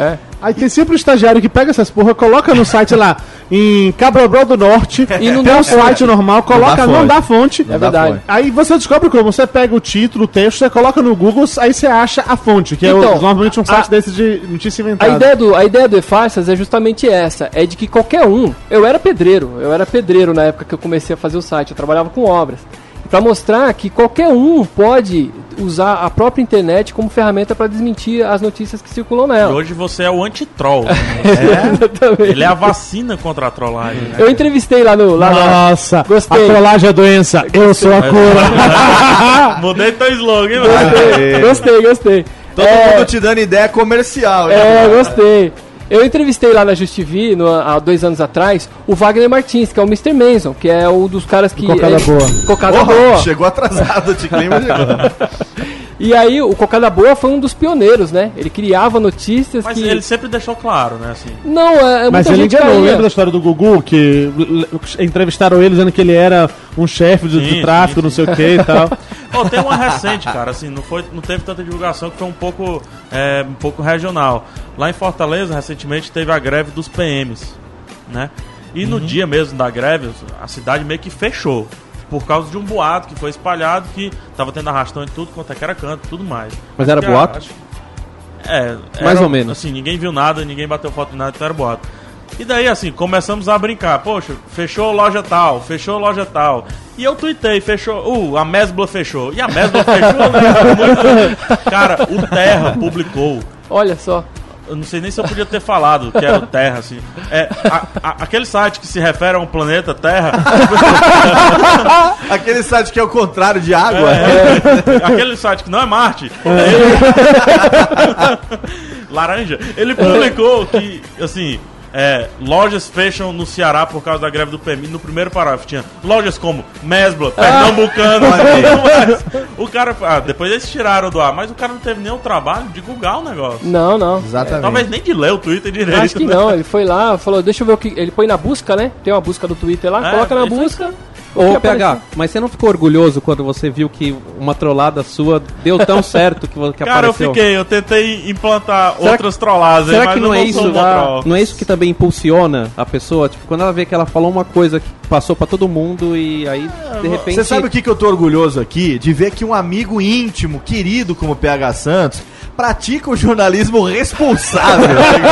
Aí tem sempre um estagiário que pega essas porra, coloca no site lá, em Cabral do Norte, E não tem dá um fonte. site normal, coloca, não dá fonte. É verdade. Aí você descobre como, você pega o título, o texto, você coloca no Google, aí você acha a fonte, que é Então, o- normalmente um site a- desse de notícia A inventada. ideia, do, a ideia do E-Farsas é justamente essa, é de que qualquer um, eu era pedreiro, eu era pedreiro na época que eu comecei a fazer o site, eu trabalhava com obras. Para mostrar que qualquer um pode usar a própria internet como ferramenta para desmentir as notícias que circulam E nela. hoje você é o anti-troll. Exatamente. Ele é a vacina contra a trollagem. Né? Eu entrevistei lá no... Lá na- Nossa, Gostei. a trollagem é doença, eu sou a cura. Mudei teu slogan, mano. Gostei, gostei, gostei. Todo É, mundo te dando ideia comercial. É, né? gostei. Eu entrevistei lá na Justivi, no, há dois anos atrás, o Wagner Martins, que é o mister Manson, que é um dos caras que... Cocada é, Boa. Cocada Porra, Boa. chegou atrasado, te clima chegou. E aí, o Cocada Boa foi um dos pioneiros, né? Ele criava notícias Mas que... ele sempre deixou claro, né? Assim. Não, é, é Mas muita ele gente enganou, caía. lembra da história do Gugu, que l- l- entrevistaram ele dizendo que ele era um chefe de, de Sim, tráfico, sim, não sim. sei o que e tal. Oh, tem uma recente, cara, assim, não, foi, não teve tanta divulgação, que foi um pouco, é, um pouco regional. Lá em Fortaleza, recentemente, teve a greve dos P Ms, né? E no dia mesmo da greve, a cidade meio que fechou. Por causa de um boato que foi espalhado, que tava tendo arrastão em tudo quanto é que era canto e tudo mais. Mas era Acho que, boato? acho- É, Mais era, ou menos. Assim, ninguém viu nada, ninguém bateu foto de nada, então era boato. E daí, assim, começamos a brincar. Poxa, fechou loja tal, fechou loja tal. E eu tuitei, fechou. Uh, a Mesbla fechou. E a Mesbla fechou, né? Muito... Cara, o Terra publicou. Olha só. Eu não sei nem se eu podia ter falado que era o Terra, assim. É, a- a- aquele site que se refere a um planeta Terra. Aquele site que é o contrário de água. É, aquele site que não é Marte. Laranja. Ele publicou que, assim, é, lojas fecham no Ceará por causa da greve do P M I. No primeiro parágrafo tinha lojas como Mesbla, Pernambucano. Mas o cara. Ah, depois eles tiraram do ar, mas o cara não teve nem o trabalho de divulgar o negócio. Não, não. Exatamente. Talvez nem de ler o Twitter direito. Acho que né? não, ele foi lá, falou, deixa eu ver o que... Ele põe na busca, né? Tem uma busca do Twitter lá, É, coloca na isso aí. busca... o Ô, que P H, apareceu. mas você não ficou orgulhoso quando você viu que uma trollada sua deu tão certo que, vo- que Cara, eu apareceu? fiquei, eu tentei implantar Será outras trollagens, Será mas que eu não é sou isso? um bom troll. Não é isso que também impulsiona a pessoa? Tipo, quando ela vê que ela falou uma coisa que passou pra todo mundo e aí, de repente... Você sabe o que, que eu tô orgulhoso aqui? De ver que um amigo íntimo, querido como o P H Santos, pratica o jornalismo responsável.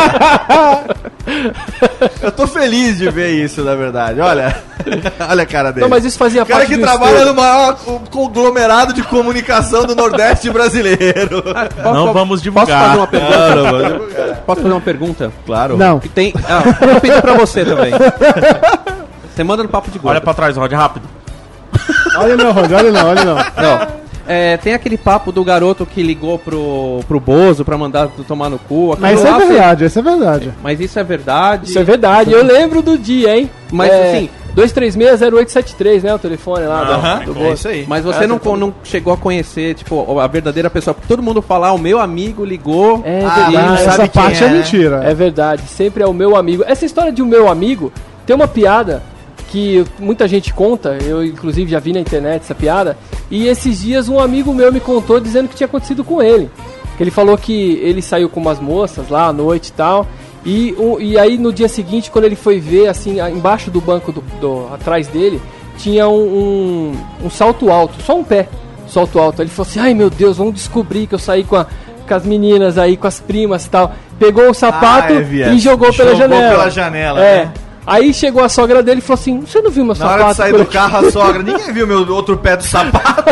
Eu tô feliz de ver isso, na verdade. Olha, olha a cara dele. Não, mas isso fazia O cara parte que do trabalha estudo. no maior conglomerado de comunicação do Nordeste brasileiro. Não vamos Posso divulgar. fazer uma pergunta? Não, não vou divulgar. Posso fazer uma pergunta? Claro. Não. Que tem... Ah, eu pedi pra você também. Você manda no papo de gordo. Olha pra trás, Rod, rápido. Olha não, Rod, olha não, olha não. Não. É, tem aquele papo do garoto que ligou pro, pro Bozo pra mandar tu tomar no cu. aquilo Mas isso lá é foi- verdade, isso é verdade. Mas isso é verdade. Isso é verdade, eu lembro do dia, hein? Mas, É, assim- dois três seis zero oito sete três, né? O telefone lá do- Aham, do É Bozo. isso aí. Mas você Ah, não, você tá- não chegou a conhecer, tipo, a verdadeira pessoa. Todo mundo falar, o meu amigo ligou. É Ah, verdade. mas Essa sabe quem parte é, é, né? mentira. É verdade, sempre é o meu amigo. Essa história de o meu amigo tem uma piada que muita gente conta, eu inclusive já vi na internet essa piada, e esses dias um amigo meu me contou dizendo que tinha acontecido com ele. Que ele falou que ele saiu com umas moças lá à noite e tal, e, o- e aí no dia seguinte, quando ele foi ver, assim, a- embaixo do banco do, do- atrás dele, tinha um, um, um salto alto, só um pé, salto alto. Ele falou assim, ai meu Deus, vamos descobrir que eu saí com a com as meninas aí, com as primas e tal. Pegou o sapato Ah, é, Vias. e jogou pela Jogou janela. pela janela, É. né? Aí chegou a sogra dele e falou assim: você não viu meu Na sapato? hora de sair por do aqui?" carro, a sogra, ninguém viu meu outro pé do sapato.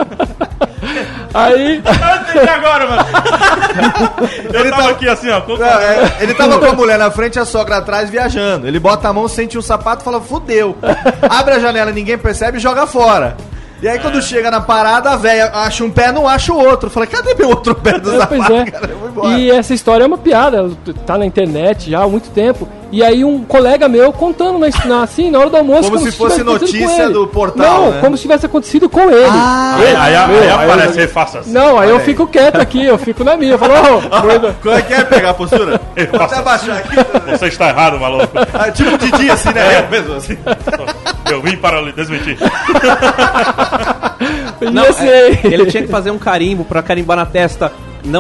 Aí. Eu entendi agora, mano. Eu tava aqui assim, ó. Não, é, ele tava com a mulher na frente e a sogra atrás viajando. Ele bota a mão, sente um sapato e fala, fudeu. Abre a janela, ninguém percebe e joga fora. E aí quando chega na parada, a velha acha um pé, não acha o outro. Fala, cadê meu outro pé do É, sapato, pois é. cara? Eu vou embora. E essa história é uma piada, ela tá na internet já há muito tempo. E aí um colega meu contando na, na- assim, na hora do almoço. Como se fosse tivesse acontecido com notícia ele. do portal, Não, né? como se tivesse acontecido com ele. Ah, Aí, aí, aí, Meu, aí aí aparece eu- e faça assim. Não, aí eu Olha aí. fico quieto aqui, eu fico na minha. Eu falo, ô, doido. Como é que é pegar a postura? Vou até abaixar aqui. Você está errado, maluco. Ah, tipo Didi, assim, né? Eu mesmo, assim. Eu vim para lhe desmentir. Não, E assim, é, ele tinha que fazer um carimbo pra carimbar na testa. Não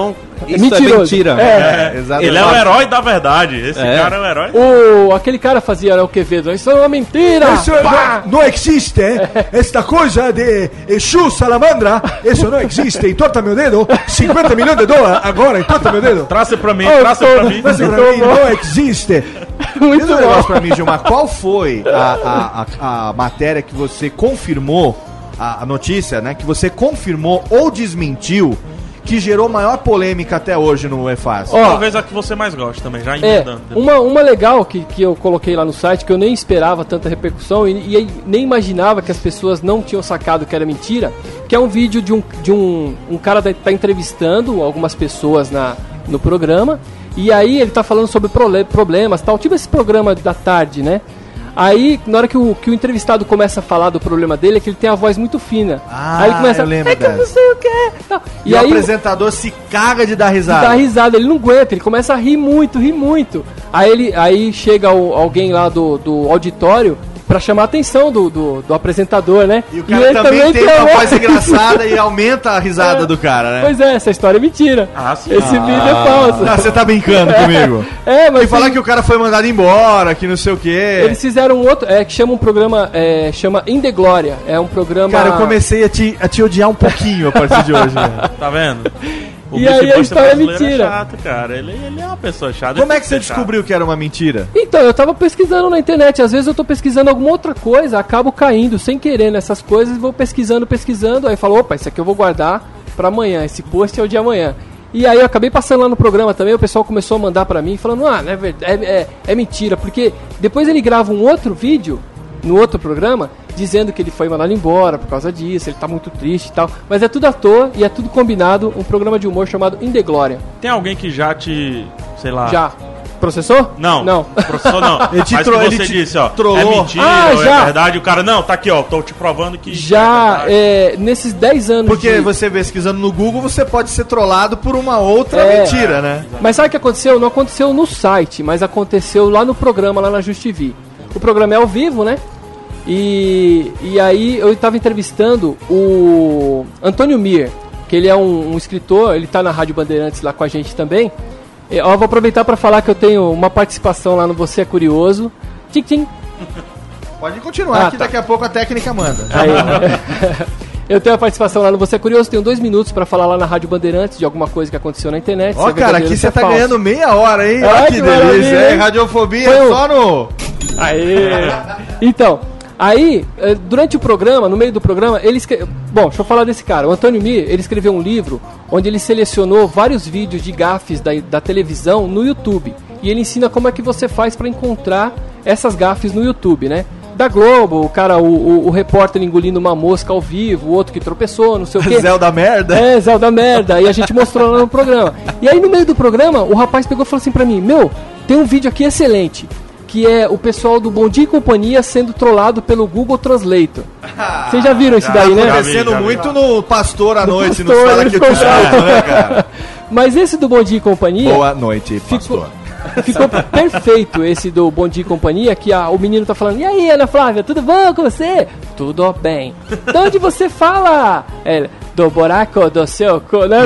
Isso mentiroso. é mentira. É. É, exatamente. Ele é o herói da verdade. Esse É. cara é o herói. O, aquele cara fazia, né, o Quevedo. Isso é uma mentira! Eso Pá! no, no existe, esta cosa de Exu Salamandra, eso no existe, entorta meu dedo, cinquenta milhões de dólares agora, entorta meu dedo. Traça pra mim, Oh, traça tô- pra mim. Mas pra mim não existe. Diz um negócio pra mim, Gilmar. Qual foi a, a, a, a matéria que você confirmou, a, a notícia, né? Que você confirmou ou desmentiu que gerou maior polêmica até hoje no E F A S? Ó, Talvez a que você mais gosta também, já É, emendando. uma, uma legal que, que eu coloquei lá no site, que eu nem esperava tanta repercussão e, e nem imaginava que as pessoas não tinham sacado que era mentira, que é um vídeo de um, de um, um cara que tá entrevistando algumas pessoas na, no programa, e aí ele tá falando sobre prole- problemas tal, tipo esse programa da tarde, né? Aí, na hora que o, que o entrevistado começa a falar do problema dele, é que ele tem a voz muito fina. Ah, aí ele começa, eu lembro é que eu não dessa. sei o que é. tal. E, E, o aí apresentador se caga de dar ele risada. dá risada, ele não aguenta, ele começa a rir muito, rir muito. Aí, ele, aí chega o, alguém lá do, do auditório pra chamar a atenção do, do, do apresentador, né? E o cara ele também, tem uma a voz engraçada e aumenta a risada É. do cara, né? Pois é, essa história é mentira. Ah, sim. Esse Ah. vídeo é falso. Ah, você tá brincando comigo. É, mas E falar tem- que o cara foi mandado embora, que não sei o quê. eles fizeram um outro, é, que chama um programa, é, chama In The Glória. É um programa... Cara, eu comecei a te, a te odiar um pouquinho a partir de hoje. Né? Tá vendo? O E aí a Beast Buster história é brasileiro mentira. chato, cara. Ele, ele é uma pessoa chata. Como ele é que tem você ser descobriu que era uma mentira? Então, eu tava pesquisando na internet. Às vezes eu tô pesquisando alguma outra coisa, acabo caindo sem querer nessas coisas, vou pesquisando, pesquisando. Aí falo, opa, isso aqui eu vou guardar pra amanhã. Esse post é o de amanhã. E aí eu acabei passando lá no programa também, o pessoal começou a mandar pra mim, falando, ah, não é, verdade, é, é, é mentira. Porque depois ele grava um outro vídeo, no outro programa, dizendo que ele foi mandado embora por causa disso, ele tá muito triste e tal. Mas é tudo à toa e é tudo combinado, um programa de humor chamado In The Glória. Tem alguém que já te, sei lá... Já. Processou? Não, Não. processou não. Ele te Mas tro- que ele você te disse, ó, trollou. é mentira Ah, ou já. é verdade, o cara, não, tá aqui, ó, tô te provando que... Já, é verdade. é, nesses dez anos Porque de... você pesquisando no Google, você pode ser trollado por uma outra É. mentira, né? Mas sabe o que aconteceu? Não aconteceu no site, mas aconteceu lá no programa, lá na JustTV. O programa é ao vivo, né? E, e aí eu estava entrevistando o Antônio Mir, que ele é um, um escritor, ele está na Rádio Bandeirantes lá com a gente também. E, ó, vou aproveitar para falar que eu tenho uma participação lá no Você é Curioso. Tchim, tchim. Pode continuar, Ah, que tá. daqui a pouco a técnica manda. Aí, eu tenho a participação lá no Você é Curioso, tenho dois minutos para falar lá na Rádio Bandeirantes de alguma coisa que aconteceu na internet. se Ó, é cara, verdadeiro, aqui se você é tá falso. ganhando meia hora, hein? Ah, Olha que que delícia, maravilha, hein? hein? Radiofobia Foi o- só no... Aê! Então, aí, eh, durante o programa, no meio do programa, ele escreveu... Bom, deixa eu falar desse cara. O Antônio Mir, ele escreveu um livro onde ele selecionou vários vídeos de gafes da, da televisão no YouTube. E ele ensina como é que você faz pra encontrar essas gafes no YouTube, né? Da Globo, o cara, o, o, o repórter engolindo uma mosca ao vivo, o outro que tropeçou, não sei o quê. Zé da merda? É, Zé da merda. E a gente mostrou lá no programa. E aí, no meio do programa, o rapaz pegou e falou assim pra mim, meu, tem um vídeo aqui excelente, que é o pessoal do Bom Dia e Companhia sendo trollado pelo Google Translator. Vocês já viram isso Já daí, né? acontecendo muito no Pastor à No noite, Pastor, no Fala ele que eu te ficou escuto, bravo. né, cara? Mas esse do Bom Dia e Companhia... Boa noite, Pastor. Ficou perfeito esse do Bom Dia e Companhia, que a, o menino tá falando, e aí, Ana Flávia, tudo bom com você? Tudo bem. De onde você fala? É, do buraco do seu cu, né?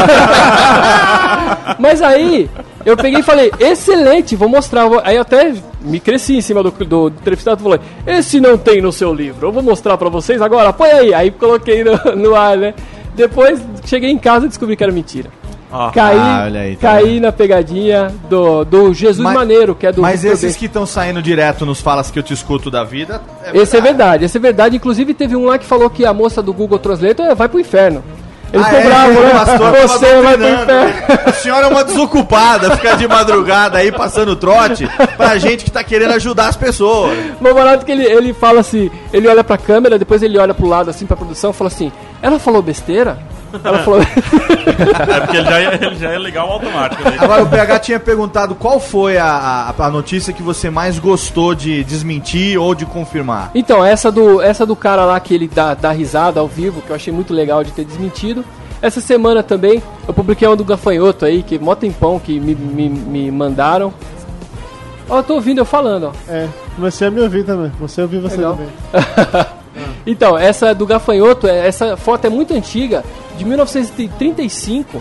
Mas aí, eu peguei e falei, excelente, vou mostrar. Vou... Aí eu até me cresci em cima do, do, do entrevistado e falei, esse não tem no seu livro, eu vou mostrar pra vocês agora, põe aí. Aí coloquei no, no ar, né? Depois, cheguei em casa e descobri que era mentira. Ó. Caí, Ah, olha aí, tá caí na pegadinha do, do Jesus Mas- Maneiro, que é do Mas Victor esses B. que estão saindo direto nos Falas que eu te escuto da vida... Esse é verdade, esse é verdade. Inclusive teve um lá que falou que a moça do Google Translator eh, vai pro inferno. Ele Ah, ficou é? bravo, O né? pastor tava Você vai pro doutrinando. inferno. A senhora é uma desocupada, fica de madrugada aí passando trote pra gente que tá querendo ajudar as pessoas. Meu barato que ele, ele fala assim, ele olha pra câmera, depois ele olha pro lado assim pra produção e fala assim, ela falou besteira? Ela falou... É porque ele já, ia, ele já ia ligar o automático. Né? Agora, o P H tinha perguntado qual foi a, a, a notícia que você mais gostou de desmentir ou de confirmar. Então, essa do, essa do cara lá que ele dá, dá risada ao vivo, que eu achei muito legal de ter desmentido. Essa semana também, eu publiquei uma do Gafanhoto aí, que mó tempão que me, me, me mandaram. Ó, eu tô ouvindo eu falando, ó. É, comecei a me ouvir também. Você ouviu você Legal. também. Então, essa do Gafanhoto, é- essa foto é muito antiga, de mil novecentos e trinta e cinco,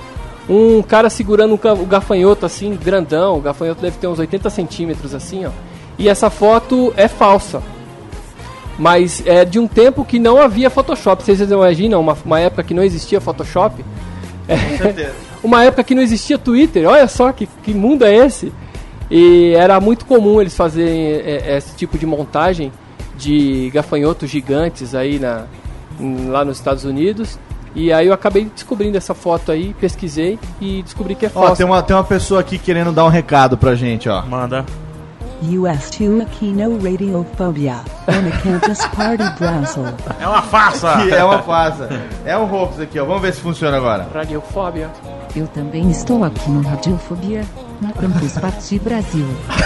um cara segurando um ca- o gafanhoto assim, grandão. O gafanhoto deve ter uns oitenta centímetros assim, ó. E essa foto é falsa. Mas é de um tempo que não havia Photoshop. Vocês imaginam uma, uma época que não existia Photoshop? Com certeza. Uma época que não existia Twitter. Olha só que, que mundo é esse. E era muito comum eles fazerem é, esse tipo de montagem de gafanhotos gigantes aí na, lá nos Estados Unidos. E aí eu acabei descobrindo essa foto aí, pesquisei e descobri que é falsa. Ó, tem uma, tem uma pessoa aqui querendo dar um recado pra gente, ó. Manda. U S two Aquino Radiophobia on a campus party browser. É uma farsa! Aqui, é uma farsa. É um hoax aqui, ó. Vamos ver se funciona agora. Radiofobia. Eu também estou aqui no Radiofobia, na Campus Party Brasil.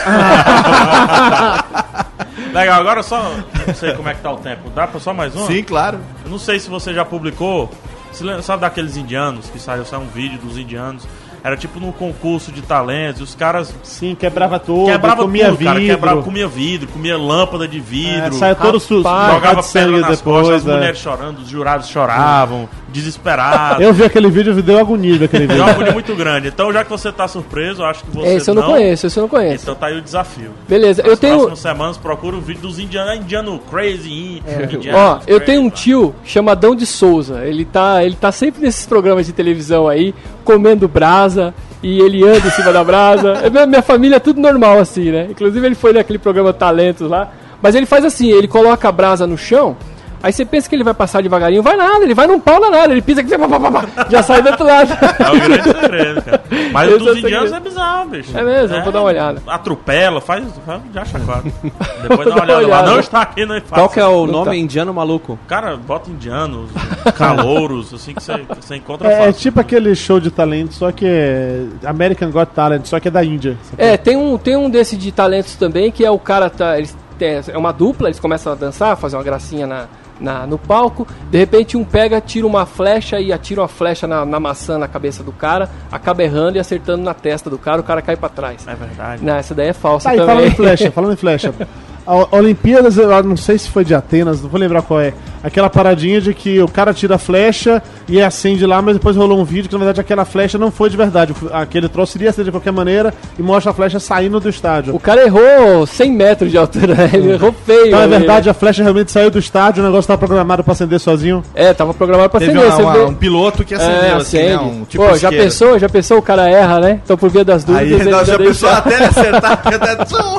Legal, agora só. Não sei como é que tá o tempo. Dá pra só mais um? Sim, claro. Eu não sei se você já publicou. Você lembra- sabe daqueles indianos que saiu, saiu um vídeo dos indianos? Era tipo num concurso de talentos e os caras. Sim, quebrava tudo, Quebrava comia tudo, cara. vidro. Quebrava, comia vidro, comia lâmpada de vidro. É, saia todo sujo, Jogava de sangue pedra nas depois, costas, as é. mulheres chorando, os jurados choravam, desesperados. Eu vi aquele vídeo e deu agonia daquele Deu vídeo. uma agonia muito grande. Então, já que você tá surpreso, eu acho que você Esse eu não conheço, esse eu não conheço. Então tá aí o desafio. Beleza, Nas eu tenho- próximas semanas procura o vídeo dos indianos. Indiano crazy, É. indiano Ó, eu crazy. tenho um tio chamadão de Souza. Ele tá, ele tá sempre nesses programas de televisão aí, comendo brasa, e ele anda em cima da brasa. É, minha, minha família é tudo normal assim, né? Inclusive ele foi naquele programa Talentos lá. Mas ele faz assim, ele coloca a brasa no chão. Aí você pensa que ele vai passar devagarinho, vai nada, ele vai num pau na nada, ele pisa aqui, pá, pá, pá, pá, já sai do outro lado. É o grande segredo, cara. Mas Esse o dos é o indianos segredo. é bizarro, bicho. É mesmo, eu vou dar uma olhada. Atropela, faz, faz já chacoalha. Depois Vou dá uma dar uma olhada. Mas olhada. não está aqui, não é fácil. Qual que é o Não nome tá. indiano maluco? Cara, bota indianos, calouros, assim que você, que você encontra É, é fácil. tipo aquele show de talento, só que é American Got Talent, só que é da Índia. É, tem um, tem um desse de talentos também, que é o cara, tá, eles tem, é uma dupla, eles começam a dançar, fazer uma gracinha na, na, no palco, de repente um pega, tira uma flecha e atira uma flecha na, na maçã na cabeça do cara, acaba errando e acertando na testa do cara, o cara cai pra trás. É verdade. Não, essa daí é falsa Tá, e também. falando em flecha, falando em flecha. A Olimpíadas, eu não sei se foi de Atenas, não vou lembrar qual é. Aquela paradinha de que o cara tira a flecha e acende lá, mas depois rolou um vídeo que na verdade aquela flecha não foi de verdade. Aquele troço iria ser de qualquer maneira e mostra a flecha saindo do estádio. O cara errou cem metros de altura, né? Ele errou feio. Então é ali. verdade, a flecha realmente saiu do estádio, o negócio estava programado pra acender sozinho. É, tava programado pra Teve acender. uma- você uma- vê- um piloto que acendeu, é, assim, né? acende. Um tipo Pô, já isqueiro. pensou? Já pensou o cara erra, né? Então por via das dúvidas... Aí ele nós já deixa- pensou até ele acertar, porque até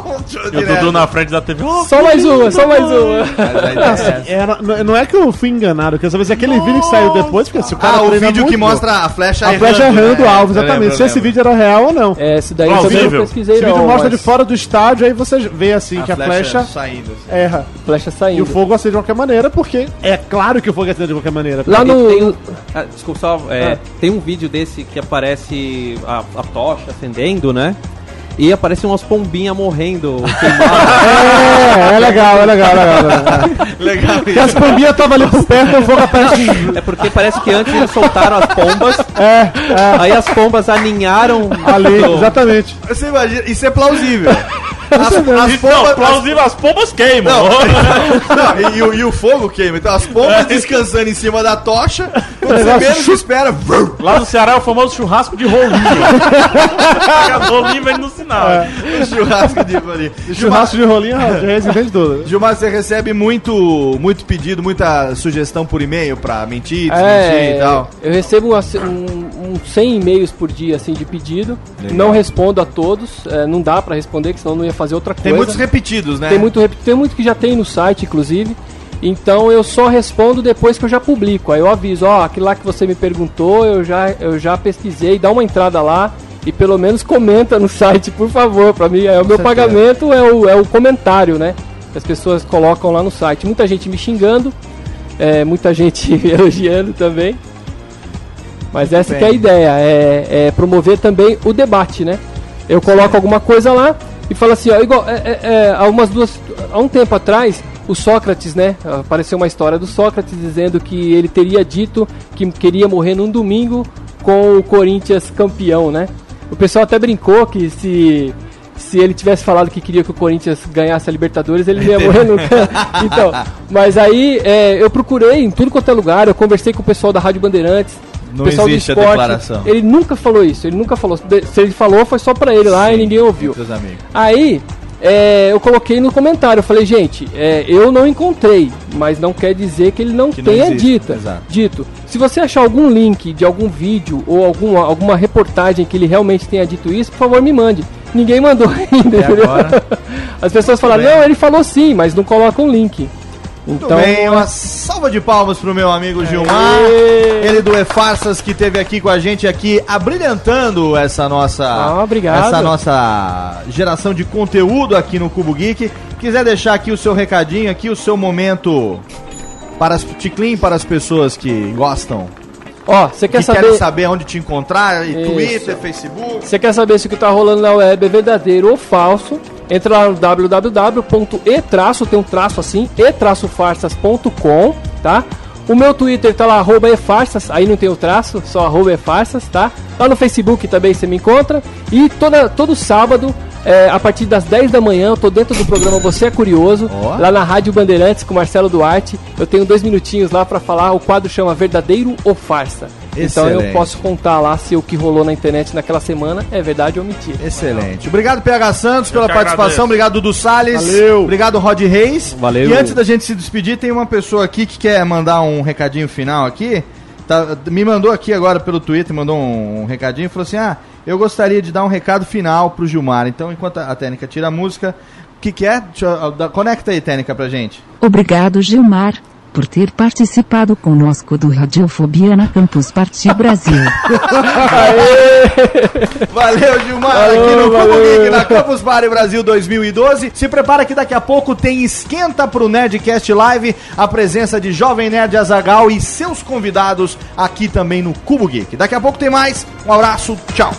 E o Dudu na frente da T V. Oh, Só mais uma, só mais uma. Assim, é, não, não é que eu fui enganado, eu quero saber se aquele vídeo que saiu depois, porque se o cara Ah, o treina vídeo muito, que mostra a flecha a flecha errando, errando o né? alvo, Eu exatamente. lembro, se eu esse lembro. vídeo era real ou não. É, esse daí eu também não pesquisei Esse vídeo não, mostra mas- de fora do estádio, aí você vê assim A que a flecha flecha saindo, assim. erra. Flecha saindo. E o fogo acende de qualquer maneira, porque é claro que o fogo acende de qualquer maneira. Lá no- Tem um- ah, desculpa, só. é, Ah. Tem um vídeo desse que aparece a, a tocha acendendo, né? E aparecem umas pombinhas morrendo. É, é legal, é legal, é legal. É legal. Legal Porque as pombinhas estavam ali por perto, o fogo aparece. É porque parece que antes eles soltaram as pombas. É, é. Aí as pombas aninharam Ali, no- exatamente. Você imagina, isso é plausível. As, as Não, pombas, plausível, as pombas queimam. Não, e, o- e o fogo queima. Então as pombas descansando em cima da tocha, quando você negócio menos espera. vrum. Lá no Ceará é o famoso churrasco de rolinho. O rolinho vem no sinal. O churrasco de ali. Churrasco de rolinho, já residente tudo. Gilmar, você recebe muito, muito pedido, muita sugestão por e-mail pra mentir, desmentir É, e tal. eu recebo umas- um, um cem e-mails por dia assim de pedido. Legal. Não respondo a todos, é, não dá pra responder, que senão eu não ia fazer outra coisa. Tem muitos repetidos, né? Tem muito, rep- tem muito que já tem no site, inclusive. Então eu só respondo depois que eu já publico. Aí eu aviso, ó, aquilo lá que você me perguntou, eu já, eu já pesquisei, dá uma entrada lá e pelo menos comenta no site, por favor. Pra mim, é o meu certeza. pagamento é o, é o comentário, né? Que as pessoas colocam lá no site. Muita gente me xingando, é, muita gente elogiando também. Mas essa bem. que é a ideia, é, é promover também o debate, né? Eu coloco alguma coisa lá e falo assim, ó, igual, é, é, é, há umas duas, há um tempo atrás, o Sócrates, né? Apareceu uma história do Sócrates dizendo que ele teria dito que queria morrer num domingo com o Corinthians campeão, né? O pessoal até brincou que se se ele tivesse falado que queria que o Corinthians ganhasse a Libertadores, ele não ia morrer nunca. Então, mas aí é, eu procurei em tudo quanto é lugar, eu conversei com o pessoal da Rádio Bandeirantes, Não pessoal do existe a esporte. declaração. Ele nunca falou isso, ele nunca falou. De- Se ele falou, foi só pra ele lá Sim, e ninguém ouviu. Seus amigos. Aí, é, eu coloquei no comentário, eu falei, gente, é, eu não encontrei, mas não quer dizer que ele não Que não tenha existe, dita, exato. dito. Se você achar algum link de algum vídeo ou alguma, alguma reportagem que ele realmente tenha dito isso, por favor, me mande. Ninguém mandou ainda, entendeu? agora? As pessoas falaram, não, ele falou sim, mas não colocam link. Muito Então, bem, uma salva de palmas pro meu amigo Gilmar, ele do E-Farsas, que esteve aqui com a gente aqui, abrilhantando essa nossa, Ah, obrigado. essa nossa geração de conteúdo aqui no Cubo Geek. Quiser deixar aqui o seu recadinho, aqui o seu momento para as Ticlin, para as pessoas que gostam. Ó, você quer que saber... querem saber onde te encontrar, e Isso. Twitter, Facebook. Você quer saber se o que tá rolando na web é verdadeiro ou falso? Entra lá no w w w ponto e traço, tem um traço assim, e traço farsas ponto com, tá? O meu Twitter tá lá, arroba efarsas, aí não tem o traço, só arroba efarsas, tá? Lá no Facebook também você me encontra. E toda, todo sábado, é, a partir das dez da manhã, eu tô dentro do programa Você é Curioso, Ó. lá na Rádio Bandeirantes com Marcelo Duarte. Eu tenho dois minutinhos lá pra falar, o quadro chama Verdadeiro ou Farsa. Então eu Excelente. posso contar lá se o que rolou na internet naquela semana é verdade ou mentira. Excelente. Obrigado, P H Santos, Eu pela que participação. agradeço. Obrigado, Dudu Salles. Valeu. Obrigado, Rod Reis. Valeu. E antes da gente se despedir, tem uma pessoa aqui que quer mandar um recadinho final aqui. Tá, me mandou aqui agora pelo Twitter, mandou um, um recadinho e falou assim: ah, eu gostaria de dar um recado final pro Gilmar. Então, enquanto a, a Técnica tira a música, o que, que é? Deixa eu, da- conecta aí, Técnica, pra gente. Obrigado, Gilmar, por ter participado conosco do Radiofobia na Campus Party Brasil. Valeu, Gilmar, Valeu, aqui no Cubo valeu. Geek na Campus Party Brasil dois mil e doze. Se prepara que daqui a pouco tem Esquenta pro Nerdcast Live, a presença de Jovem Nerd Azaghal e seus convidados aqui também no Cubo Geek. Daqui a pouco tem mais. Um abraço, tchau.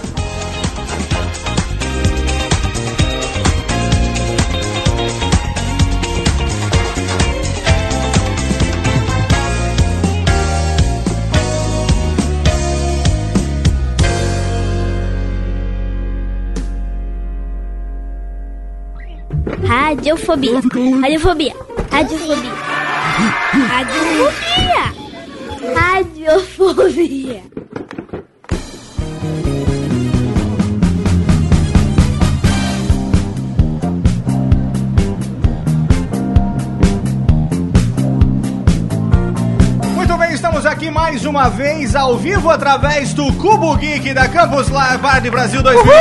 Radiofobia. Radiofobia. Radiofobia. Radiofobia. Radiofobia. Muito bem, estamos aqui mais uma vez ao vivo através do Cubo Geek da Campus Party Brasil dois mil e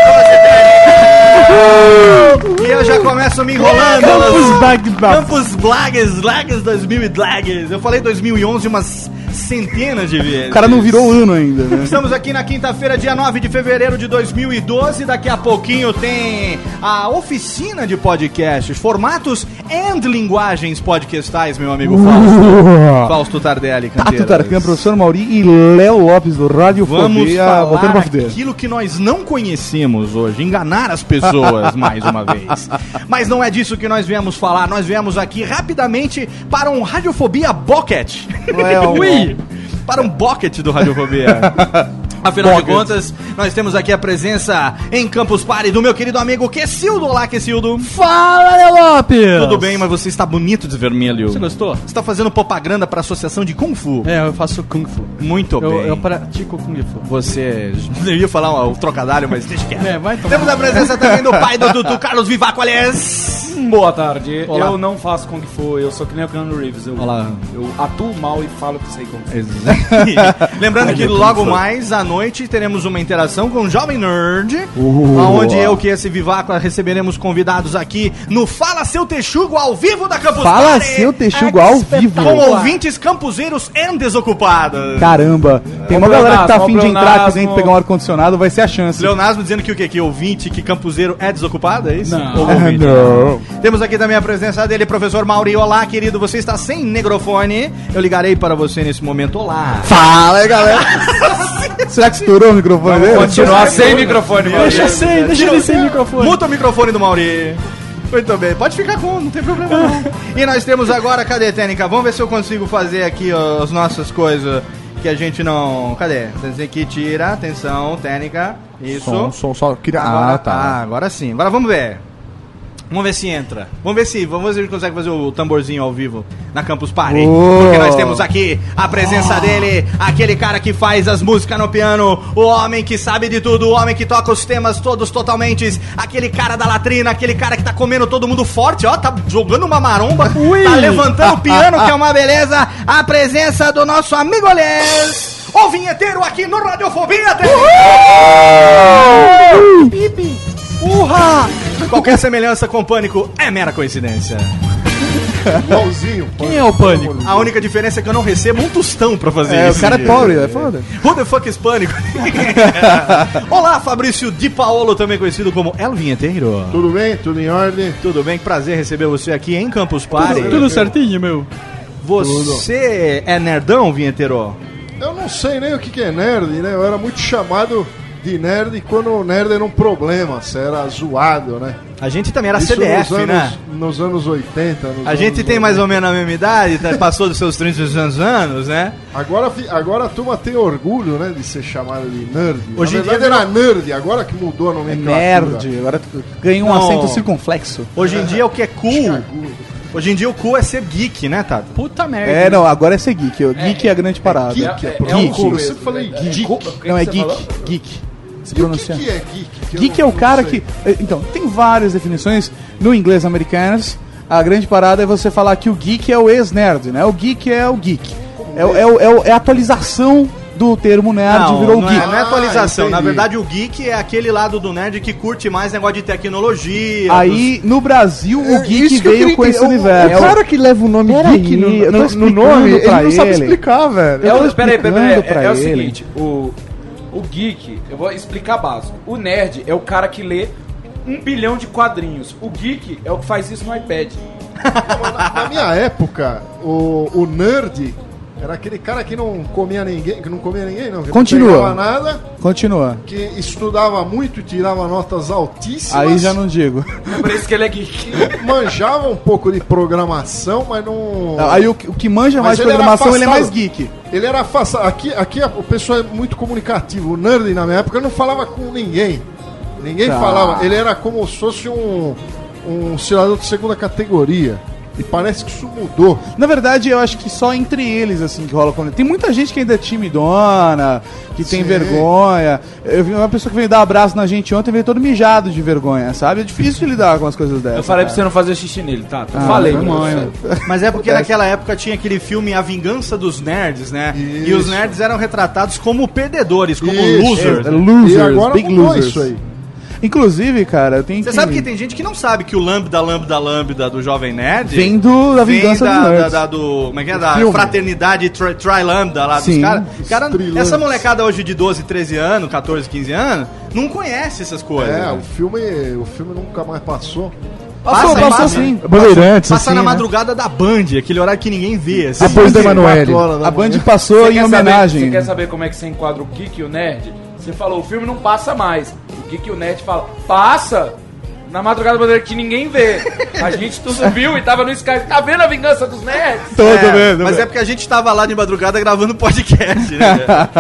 doze. E eu já começo me enrolando. Campus Bag Bag. Campus Blags, Blags dois mil e Blags. Eu falei dois mil e onze umas centenas de vezes. O cara não virou ano ainda, né? Estamos aqui na quinta-feira, dia nove de fevereiro de dois mil e doze. Daqui a pouquinho tem a oficina de podcasts, formatos and linguagens podcastais, meu amigo Fausto. Fausto Tardelli, Tato Canteiras. Tarkan, professor Mauri e Léo Lopes do Vamos Radiofobia. Voltando falar pra fuder. aquilo que nós não conhecemos hoje, enganar as pessoas mais uma vez. Mas não é disso que nós viemos falar, nós viemos aqui rapidamente para um Radiofobia Bucket. É um- Ui! Para um bucket do Radiofobia. Afinal de contas, nós temos aqui a presença em Campus Party do meu querido amigo Quesildo. Olá, Quesildo. Fala, Léo Lopes! Tudo bem, mas você está bonito de vermelho. Você gostou? Você está fazendo propaganda para a Associação de Kung Fu. É, eu faço Kung Fu. Muito Eu, bem. eu pratico Kung Fu. Você... Eu ia falar o trocadilho, mas deixa quieto. É, vai tomar. Temos a presença também do pai do Dudu, Carlos Vivaco, aliás. Boa tarde. Olá. Eu não faço Kung Fu, eu sou que nem o Keanu Reeves. Eu, Olá. eu atuo mal e falo que sei Kung Fu. Lembrando que logo mais à noite teremos uma interação com o Jovem Nerd, onde eu, que esse Vivaco, receberemos convidados aqui no Fala Seu Texugo ao vivo da Campus Fala Party. Seu Texugo ao vivo. Com ouvintes campuseiros e desocupados. Caramba, tem uma Ô, galera que tá Pleonasmo, afim de ô, entrar aqui Pleonasmo. dentro e pegar um ar-condicionado, vai ser a chance. Leonasmo dizendo que o quê? Que ouvinte, que campuseiro é desocupado, é isso? Não. Ou Ah, ouvinte? não. Temos aqui também a presença dele, professor Mauri. Olá, querido, você está sem negrofone. Eu ligarei para você nesse momento. Olá. Fala aí, galera. Será que estourou o microfone dele? Continuar sem microfone, mano. Deixa sem, deixa ele sem microfone. Muta o microfone do Mauri. Muito bem, pode ficar com, não tem problema não. E nós temos agora, cadê, Técnica? Vamos ver se eu consigo fazer aqui ó, as nossas coisas que a gente não... Cadê? Tem que tira, atenção, Técnica. Isso. Som, som, só queria... Agora, Ah, tá. ah, agora sim. Agora vamos ver. Vamos ver se entra. Vamos ver se, vamos ver se a gente consegue fazer o tamborzinho ao vivo na Campus Party. Oh. Porque nós temos aqui a presença oh. dele, aquele cara que faz as músicas no piano, o homem que sabe de tudo, o homem que toca os temas todos totalmente, aquele cara da latrina, aquele cara que tá comendo todo mundo forte, ó, tá jogando uma maromba, Ui. tá levantando o piano, que é uma beleza. A presença do nosso amigo Lés, o vinheteiro aqui no Radiofobia. Uhul! Pipi! Urra! Qualquer semelhança com o Pânico é mera coincidência. Igualzinho. Quem é o Pânico? A única diferença é que eu não recebo um tostão pra fazer é, isso. O cara é pobre, é foda. Who the fuck is Pânico? Olá, Fabrício Di Paolo, também conhecido como El Vinheteiro. Tudo bem? Tudo em ordem? Tudo bem, prazer receber você aqui em Campus Party. Tudo, tudo certinho, meu. Você tudo. é nerdão, Vinheteiro? Eu não sei nem o que, que é nerd, né? Eu era muito chamado de nerd quando o nerd era um problema, você era zoado, né? A gente também era Isso C D F, nos anos, né? Nos anos oitenta. Nos a gente tem oitenta. mais ou menos a mesma idade, tá? Passou dos seus trinta anos, né? Agora, agora a turma tem orgulho, né, de ser chamada de nerd. Hoje Na verdade dia era nerd, agora que mudou a nomenclatura. Nerd, agora ganhou um Não. acento circunflexo. Hoje em dia o que é cool... Hoje em dia o cool é ser geek, né, Tato? Puta merda. É, não, agora é ser geek. O geek é, é a grande parada. Geek, é, é, é um geek. Eu sempre falei geek. Não, é geek. Geek. Se pronuncia. O que, que é geek? Que Geek não, é o cara que... Então, tem várias definições no inglês americanas. A grande parada é você falar que o geek é o ex-nerd, né? O geek é o geek. É, é, é, é a atualização do termo nerd, não, virou não geek. É, não é atualização. Ah, Na verdade, o geek é aquele lado do nerd que curte mais negócio de tecnologia. Aí, dos... no Brasil, o geek é, veio com esse o, universo. O cara que leva o nome Pera geek aí, no, eu tô no, no nome, ele não ele. sabe explicar, velho. É o, peraí, peraí, peraí, pra é, é o ele. seguinte, o, o geek, eu vou explicar básico. O nerd é o cara que lê um bilhão de quadrinhos. O geek é o que faz isso no iPad. na, na minha época, o, o nerd era aquele cara que não comia ninguém, que não comia ninguém, não. Que Continua. não pegava nada. Continua. Que estudava muito e tirava notas altíssimas. Aí já não digo. É por isso que ele é geek. Manjava um pouco de programação, mas não... Aí o, o que manja mais de programação, ele é mais geek. Ele era afastado. Aqui, aqui o pessoal é muito comunicativo. O nerd, na minha época, não falava com ninguém. Ninguém tá. falava. Ele era como se fosse um, um cidadão de segunda categoria. E parece que isso mudou. Na verdade, eu acho que só entre eles, assim, que rola quando... Tem muita gente que ainda é timidona, que tem Sim. vergonha. Eu vi uma pessoa que veio dar abraço na gente ontem, veio todo mijado de vergonha, sabe? É difícil de lidar com as coisas dessas. Eu falei cara. pra você não fazer xixi nele, tá? Eu ah, falei, mãe. Mas é porque naquela época tinha aquele filme A Vingança dos Nerds, né? Isso. E os nerds eram retratados como perdedores, como isso. losers. É, losers, e agora big mudou losers. Isso aí. Inclusive, cara, eu tenho Você que... sabe que tem gente que não sabe que o lambda, lambda, lambda do Jovem Nerd... Vem do, da vem Vingança da, dos Nerds. Da, da, do, como é que é? Da Filme. Fraternidade tri, tri Lambda lá Sim. dos caras. Cara, essa molecada hoje de doze, treze anos, catorze, quinze anos, não conhece essas coisas. É, né? o filme, o filme nunca mais passou. Passou, Passa, passou passa, sim. Bandeirantes, Passa assim, na né? madrugada da Band, aquele horário que ninguém vê. Assim. Depois da Emanuele. A Band passou em homenagem. Saber, você quer saber como é que você enquadra o geek e o nerd? Você falou, o filme não passa mais. O geek e o nerd fala, passa! Na madrugada bandeira que ninguém vê. A gente tudo viu e tava no Sky. Tá vendo a Vingança dos Nerds? Todo é, vendo. Mas é porque a gente tava lá de madrugada gravando podcast, né?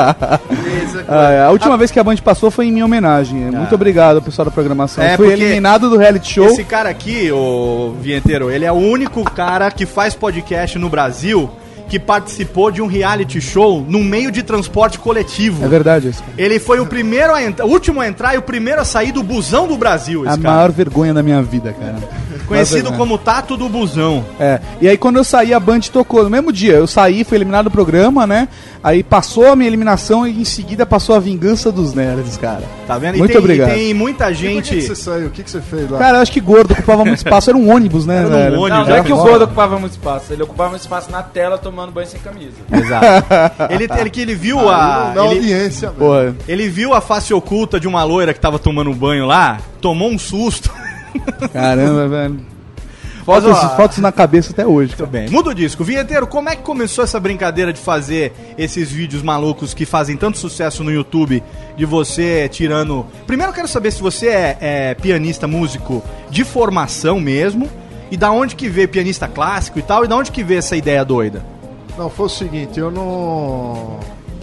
ah, a última a... vez que a Band passou foi em minha homenagem. Ah. Muito obrigado, pessoal da programação. É, Fui eliminado do reality show. Esse cara aqui, o Vinheteiro, ele é o único cara que faz podcast no Brasil que participou de um reality show no meio de transporte coletivo. É verdade isso. Ele foi o primeiro a entrar, o último a entrar e o primeiro a sair do busão do Brasil, esse a cara. maior vergonha da minha vida, cara. Conhecido como Tato do Busão. É, e aí quando eu saí, a Band tocou. No mesmo dia, eu saí, fui eliminado do programa, né? Aí passou a minha eliminação e em seguida passou a Vingança dos Nerds, cara. Tá vendo? Muito e tem, obrigado. E tem muita gente... E por que, que você saiu? O que, que você fez lá? Cara, eu acho que gordo ocupava muito espaço. Era um ônibus, né, Era um velho? ônibus. Não, não é que o gordo ocupava muito espaço. Ele ocupava muito espaço na tela tomando banho sem camisa. Exato. ele, ele, que ele viu ah, a... Não, ele, audiência, Porra. Ele viu a face oculta de uma loira que tava tomando um banho lá, tomou um susto. Caramba, velho. Fotos, Mas, ó, fotos na cabeça até hoje. Muito bem. Muda o disco. Vinheteiro, como é que começou essa brincadeira de fazer esses vídeos malucos que fazem tanto sucesso no YouTube, de você tirando... Primeiro eu quero saber se você é, é pianista, músico de formação mesmo, e da onde que veio pianista clássico e tal, e da onde que veio essa ideia doida? Não, foi o seguinte, eu não...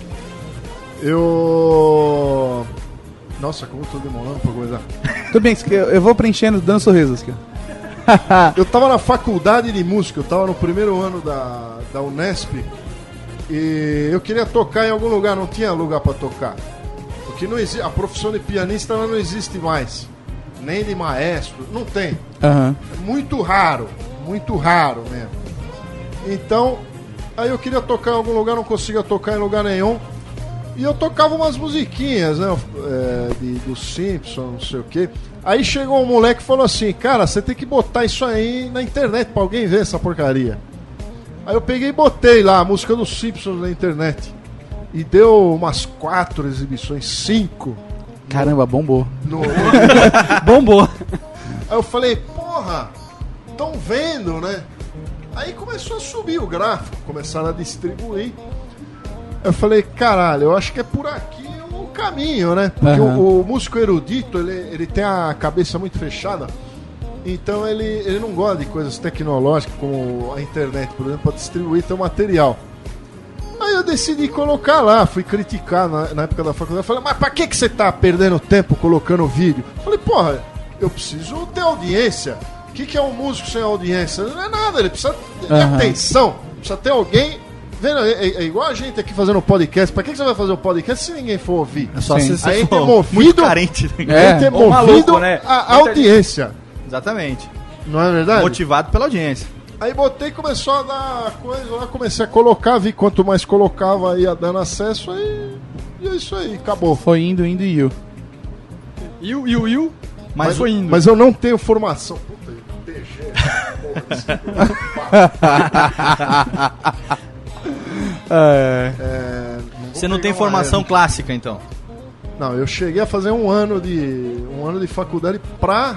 Eu... Nossa, como eu tô demorando pra coisa. Tudo bem, eu vou preenchendo, dando sorrisos aqui. eu tava na faculdade de música, eu tava no primeiro ano da, da Unesp e eu queria tocar em algum lugar, não tinha lugar pra tocar. Porque não existe, a profissão de pianista ela não existe mais. Nem de maestro, não tem. Aham. É muito raro, muito raro mesmo. Então, aí eu queria tocar em algum lugar, não conseguia tocar em lugar nenhum. E eu tocava umas musiquinhas, né? É, de, do Simpson, não sei o quê. Aí chegou um moleque e falou assim: cara, você tem que botar isso aí na internet pra alguém ver essa porcaria. Aí eu peguei e botei lá a música dos Simpsons na internet. E deu umas quatro exibições, cinco. Caramba, bombou. No... Bombou. Aí eu falei, porra, tão vendo, né? Aí começou a subir o gráfico, começaram a distribuir. Eu falei, caralho, eu acho que é por aqui o caminho, né? Porque Uhum. o, o músico erudito, ele, ele tem a cabeça muito fechada. Então ele, ele não gosta de coisas tecnológicas como a internet, por exemplo, para distribuir teu material. Aí eu decidi colocar lá, fui criticar na, na época da faculdade. Falei, mas pra que, que você tá perdendo tempo colocando vídeo? Falei, porra, eu preciso ter audiência. O que, que é um músico sem audiência? Não é nada, ele precisa de Uhum. atenção. Precisa ter alguém vendo. É, é, é igual a gente aqui fazendo podcast. Pra que, que você vai fazer um podcast se ninguém for ouvir? É só se você Aí for tem movido, muito carente. Aí tem Ou movido maluco, né? a, a audiência. Exatamente. Não é verdade? Motivado pela audiência. Aí botei e começou a dar coisa lá, comecei a colocar, vi quanto mais colocava ia dando acesso, aí e é isso aí, acabou. Foi indo, indo e iu. Iu, iu, iu, mas, mas foi indo. Mas eu não tenho formação. Puta, T G. É. É, Você não tem pegar uma formação régua. clássica, então? Não, eu cheguei a fazer um ano de um ano de faculdade pra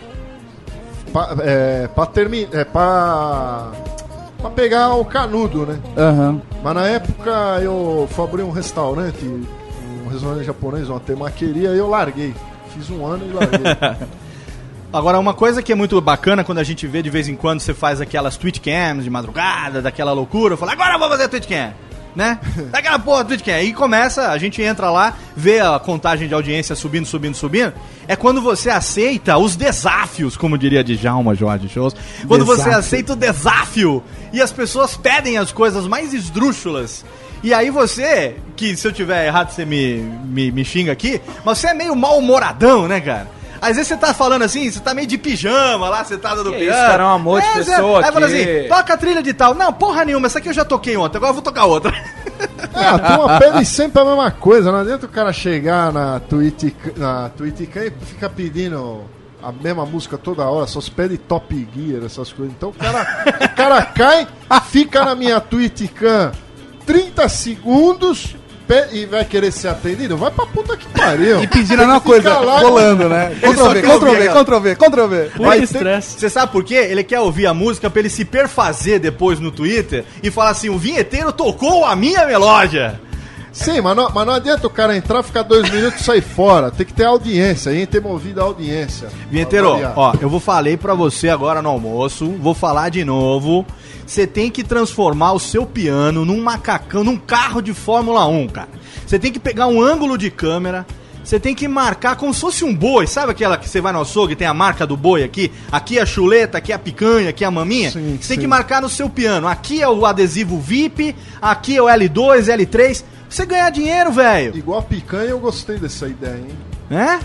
pra, é, pra terminar, é, pra, pra pegar o canudo, né? Aham. Mas na época eu fui abrir um restaurante, um restaurante japonês, uma temaqueria, e eu larguei. Fiz um ano e larguei. Agora, uma coisa que é muito bacana quando a gente vê de vez em quando você faz aquelas Twitch Cams de madrugada, daquela loucura, eu falo, agora eu vou fazer a Twitch Cam, né? Daquela porra Twitch Cam. E começa, a gente entra lá, vê a contagem de audiência subindo, subindo, subindo. É quando você aceita os desafios, como diria Djalma Jorge Shows. Quando você Desafio. aceita o desafio e as pessoas pedem as coisas mais esdrúxulas. E aí você, que se eu tiver errado você me, me, me xinga aqui, mas você é meio mal-humoradão, né, cara? Às vezes você tá falando assim, você tá meio de pijama lá, você tá dando Que piano. isso, cara, é um amor de Zé. pessoa Aí fala aqui. assim, toca a trilha de tal. Não, porra nenhuma, essa aqui eu já toquei ontem, agora eu vou tocar outra. É, a turma pede sempre a mesma coisa. Não adianta o cara chegar na Twitch, na Twitch e ficar pedindo a mesma música toda hora, só se pede Top Gear, essas coisas. Então o cara, o cara cai, fica na minha Twitchcam trinta segundos pe- e vai querer ser atendido? Vai pra puta que pariu. E pedindo a mesma coisa, rolando, né? Ctrl V, Ctrl V, Ctrl V, Ctrl V. Vai ter- Você sabe por quê? Ele quer ouvir a música pra ele se perfazer depois no Twitter e falar assim, o vinheteiro tocou a minha melódia. Sim, mas não, mas não adianta o cara entrar, ficar dois minutos e sair fora. Tem que ter audiência, aí ter movido a audiência. Vinheteiro, Pra variar. ó, eu vou falei pra você agora no almoço, vou falar de novo. Você tem que transformar o seu piano num macacão, num carro de Fórmula um, cara. Você tem que pegar um ângulo de câmera, você tem que marcar como se fosse um boi. Sabe aquela que você vai no açougue e tem a marca do boi aqui? Aqui é a chuleta, aqui é a picanha, aqui é a maminha. Sim, você tem sim. que marcar no seu piano. Aqui é o adesivo V I P, aqui é o L dois, L três. Pra você ganhar dinheiro, velho. Igual a picanha, eu gostei dessa ideia, hein? É?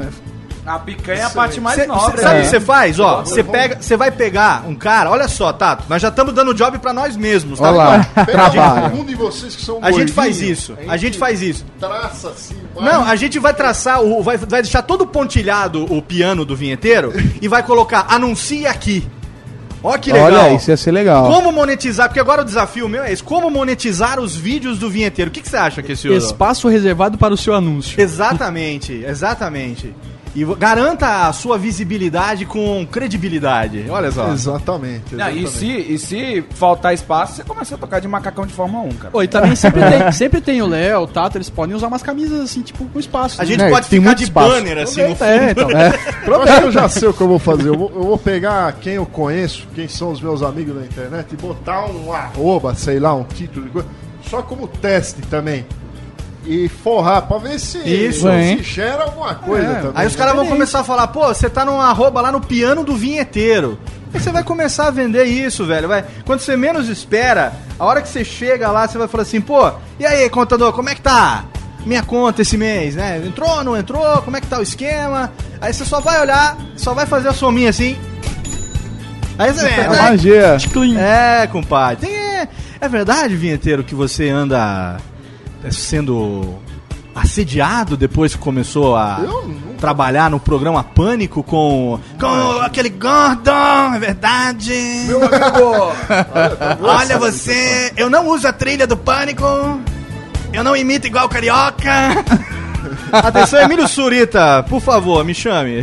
A picanha é a parte mais Cê, nobre. cê, sabe o né? que você faz? Ó, você Vamos- pega, você vai pegar um cara, olha só, Tato, nós já estamos dando job pra nós mesmos, tá? Olha lá, Pega trabalho. um de vocês que são A gente faz gordinhos, isso, a gente faz isso. Traça assim, vai. Não, a gente vai traçar, o, vai, vai deixar todo pontilhado o piano do vinheteiro e vai colocar anuncie aqui. Ó que legal. Olha, isso ia ser legal. Como monetizar, porque agora o desafio meu é esse, como monetizar os vídeos do vinheteiro. O que, que você acha que esse Espaço reservado para o seu anúncio. Exatamente, exatamente. E vo- garanta a sua visibilidade com credibilidade. Olha só. Exatamente. Não, exatamente. e, se, e se faltar espaço, você começa a tocar de macacão de Fórmula um, cara. Pô, e também sempre tem, sempre tem o Léo, o Tato, eles podem usar umas camisas assim, tipo, com espaço. A né? gente É, pode tem ficar muito de espaço. banner assim no fundo. É, então. Eu acho que eu já sei o que eu vou fazer. Eu vou, eu vou pegar quem eu conheço, quem são os meus amigos da internet, e botar um arroba, sei lá, um título de coisa, só como teste também. E forrar, pra ver se, Isso, se hein? gera alguma coisa É, também. Aí os caras vão começar a falar, pô, você tá num arroba lá no piano do vinheteiro. Aí você vai começar a vender isso, velho. Vai. Quando você menos espera, a hora que você chega lá, você vai falar assim, pô, e aí, contador, como é que tá minha conta esse mês, né? Entrou, não entrou? Como é que tá o esquema? Aí você só vai olhar, só vai fazer a sominha assim. Aí você É magia. É, compadre. Tem, é, é verdade, vinheteiro, que você anda sendo assediado depois que começou a trabalhar no programa Pânico com, com aquele Gordon, é verdade? Meu amigo! Olha você, eu não uso a trilha do Pânico, eu não imito igual o Carioca. Atenção, Emílio Surita, por favor, me chame.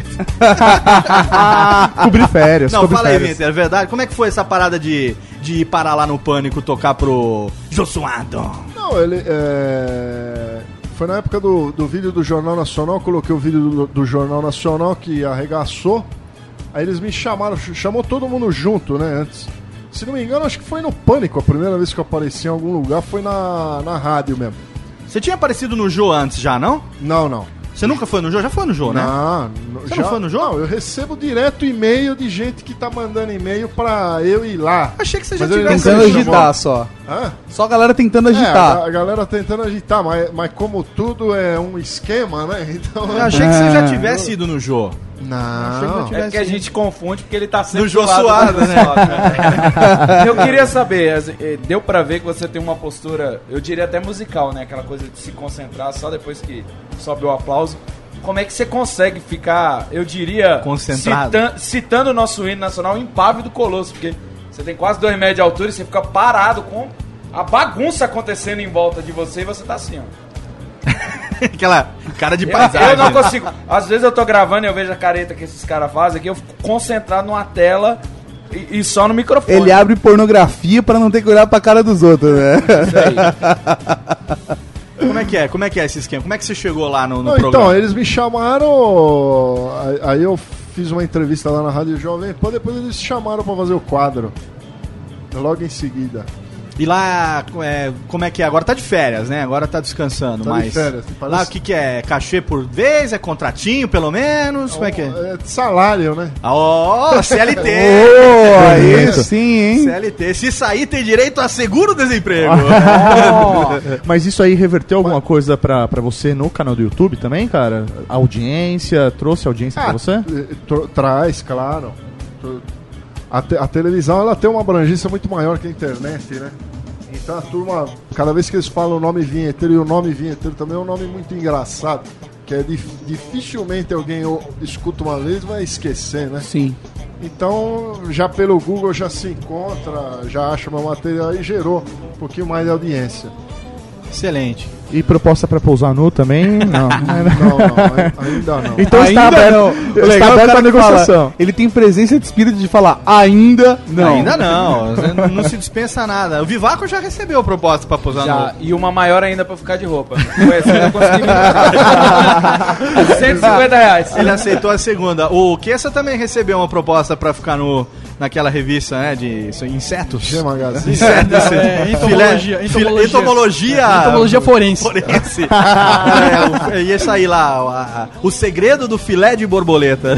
Cobrir férias. Não, cobrir fala aí, férias. Vinheteiro, é verdade? Como é que foi essa parada de, de ir parar lá no Pânico tocar pro Josuado? Não, ele é... foi na época do, do vídeo do Jornal Nacional, coloquei o vídeo do, do Jornal Nacional que arregaçou. Aí eles me chamaram, chamou todo mundo junto, né, antes. Se não me engano, acho que foi no Pânico, a primeira vez que eu apareci em algum lugar foi na, na rádio mesmo. Você tinha aparecido no Jô antes já, não? Não, não. Você nunca foi no Jô? Já foi no Jô, né? Não, Você já, não foi no Jô? Não, eu recebo direto e-mail de gente que tá mandando e-mail pra eu ir lá. Achei que você já Mas ele tivesse... não Tentando me agitar chamou. só. Hã? Só a galera tentando É, agitar. a, a galera tentando agitar, mas, mas como tudo é um esquema, né? Então... Eu achei que você já tivesse ido no Jô. Não. É que a gente confunde porque ele tá sempre No Jô do lado Suado, do né? Suado. Eu queria saber, as- eh, deu pra ver que você tem uma postura, eu diria até musical, né? Aquela coisa de se concentrar só depois que sobe o aplauso. Como é que você consegue ficar, eu diria, Concentrado. citan- citando o nosso hino nacional, impávido colosso, porque você tem quase dois metros de altura e você fica parado com a bagunça acontecendo em volta de você e você tá assim, ó. Aquela cara de Eu, paisagem. eu não consigo. Às vezes eu tô gravando e eu vejo a careta que esses caras fazem aqui, eu fico concentrado numa tela e, e só no microfone. Ele abre pornografia pra não ter que olhar pra cara dos outros, né? Como é que é? Como é que é esse esquema? Como é que você chegou lá no, no Não, programa? então, eles me chamaram, aí- aí eu fiz uma entrevista lá na Rádio Jovem Pan, depois eles chamaram pra fazer o quadro. Logo em seguida. E lá, é, como é que é? Agora tá de férias, né? Agora tá descansando, Tá mas... de férias, parece- Lá o que que é? Cachê por vez? É contratinho, pelo menos? Como é que é? É salário, né? Ó, C L T! Oh, aí sim, hein? C L T. Se sair, tem direito a seguro-desemprego. Mas isso aí reverteu alguma coisa pra, pra você no canal do YouTube também, cara? Audiência, trouxe audiência pra você? eh, tro- Traz, claro. Tro- A, te- a televisão ela tem uma abrangência muito maior que a internet, né? Então a turma, cada vez que eles falam o nome vinheteiro, e o nome vinheteiro também é um nome muito engraçado, que é dif- dificilmente alguém o- escuta uma vez e vai esquecer, né? Sim. Então, já pelo Google já se encontra, já acha meu material e gerou um pouquinho mais de audiência. Excelente. E proposta pra pousar nu também? Não. Não, não, ainda não. Então está Ainda aberto, não. O está legal é o aberto cara a que negociação. fala, ele tem presença de espírito de falar ainda não. Ainda não. Não, não se dispensa nada. O Vivaco já recebeu a proposta pra posar Já, no... e uma maior ainda pra ficar de roupa. Foi assim, eu consegui me cento e cinquenta reais. Ele aceitou a segunda. O Kessa também recebeu uma proposta pra ficar no, naquela revista, né, de isso, insetos. G Magazine. Insetos. Não, é, entomologia, Filé- entomologia. entomologia. Entomologia forense. Forense. É, o- ia sair lá, o- a- o segredo do filé de borboleta.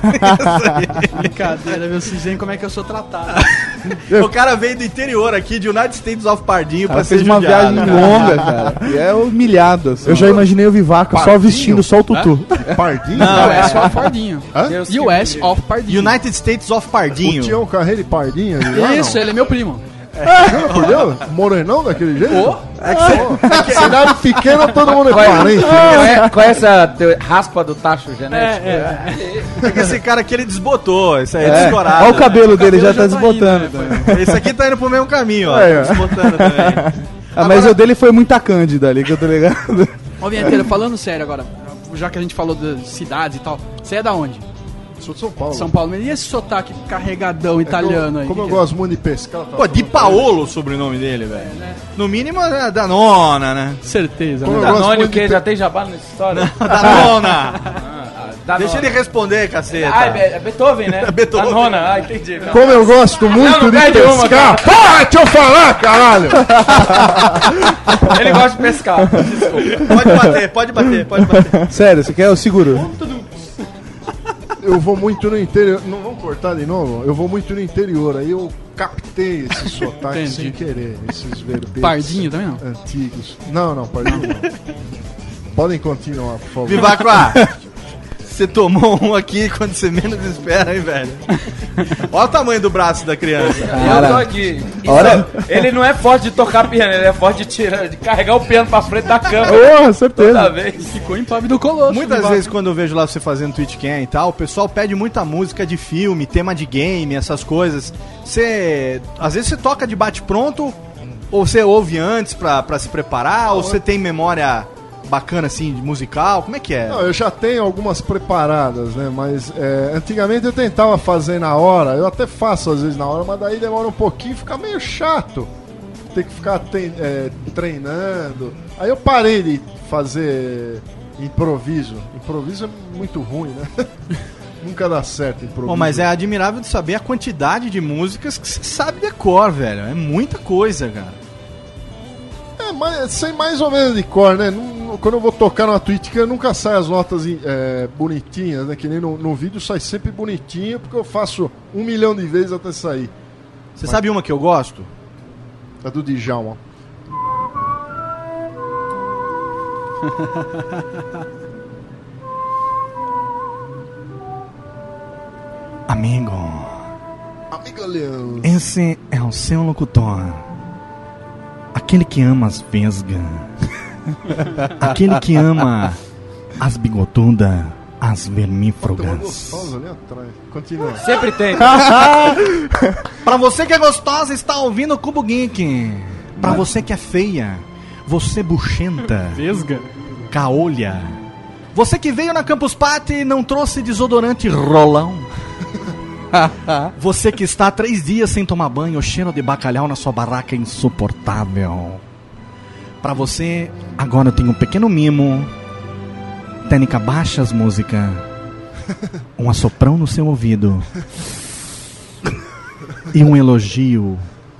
Brincadeira, meu, vocês veem como é que eu sou tratado. O cara veio do interior aqui, de United States of Pardinho, O pra cara ser fez uma judiado. viagem longa, cara. E é humilhado, assim. Eu já imaginei o Vivaco só Pardinho? vestindo só o tutu. Pardinho? Não, U S of Pardinho. Hã? U S of Pardinho. United States of O Pardinho. Tião Carreiro e Pardinho? ali lá, Isso, não? ele é meu primo. Juro por Deus? Morenão daquele jeito? Ô. É que, é que cidade pequena todo mundo é parente. Conhe- Conhece a te- raspa do tacho genético? É que esse cara aqui ele desbotou, isso aí é, É. descorado. Olha o cabelo dele, já tá já tá desbotando. indo, também. Esse aqui tá indo pro mesmo caminho, ó. É, é. Desbotando também. Ah, mas o dele foi muita cândida ali, que eu tô ligado. Ô, Vinheteiro, falando sério agora, já que a gente falou de cidades e tal, você é da onde? Sou de São Paulo. São Paulo. E esse sotaque carregadão italiano aí? Como eu que que é? gosto muito de pescar. tá Pô, Di Paolo o sobrenome dele, velho. No mínimo é da nona, né? Certeza, Como né? eu gosto Danone o muito quê? de Já tem jabá nessa história? Da nona! Da Deixa nona. ele responder, caceta. Ah, é Be- é Beethoven, né? Beethoven. Da nona, ah, entendi. Como eu gosto muito Não, não de perde uma, pescar. Porra, deixa eu falar, caralho! Ele gosta de pescar. Desculpa. Pode bater, pode bater, pode bater. Sério, você quer o seguro? eu vou muito no interior. Não vamos cortar de novo? Eu vou muito no interior. Aí eu captei esse sotaque Entendi. sem querer. Esses verbetes. Pardinho também não? Antigos. Não, não, pardinho não. Podem continuar, por favor. Vivacqua, você tomou um aqui quando você menos espera, hein, velho? Olha o tamanho do braço da criança. Eu tô aqui. Olha. Ele não é forte de tocar piano, ele é forte de tirar, de carregar o piano pra frente da cama. Oh, certeza. Toda vez. Ficou impávido colosso. Muitas vezes quando eu vejo lá você fazendo Twitchcam e tal, o pessoal pede muita música de filme, tema de game, essas coisas. Você, às vezes você toca de bate-pronto, ou você ouve antes pra, pra se preparar, ou você tem memória bacana assim, de musical, como é que é? Não, eu já tenho algumas preparadas, né? Mas é, antigamente eu tentava fazer na hora, eu até faço às vezes na hora, mas daí demora um pouquinho e fica meio chato. Tem que ficar te, é, treinando. Aí eu parei de fazer improviso. Improviso é muito ruim, né? Nunca dá certo improviso. Bom, mas é admirável de saber a quantidade de músicas que você sabe de cor, velho. É muita coisa, cara. É, mas sei mais ou menos de cor, né? Não, quando eu vou tocar numa Twitch, nunca sai as notas é, bonitinhas, né? Que nem no, no vídeo sai sempre bonitinho, porque eu faço um milhão de vezes até sair. Você mas... sabe uma que eu gosto? A do Djalma. Amigo. Amigo Leão. Esse é o seu locutor. Aquele que ama as vesgas. Aquele que ama as bigotudas, as vermífugas. Gostosa ali atrás. Continua. Sempre tem. Pra você que é gostosa, está ouvindo o Cubo Geek. Pra você que é feia, você buchenta, vesga, caolha. Você que veio na Campus Party e não trouxe desodorante rolão. Você que está há três dias sem tomar banho, o cheiro de bacalhau na sua barraca é insuportável. Pra você, agora eu tenho um pequeno mimo. Técnica baixa as músicas. Um assoprão no seu ouvido. E um elogio.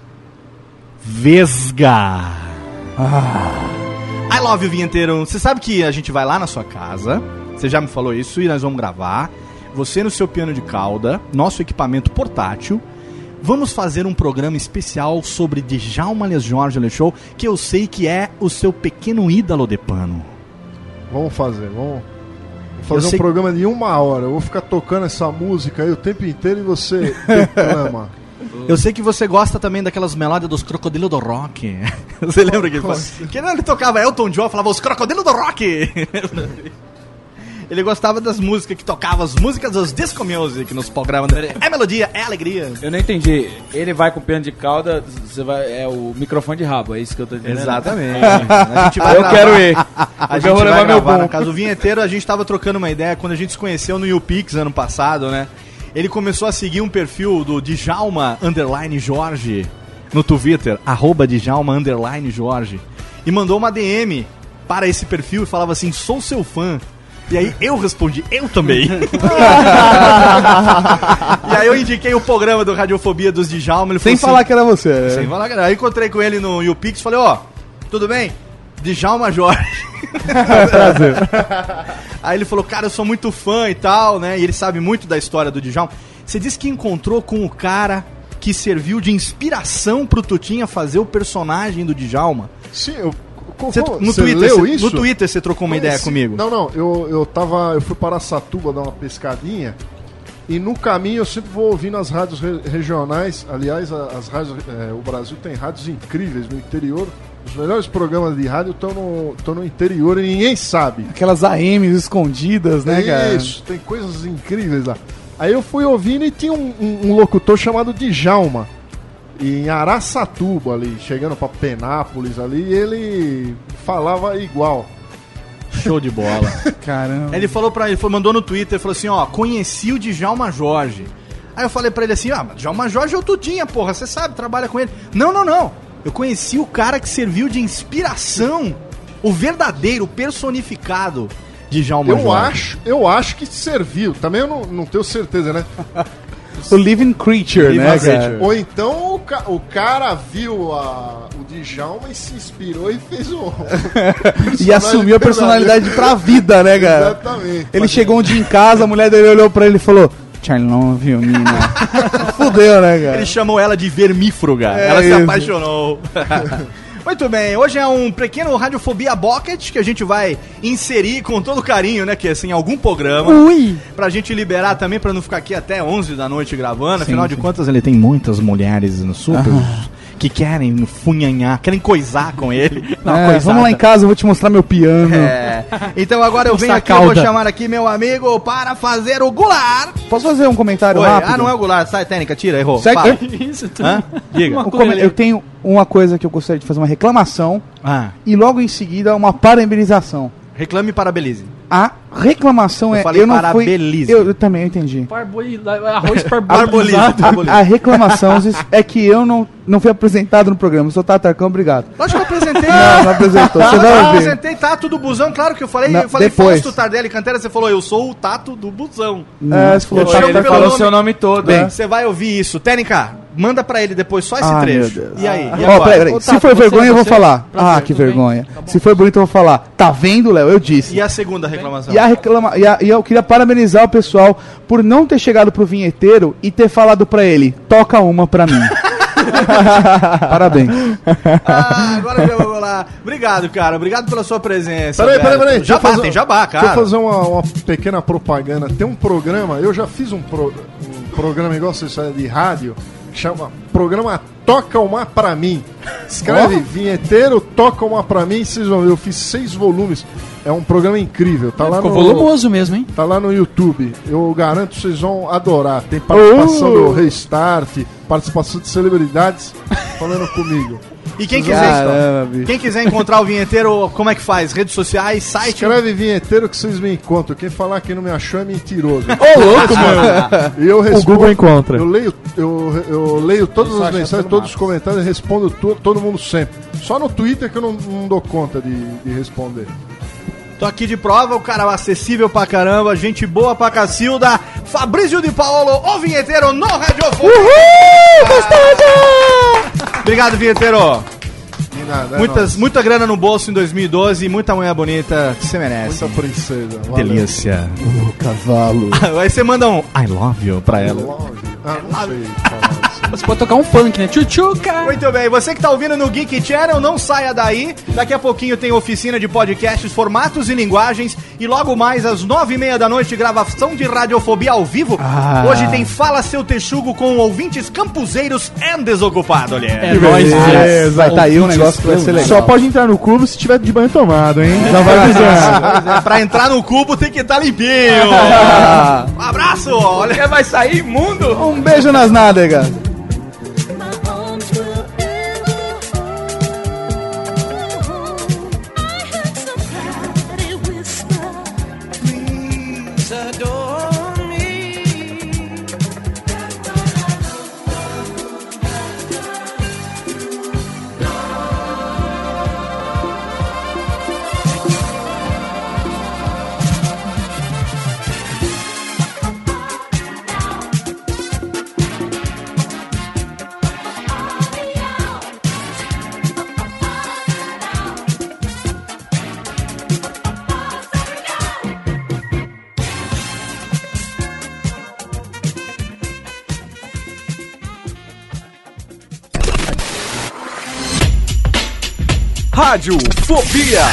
Vesga. Ah. I love you, vinheteiro. Você sabe que a gente vai lá na sua casa. Você já me falou isso e nós vamos gravar. Você no seu piano de cauda, nosso equipamento portátil. Vamos fazer um programa especial sobre Djalma Les Jorge Le Show, que eu sei que é o seu pequeno ídolo de pano. Vamos fazer, vamos fazer um sei... programa de uma hora. Eu vou ficar tocando essa música aí o tempo inteiro e você reclama. Eu sei que você gosta também daquelas melódias dos Crocodilo do Rock. Você lembra que ele falava? Que ele tocava Elton John, falava os Crocodilo do Rock. Ele gostava das músicas que tocavam, as músicas dos disco music nos programas. É melodia, é alegria. Eu não entendi. Ele vai com o piano de cauda, você vai, é o microfone de rabo, é isso que eu tô dizendo. Exatamente. A gente vai eu gravar, quero ir. A gente eu vou levar meu bom. No caso, o vinheteiro, a gente tava trocando uma ideia quando a gente se conheceu no YouPix ano passado, né? Ele começou a seguir um perfil do Djalma underline Jorge no Twitter, arroba Djalma underline Jorge, e mandou uma D M para esse perfil e falava assim: sou seu fã. E aí eu respondi, eu também. E aí eu indiquei o programa do Radiofobia dos Djalma. Ele Sem falou falar assim, que era você. Né? Sem falar que era. Aí encontrei com ele no YouPix e falei, ó, oh, tudo bem? Djalma Jorge. Prazer. Aí ele falou, cara, eu sou muito fã e tal, né? E ele sabe muito da história do Djalma. Você disse que encontrou com o cara que serviu de inspiração pro Tutinha fazer o personagem do Djalma. Sim, eu... Cê, no, Twitter, leu cê, isso? no Twitter você trocou uma ideia Esse, comigo? Não, não, eu, eu tava. Eu fui para Araçatuba dar uma pescadinha e no caminho eu sempre vou ouvindo as rádios re, regionais. Aliás, as rádios. É, o Brasil tem rádios incríveis no interior. Os melhores programas de rádio estão no, no interior e ninguém sabe. Aquelas A Ms escondidas, né, cara? Isso, tem coisas incríveis lá. Aí eu fui ouvindo e tinha um, um, um locutor chamado Djalma. Em Araçatuba ali, chegando pra Penápolis ali, e ele falava igual. Show de bola. Caramba. Ele falou pra ele, foi, mandou no Twitter, falou assim, ó, conheci o Djalma Jorge. Aí eu falei pra ele assim, ah, mas Djalma Jorge é o Tutinha, porra, você sabe, trabalha com ele. Não, não, não. Eu conheci o cara que serviu de inspiração, o verdadeiro, personificado de Djalma eu Jorge. Acho, eu acho que serviu, também eu não, não tenho certeza, né? O Living Creature, né, cara? Ou então o, ca- o cara viu a- o Djalma e se inspirou e fez um. E assumiu a personalidade pra vida, né, cara? Exatamente. Ele chegou um dia em casa, a mulher dele olhou pra ele e falou: Charlie, não viu, mina? Fudeu, né, cara? Ele chamou ela de vermífruga. É ela isso. se apaixonou. Muito bem, hoje é um pequeno Radiofobia Bucket que a gente vai inserir com todo carinho, né, que assim, em algum programa. Ui! Pra gente liberar também, pra não ficar aqui até onze da noite gravando. Sim, Afinal de sim. contas, ele tem muitas mulheres no super que querem funhanhar, querem coisar com ele. Não, É, coisada. vamos lá em casa, eu vou te mostrar meu piano. É. Então agora eu venho aqui, eu vou chamar aqui meu amigo para fazer o Goulart. Posso fazer um comentário Oi, rápido? ah, não é o Goulart, sai, técnica, tira, errou. Segue- Fala. Isso, tu... Hã? Diga. Um come- Eu tenho uma coisa que eu gostaria de fazer uma reclamação Ah. e logo em seguida uma parabenização. Reclame para Belize. A reclamação Eu é falei eu não para fui Belize. eu, eu também eu entendi. Parboli... Arroz Arbolize. parbolizado. A, a reclamação é que eu não, não fui apresentado no programa. Eu sou Tatarcão, obrigado. Lógico que eu apresentei. Não, não apresentou. Você Eu vai ouvir. apresentei Tato do Busão, claro que eu falei. Não, eu falei depois. Fausto Tardelli Cantera, você falou, eu sou o Tato do Busão. É, você falou, Eu Tato, chamo tá pelo falando nome. seu nome todo, Bem, né? você vai ouvir isso. Técnica, manda pra ele depois só esse Ah, trecho. meu Deus. E aí? E Ó, agora? peraí, peraí. Ô, Se Tato, for você- vergonha, eu vou você- falar. Prazer, Ah, que tudo bem? vergonha. Se for bonito, eu vou falar. Tá vendo, Léo? Eu disse. E a segunda reclamação? E, a reclama... e, a- e eu queria parabenizar o pessoal por não ter chegado pro vinheteiro e ter falado pra ele: toca uma pra mim. Parabéns. Ah, agora eu vou lá. Obrigado, cara. Obrigado pela sua presença. Peraí, peraí, velho. peraí. Jabá, Deixa eu tem jabá, cara. Deixa eu fazer uma, uma pequena propaganda. Tem um programa, eu já fiz um, pro- um programa igual vocês fazem de rádio, que chama Programa Toca Uma Pra Mim. Escreve, Oh. vinheteiro, toca uma pra mim, vocês vão ver. Eu fiz seis volumes. É um programa incrível. Tá lá Ficou no, volumoso mesmo, hein? Tá lá no YouTube. Eu garanto que vocês vão adorar. Tem participação Oh. do Restart, participação de celebridades falando comigo. E quem Vocês quiser, vão Caramba, bicho. quem quiser encontrar o vinheteiro, como é que faz? Redes sociais, site? Escreve vinheteiro que vocês me encontram. Quem falar que não me achou é mentiroso. Ô, louco, mano. E eu O respondo, Google encontra. Eu leio, eu, eu leio todas Isso as acha mensagens, tudo todos os massa. comentários e respondo to- todo mundo sempre. Só no Twitter que eu não, não dou conta de, de responder. Tô aqui de prova, o cara acessível pra caramba, gente boa pra cacilda, Fabrício de Paolo, o vinheteiro no Radiofobia. Uhul, gostoso! Obrigado, vinheteiro. De nada, é Muitas, nóis. muita grana no bolso em dois mil e doze e muita mulher bonita que você merece. Muita princesa. valeu. Delícia. O cavalo. Aí você manda um I love you pra ela. Ah, não sei falar isso. Você pode tocar um funk, né? Tchutchuca! Muito bem, você que tá ouvindo no Geek Channel, não saia daí. Daqui a pouquinho tem oficina de podcasts, formatos e linguagens. E logo mais, às nove e meia da noite, gravação de Radiofobia ao vivo. Ah. Hoje tem Fala Seu Texugo com ouvintes campuseiros e desocupado, olha. É nóis, Beleza. Vai tá aí um negócio que vai ser legal. Só pode entrar no clube se tiver de banho tomado, hein? Já vai avisando. Pra entrar no cubo tem que estar limpinho. Um abraço, olha. Vai sair imundo? Um beijo nas nádegas. Rádio Fobia.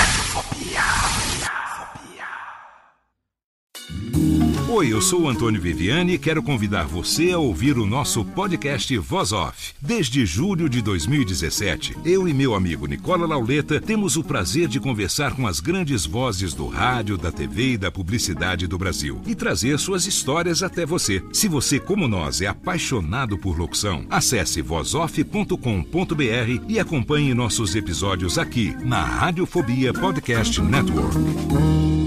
Oi, eu sou o Antônio Viviani e quero convidar você a ouvir o nosso podcast Voz Off. Desde julho de dois mil e dezessete, eu e meu amigo Nicola Lauleta temos o prazer de conversar com as grandes vozes do rádio, da T V e da publicidade do Brasil e trazer suas histórias até você. Se você, como nós, é apaixonado por locução, acesse voz off ponto com ponto b r e acompanhe nossos episódios aqui na Radiofobia Podcast Network.